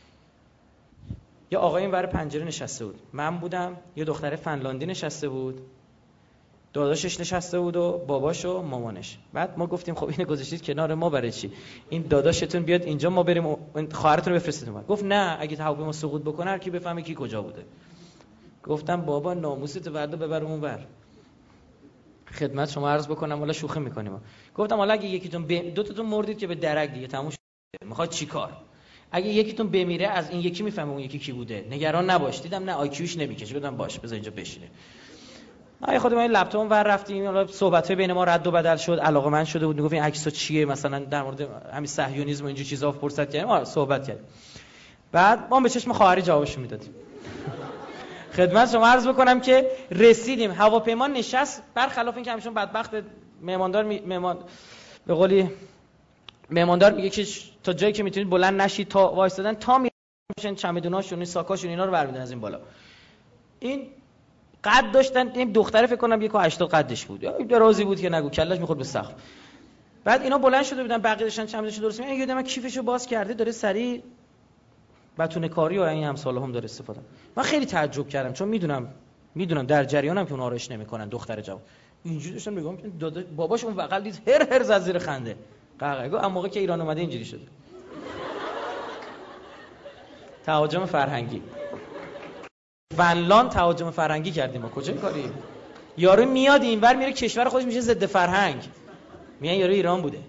یه آقای این ور پنجره نشسته بود، من بودم، یه دختر فنلاندی نشسته بود، داداشش نشسته بود و باباش و مامانش. بعد ما گفتیم خب اینو گذاشتید کنار ما برای چی؟ این داداشتون بیاد اینجا ما بریم خواهرتون رو بفرستید اون. گفت نه اگه هواپیما سقوط بکنه هر کی بفهمه کی کجا بوده. گفتم بابا ناموست وردا ببر اون ور. خدمت شما عرض بکنم والا شوخی میکنیم. گفتم حالا اگه یکیتون ب... دو تاتون مردید که به درک دیگه تموم شد، میخواد چیکار؟ اگه یکیتون بمیره از این یکی میفهمه اون یکی کی بوده، نگران نباش. دیدم نه آیکیوش نمیکشه، گفتم باش بذار اینجا بشینه. ما خود ما این لپتاپ ور رفتیم، حالا صحبت‌های بین ما رد و بدل شد، علاقه‌مند شده بود، میگفت این عکس‌ها چیه، مثلا در مورد همین صهیونیسم و اینجور چیزا فرصت کردیم، ما صحبت کردیم. بعد ما به چشم خواهری جوابش میدادیم. خدمت شما عرض بکنم که رسیدیم، هواپیما نشست، برخلاف این که همیشه بدبخت مهماندار می... مهمان به قولی مهماندار میگه که تا جایی که میتونید بلند نشید تا وایسادن تا میشن چمدوناشون ساکاشون اینا رو برمیدن از این بالا. این قد داشتن، این دختره فکر کنم یک و هشتاد قدش بود، یا درازی بود که نگو کلش میخورد به سقف. بعد اینا بلند شده بودن، بقیه داشتن چمدونشو درست می‌کردن، یه من کیفشو باز کرده داره سری بتونه کاری و این همساله هم داره استفاده. من خیلی تعجب کردم چون میدونم میدونم در جریانم که اون آرایش نمیکنن دختر جوان. اینجوری داشتم نگاه می‌کردم، باباش اون بغل دید هر هر از زیر خنده. قهقه گفت اما موقع که ایران اومده اینجوری شده. تهاجم فرهنگی. فنلاند تهاجم فرهنگی کردیم ما، کجا کاری؟ یارو میاد اینور میره کشور خودش میشه ضد فرهنگ. میگن یارو ایران بوده.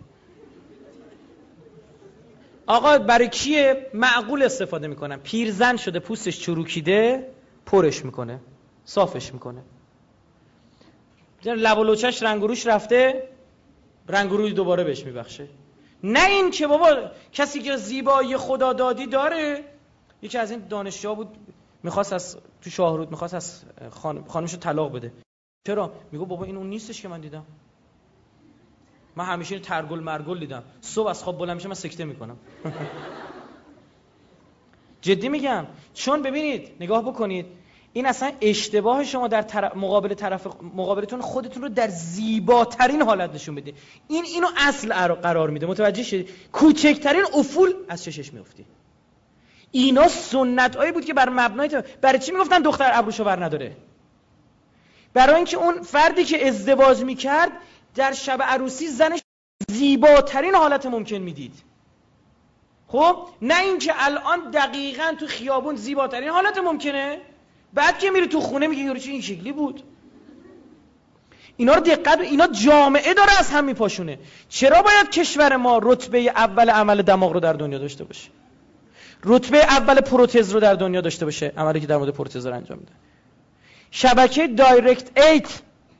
آقا برای کیه؟ معقول استفاده میکنن. پیرزن شده پوستش چروکیده، پرش میکنه، صافش میکنه. لب و لوچش رنگ و روش رفته، رنگ و روی دوباره بهش میبخشه. نه این که بابا کسی که زیبایی خدا دادی داره. یکی از این دانشجوها بود میخواست از تو شاهرود میخواست از خانم خانمشو طلاق بده. چرا؟ میگه بابا این اون نیستش که من دیدم. من همیشه این ترگل مرگل دیدم. صبح از خواب بلند میشم من سکته میکنم. جدی میگم. چون ببینید نگاه بکنید این اصلا اشتباه شما در طرف مقابل طرف مقابلتون خودتون رو در زیباترین حالت نشون بدید. این اینو اصل قرار میده. متوجه شید؟ کوچکترین افول از چشش میافتی. اینا سنتایی بود که بر مبنای برای چی میگفتن دختر ابروشو بر نداره؟ برای اینکه اون فردی که ازدواج میکرد در شب عروسی زنش زیباترین حالت ممکن میدید. خب نه اینکه الان دقیقاً تو خیابون زیباترین حالت ممکنه، بعد که میره تو خونه میگه یارو چی این شکلی بود. اینا رو دقت، اینا جامعه داره از هم میپاشونه. چرا باید کشور ما رتبه اول عمل دماغ رو در دنیا داشته باشه؟ رتبه اول پروتز رو در دنیا داشته باشه، عملی که در مورد پروتز رو انجام میده. شبکه دایرکت ایت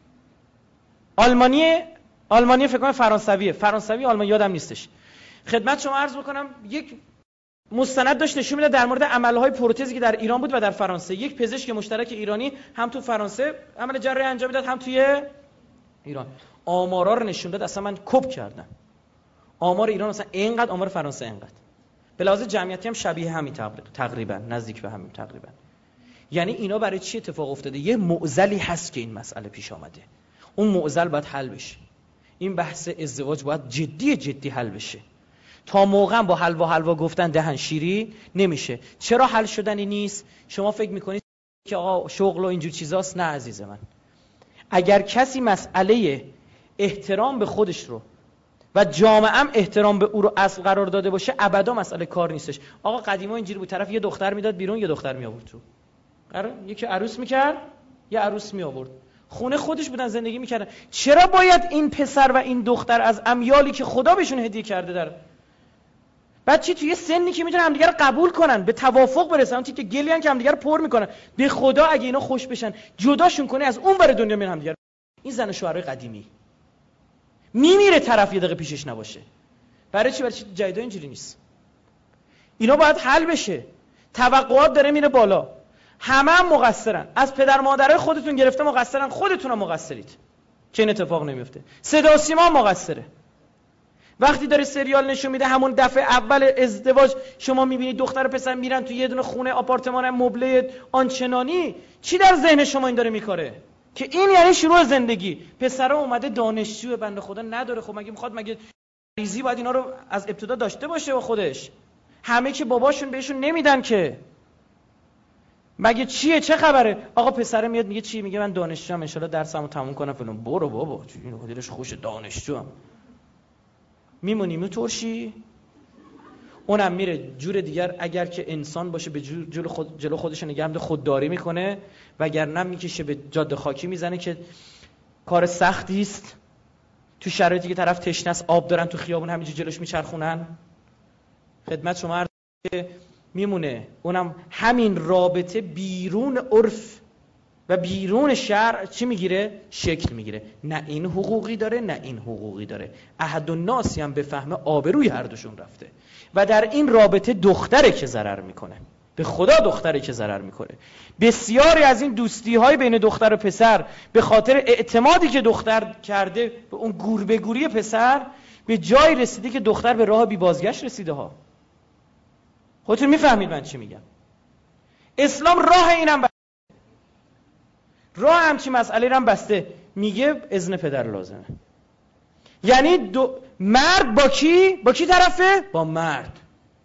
آلمانی آلمانی فکر کنم فرانسویه، فرانسوی آلمانی یادم نیستش. خدمت شما عرض بکنم یک مستند داشت نشون میده در مورد عملهای پروتزی که در ایران بود و در فرانسه. یک پزشک مشترک ایرانی هم تو فرانسه عمل جراحی انجام میداد هم توی ایران. آمارا رو نشون داد، اصلا من کپ کردم. آمار ایران اصلا اینقدر، آمار فرانسه اینقدر. به لحاظ جمعیتی هم شبیه همین تقریبا، نزدیک به همین تقریبا. یعنی اینا برای چی اتفاق افتاده؟ یه معضلی هست که این مسئله پیش آمده. اون معضل باید حل بشه. این بحث ازدواج باید جدی جدی حل بشه. تا موقع با حلوا حلوا گفتن دهن شیری نمیشه. چرا حل شدنی نیست؟ شما فکر میکنید که آقا شغل و اینجور چیزاست؟ نه عزیز من. اگر کسی مسئله احترام به خودش رو و جامعه هم احترام به او رو اصل قرار داده باشه، ابدا مسئله کار نیستش. آقا قدیما اینجوری بود، طرف یه دختر میداد بیرون، یه دختر می آورد تو. آره یکی عروس میکرد، یه عروس می آورد. خونه خودش بودن زندگی میکردن. چرا باید این پسر و این دختر از امیالی که خدا بهشون هدیه کرده در بعد چی توی سنی که میتونن همدیگه رو قبول کنن، به توافق برسن، اون که گلیان که همدیگه رو پر میکنن، به خدا اگه اینا خوش بشن جداشون کنه از اون ور دنیا میرن همدیگه. این زن و شوهرای قدیمی میمیره طرف یه دقیقه پیشش نباشه. برای چی؟ برای چی جدیدا اینجوری نیست؟ اینا باید حل بشه. توقعات داره میره بالا. همه هم مقصرن. از پدر مادرای خودتون گرفته مقصرن، خودتون هم مقصرید که این اتفاق نمیفته. صدا و سیما هم مقصره. وقتی داره سریال نشون میده همون دفعه اول ازدواج شما میبینید دختر و پسر میرن تو یه دونه خونه آپارتمان مبله آنچنانی، چی در ذهن شما این داره میکاره؟ که این یعنی شروع زندگی. پسر اومده دانشجو بنده خدا نداره، خب مگه میخواد مگه ریزی باید اینا رو از ابتدا داشته باشه با خودش؟ همه که باباشون بهشون نمیدن که. مگه چیه؟ چه خبره؟ آقا پسر میاد میگه چی؟ میگه من دانشجوام ان شاءالله درسمو تموم کنم فلان. برو بابا، این دلش خوشه دانشجوام. میمونی میترشی، اونم میره جور دیگر. اگر که انسان باشه به جلو خود جلو خودش نگه می‌داره، خودداری میکنه، وگرنه میکشه به جاده خاکی میزنه که کار سختی است. تو شرایطی که طرف تشنه است آب دارن تو خیابون همینجوری جلوش میچرخونن. خدمت شما عرض که میمونه اونم همین رابطه بیرون عرف و بیرون شرع چی میگیره؟ شکل میگیره. نه این حقوقی داره نه این حقوقی داره. احد الناسی هم بفهمه آبروی هر دوشون رفته. و در این رابطه دختره که ضرر میکنه، به خدا دختره که ضرر میکنه. بسیاری از این دوستی های بین دختر و پسر به خاطر اعتمادی که دختر کرده به اون گور به گوری پسر به جای رسیده که دختر به راه بی بازگشت رسیده ها. خودتون میفهمید من چی میگم. اسلام راه اینم بسته، راه همچی مسئله رم بسته. میگه اذن پدر لازمه. یعنی دو... مرد با کی؟ با کی طرفه؟ با مرد.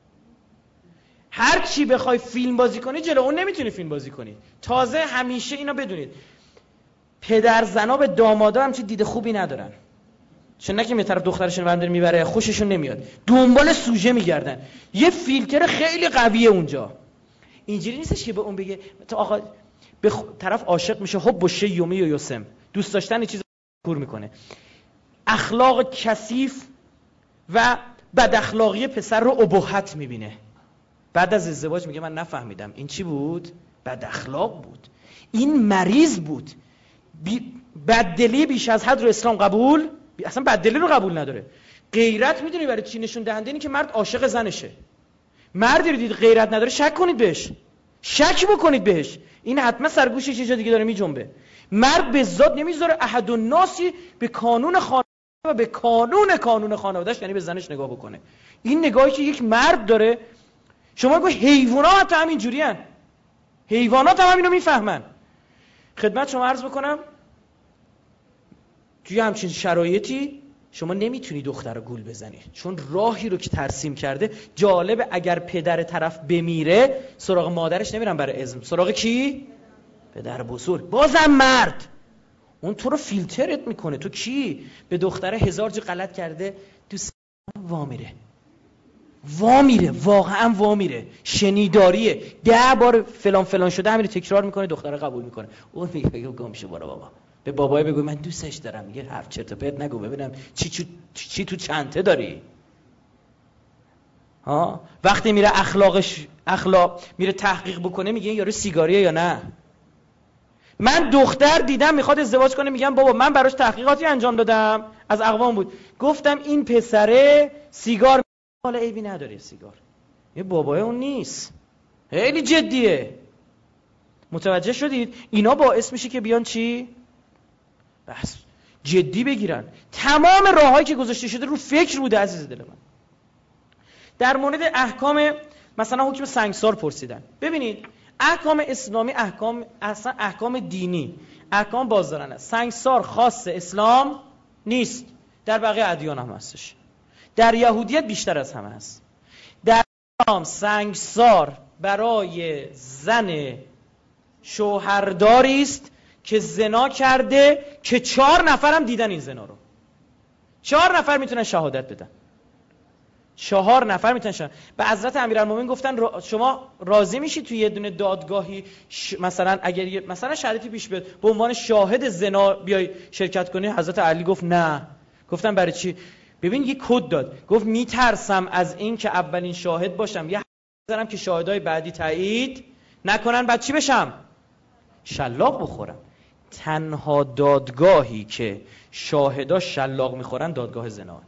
هر چی بخوای فیلم بازی کنی جلو اون نمیتونی فیلم بازی کنی. تازه همیشه اینا بدونید پدر زنا به دامادا هم چی دید خوبی ندارن. چون نه که می طرف دخترشون برندر میبره خوششون نمیاد، دنبال سوژه میگردن. یه فیلتر خیلی قویه اونجا. اینجوری نیستش که به اون بگه تو آقا به خ... طرف عاشق میشه حب و شیومی و یوسم، دوست داشتن چیز کور میکنه. اخلاق کثیف و بد اخلاقی پسر رو اباحت میبینه. بعد از ازدواج میگه من نفهمیدم این چی بود؟ بد اخلاق بود، این مریض بود. بی... بددلی بیش از حد رو اسلام قبول بی... اصلا بددلی رو قبول نداره. غیرت میدونی برای چی نشون دهنده اینه که مرد عاشق زنشه. مردی رو دید غیرت نداره شک کنید بهش، شک بکنید بهش، این حتما سرگوشش یه جا دیگه داره میجنبه. مرد به ذات نمیذاره احد الناسی به قانون خانواده و به قانون قانون خانواده‌اش یعنی به زنش نگاه بکنه. این نگاهی که یک مرد داره. شما بگو حیوانات هم اینجوری هن. حیوانات هم, هم اینو میفهمن. خدمت شما عرض بکنم توی همچین شرایطی شما نمیتونی دختر رو گول بزنی، چون راهی رو که ترسیم کرده. جالب اگر پدر طرف بمیره سراغ مادرش نمیرن برای اذن، سراغ کی؟ پدر بزرگ. بازم مرد اون تو رو فیلترت میکنه. تو کی؟ به دختره هزار جو غلط کرده دوست وا میره وا میره واقعا وا میره. شنیداریه، ده بار فلان فلان شده همین تکرار میکنه، دختره قبول میکنه. اون میگه گم شو برو بابا. به بابای بگو من دوستش دارم. میگه حرف چرت و پرت نگو ببینم چی چی, چی تو چنته داری. ها وقتی میره اخلاقش اخلاق میره تحقیق بکنه میگه این یارو سیگاریه یا نه. من دختر دیدم میخواد ازدواج کنه، میگم بابا من براش تحقیقاتی انجام دادم، از اقوام بود، گفتم این پسره سیگار حالا عیبی نداره سیگار. یه بابای اون نیست. خیلی جدیه. متوجه شدید؟ اینا باعث میشه که بیان چی؟ بس جدی بگیرن. تمام راههایی که گذاشته شده رو فکر بوده عزیز دل من. در مورد احکام مثلا حکم سنگسار پرسیدن. ببینید احکام اسلامی احکام اصلا احکام دینی، احکام بازدارنده است. سنگسار خاص اسلام نیست، در بقیه ادیان هم هستش. در یهودیت بیشتر از همه هست. در اسلام سنگسار برای زن شوهرداری است که زنا کرده که چهار نفر هم دیدن این زنا رو. چهار نفر میتونن شهادت بدن. چهار نفر میتونن شهادت. به حضرت امیرالمومنین گفتن را شما راضی میشی توی یه دونه دادگاهی ش... مثلا اگر یه... مثلا شرایطی پیش بیاد به عنوان شاهد زنا بیای شرکت کنی؟ حضرت علی گفت نه. گفتن برای چی؟ ببین یه کد داد، گفت میترسم از این که اولین شاهد باشم، یه بذارم که شاهدای بعدی تایید نکنن، بعد چی بشم؟ شلاق بخورم. تنها دادگاهی که شاهدا شلاق میخورن دادگاه زنا.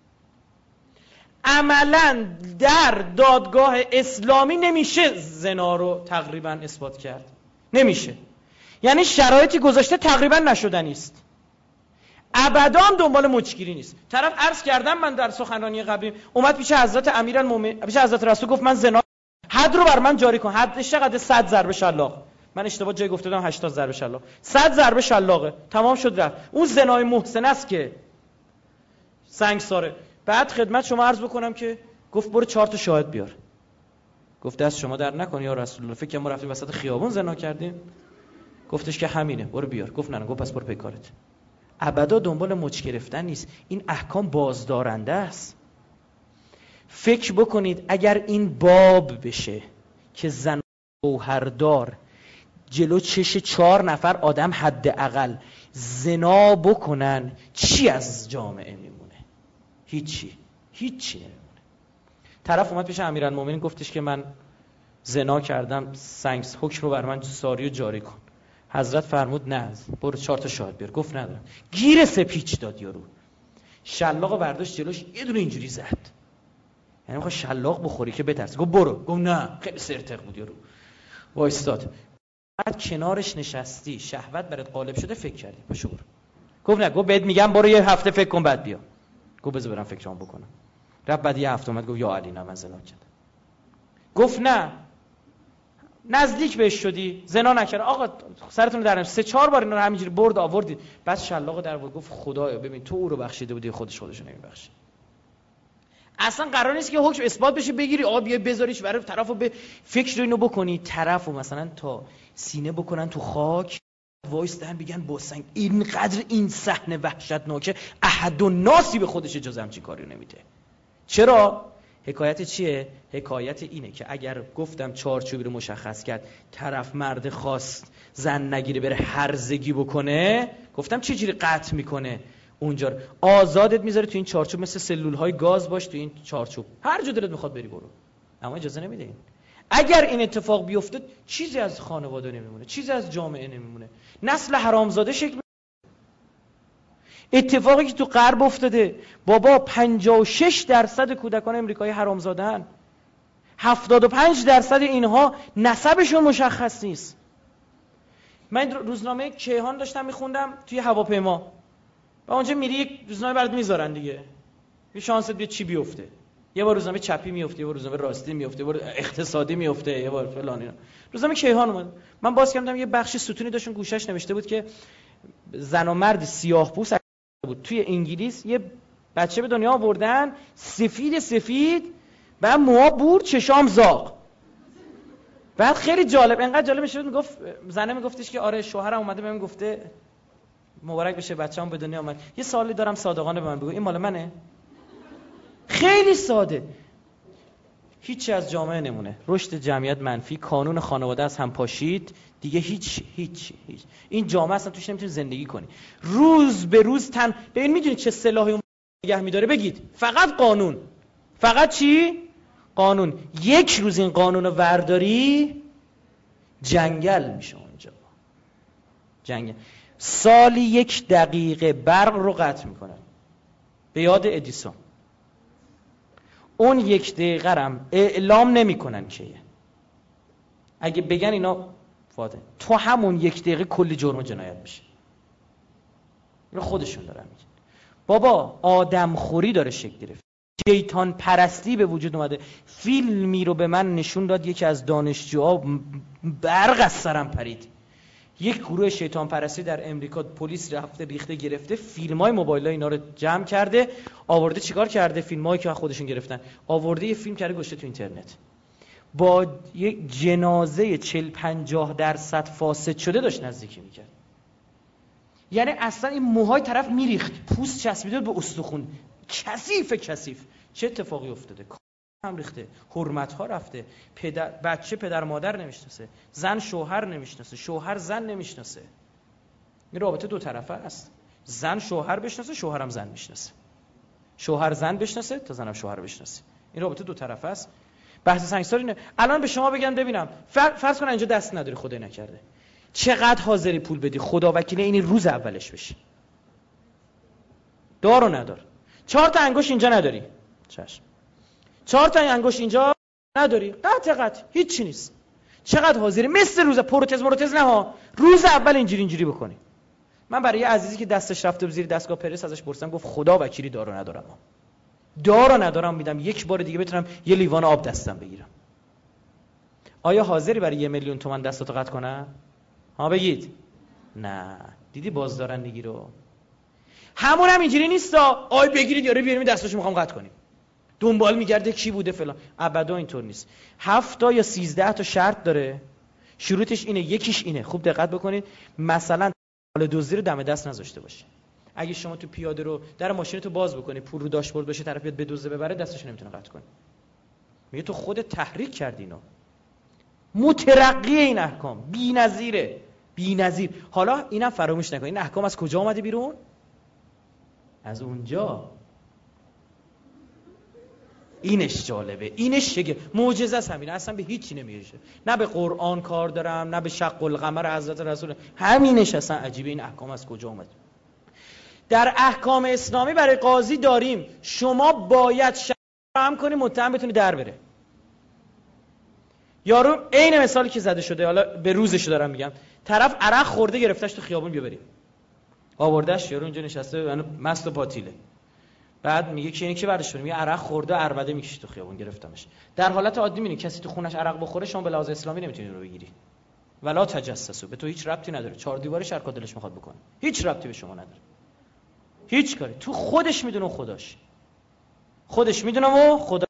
عملا در دادگاه اسلامی نمیشه زنا رو تقریبا اثبات کرد، نمیشه. یعنی شرایطی گذاشته تقریبا نشدنی است. ابدا هم دنبال مچگیری نیست. طرف عرض کردم من در سخنرانی قبلی، اومد پیش حضرت امیرالمومنین، پیش حضرت رسول گفت من زنا، حد رو بر من جاری کن. حدش چقدر؟ صد ضربه شلاق. من اشتباه جای گفته بودم هشتاد ضربه شلاق. صد ضربه شلاقه. تمام شد رفت. اون زنای محسن است که سنگساره. بعد خدمت شما عرض بکنم که گفت برو چهار تا شاهد بیار. گفت دست شما در نکن یا رسول الله، فکر کنم ما رفتیم وسط خیابون زنا کردیم. گفتش که همینه، برو بیار. گفت نه نه. گفت پس برو پی کارت. ابدا دنبال مچ گرفتن نیست. این احکام بازدارنده است. فکر بکنید اگر این باب بشه که زن گوهردار جلو چش چهار نفر آدم حداقل زنا بکنن، چی از جامعه میمونه؟ هیچی. هیچی نمیمونه. طرف اومد پیش امیرالمومنین گفتش که من زنا کردم، سنگس حکم رو بر من ساری و جاری کن. حضرت فرمود نه، برو چهار تا شاهد بیار. گفت ندارم. گیر سپیچ داد یارو. شلاقو برداشت جلوش یه دونه اینجوری زد. یعنی میخواد شلاق بخوری که بترسه. گفت برو. گفت نه، خیلی سرتق بود یارو. وایستاد. بعد کنارش نشستی، شهوت برات غالب شده، فکر کردی پاشو برو. گفت نه. گفت بهت میگم برو یه هفته فکر کن بعد بیا. گفت بذار برم فکرام بکنم. رفت بعد یه هفته اومد گفت یا علی نه من زنا کردم. گفت نه، نزدیک بهش شدی، زنا نکرد. آقا سرتون رو در سه چهار بار اینا رو همینجوری برد آوردید. بعد شلاقو در آورد. گفت خدایا ببین تو او رو بخشیده بودی، خودش خودشو نمیبخشه. اصلا قرار نیست که حکم اثبات بشه بگیری آ بیا بذاریش برای طرفو به فکر اینو بکنی، طرفو مثلا تا سینه بکنن تو خاک، وایستن بگن با سنگ. اینقدر این صحنه وحشتناکه، احد و ناسی به خودش اجازه همچین کاری نمیده. چرا؟ حکایت چیه؟ حکایت اینه که اگر گفتم چارچوبی رو مشخص کرد، طرف مرد خواست زن نگیره بره هرزگی بکنه، گفتم چه جوری قطع میکنه اونجا رو. آزادت میذاره تو این چارچوب، مثل سلول های گاز باش تو این چارچوب، هر جا دلت میخواد بری برو، اما اجازه نمیده این. اگر این اتفاق بیفته چیزی از خانواده نمیمونه، چیزی از جامعه نمیمونه، نسل حرامزاده شکل. اتفاقی که تو غرب افتاده، بابا پنجاه و شش درصد کودکان امریکایی حرامزاده‌ان، هفتاد و پنج درصد اینها نسبشون مشخص نیست. من روزنامه کیهان داشتم میخوندم توی هواپیما، و اونجا میری یک روزنامه برات میذارن دیگه، یه شانست بیاد چی بیفته، یه بار روزنامه چپی میفته، یه بار روزنامه راستی میفته، یه بار اقتصادی میفته، یه بار فلان اینا. روزنامه کیهان اومد، من باز کردم یه بخش ستونی داشتن گوشش نوشته بود که زن و مرد سیاه‌پوست بود توی انگلیس یه بچه به دنیا آوردن، سفید سفید و موها بور، چشام زاغ. بعد خیلی جالب، انقدر جالب میشد، میگفت زنه میگفتش که آره شوهرم اومده بهم گفته مبارک بشه بچه‌ام به دنیا اومد، یه سوالی دارم صادقانه به من بگو، این مال منه؟ خیلی ساده. هیچی از جامعه نمونه، رشد جمعیت منفی، قانون خانواده از هم پاشید دیگه، هیچ هیچ هیچ این جامعه اصلا توش نمیتونی زندگی کنی. روز به روز تن ببین، میدونید چه سلاحی اون نگه میداره؟ بگید فقط قانون. فقط چی؟ قانون. یک روز این قانون رو ورداری جنگل میشه اونجا. جنگل. سالی یک دقیقه برق رو قطع میکنن، به یاد ادیسون. اون یک دقیقه رم اعلام نمیکنن کیه. اگه بگن اینا فاده، تو همون یک دقیقه کلی جرم و جنایت میشه. اینو خودشون دارن میگن. بابا آدم خوری داره شکل گرفت، شیطان پرستی به وجود اومده. فیلمی رو به من نشون داد یکی از دانشجوها، برق از سرم پرید. یک گروه شیطان پرستی در امریکا، پلیس رفته ریخته گرفته فیلمای موبایلای اینا رو جمع کرده، آورده چیکار کرده؟ فیلمایی که خودشون گرفتن آورده یه فیلم کرده گذاشته تو اینترنت، با یک جنازه چهل پنجاه درصد فاسد شده داشت نزدیکی میکرد. یعنی اصلا این موهای طرف میریخت، پوست چسبیده به استخون، کثیف کثیف. چه اتفاقی افتاده؟ هم ریخته، حرمت ها رفته، پدر بچه پدر مادر نمیشناسه، زن شوهر نمیشناسه، شوهر زن نمیشناسه. این رابطه دو طرفه است. زن شوهر بشناسه، شوهرم زن میشناسه، شوهر زن بشناسه تا زنم شوهر بشناسه. این رابطه دو طرفه است. بحث سنگسار اینه. الان به شما بگم ببینم، فرض کن اینجا دست نداری، خدای نکرده، چقدر حاضری پول بدی خدا وکیل این روز اولش بشه؟ دار و ندار. چهار تا انگوش اینجا نداری، چشم. چهار تا انگوش اینجا نداری، قطع قطع هیچ چی نیست. چقدر حاضری مثل روز پروتز مروتز نه ها، روز اول اینجوری اینجوری بکنی، من برای یه عزیزی که دستش رفته زیر دستگاه پرس ازش پرسیدم، گفت خدا وکیلی دارو ندارم، دارو ندارم میدم یک بار دیگه بتونم یه لیوان آب دستم بگیرم. آیا حاضری برای یه میلیون تومان دستاتو قطع کنم؟ ها بگید. نه. دیدی بازدارندگی رو؟ همون هم اینجوری نیستا آی بگیرید یاره بیاریم دستاشو میخوام قطع کنیم، دنبال میگرده کی بوده فلان. ابدا اینطور نیست. هفت تا یا سیزده تا شرط داره. شروطش اینه، یکیش اینه، خوب دقت بکنید، مثلا مال دزدی رو دم دست نذاشته باشه. اگه شما تو پیاده رو در ماشینتو باز بکنی، پول رو داشبورد باشه، طرف بیاد بدزده ببره، دستش نمیتونه قطع کنه. میگه تو خودت تحریک کردی اینو. مترقی این احکام بی‌نظیره، بی‌نظیر. حالا اینم فراموش نکن، این احکام از کجا اومده بیرون؟ از اونجا. اینش جالبه، اینش شگه معجزه است. همین اصلا به هیچی نمیرسه، نه به قرآن کار دارم، نه به شق القمر حضرت رسول. همینش اصلا عجیبه. این احکام از کجا اومد؟ در احکام اسلامی برای قاضی داریم شما باید شرط هم کنی متهم بتونی در بره. یارو عین مثالی که زده شده، حالا به روزش دارم میگم، طرف عرق خورده گرفتش تو خیابون، بیا بریم آوردش، یارو اونجا نشسته مست و پاتیله، بعد میگه کی اینی که برداشت کنیم، میگه عرق خورده عربده میکشه تو خیابون گرفتمش. در حالت عادی میبینی کسی تو خونش عرق بخوره شما به لحاظ اسلامی نمیتونی رو بگیری. ولا تجسسوا، به تو هیچ ربطی نداره، چهار دیوارش هر کار دلش میخواد بکنه، هیچ ربطی به شما نداره، هیچ کاری. تو خودش میدونه، خداش خودش میدونه و خدا.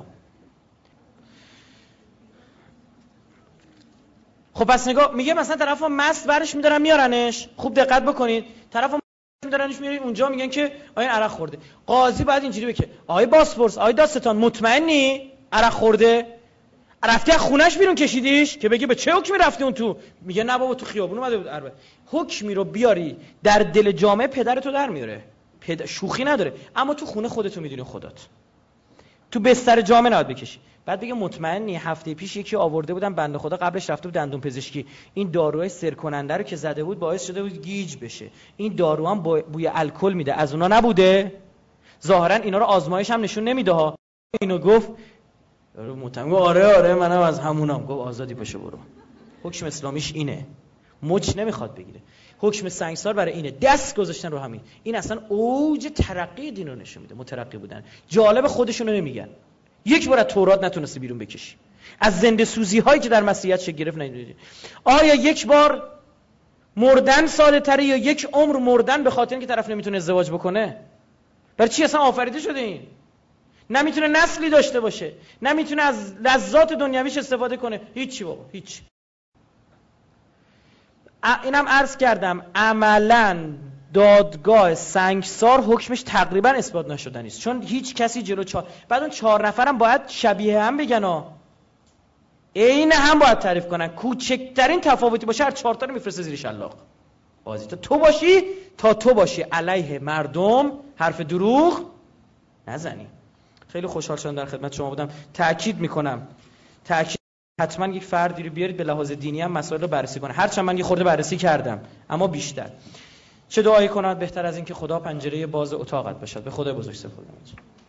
خب پس نگاه، میگه مثلا طرفو مست برش میدارن میارنش، خوب دقت بکنید، طرفو مست میدارنش میارن اونجا، میگن که آیا عرق خورده. قاضی باید اینجوری بگه آقای باسپورس، آقای داستان، مطمئنی عرق خورده؟ رفتی از خونش بیرون کشیدیش؟ که بگه به چه حکمی رفتی اون تو؟ میگه نه بابا تو خیابون اومده بود عربه. حکمی رو بیاری در دل جامعه پدرتو در میاره، پدر شوخی نداره، اما تو خونه خودتو میدونی خودت، تو بستر جامعه نباید بکشی. بعد بگه مطمئنی هفته پیش یکی آورده بودن بنده خدا، قبلش رفته بود دندون پزشکی، این داروهای سر کننده رو که زده بود باعث شده بود گیج بشه، این دارو هم بوی الکل میده، از اونا نبوده؟ ظاهرا اینا رو آزمایش هم نشون نمیده ها. اینو گفت یارو متهم، آره آره منم از همونام. گفت آزادی پاشو برو. حکم اسلامیش اینه، مچ نمیخواد بگیره. حکم سنگسار برای اینه، دست گذاشتن رو همین. این اصلا اوج ترقی دین رو نشون میده، مترقی بودن. جالب خودشونو نمیگن. یک بار از تورات نتونستی بیرون بکشی، از زنده سوزی هایی که در مسیحیت شکل گرفت نمیدونی. آیا یک بار مردن ساده تره یا یک عمر مردن به خاطر اینکه طرف نمیتونه ازدواج بکنه؟ برای چی اصلا آفریده شده این؟ نمیتونه نسلی داشته باشه، نمیتونه از لذات دنیویش استفاده کنه، هیچی بابا، هیچ. اینم عرض کردم عملاً دادگاه سنگسار حکمش تقریبا اثبات نشدنی است، چون هیچ کسی جلو چهار، بعد اون چهار نفرم باید شبیه هم بگن ها، عین هم باید تعریف کنن، کوچکترین تفاوتی باشه هر چهار تا رو میفرسته زیر شلاق. قاضی تا تو باشی، تا تو باشی علیه مردم حرف دروغ نزنی. خیلی خوشحال شدم در خدمت شما بودم. تأکید میکنم، تأکید حتما یک فردی رو بیارید به لحاظ دینی هم مسائل رو بررسی کنه. هرچند من یه خورده بررسی کردم اما بیشتر. چه دعایی کند بهتر از این که خدا پنجره باز اتاقت باشد. به خدای بزرگ سپردم.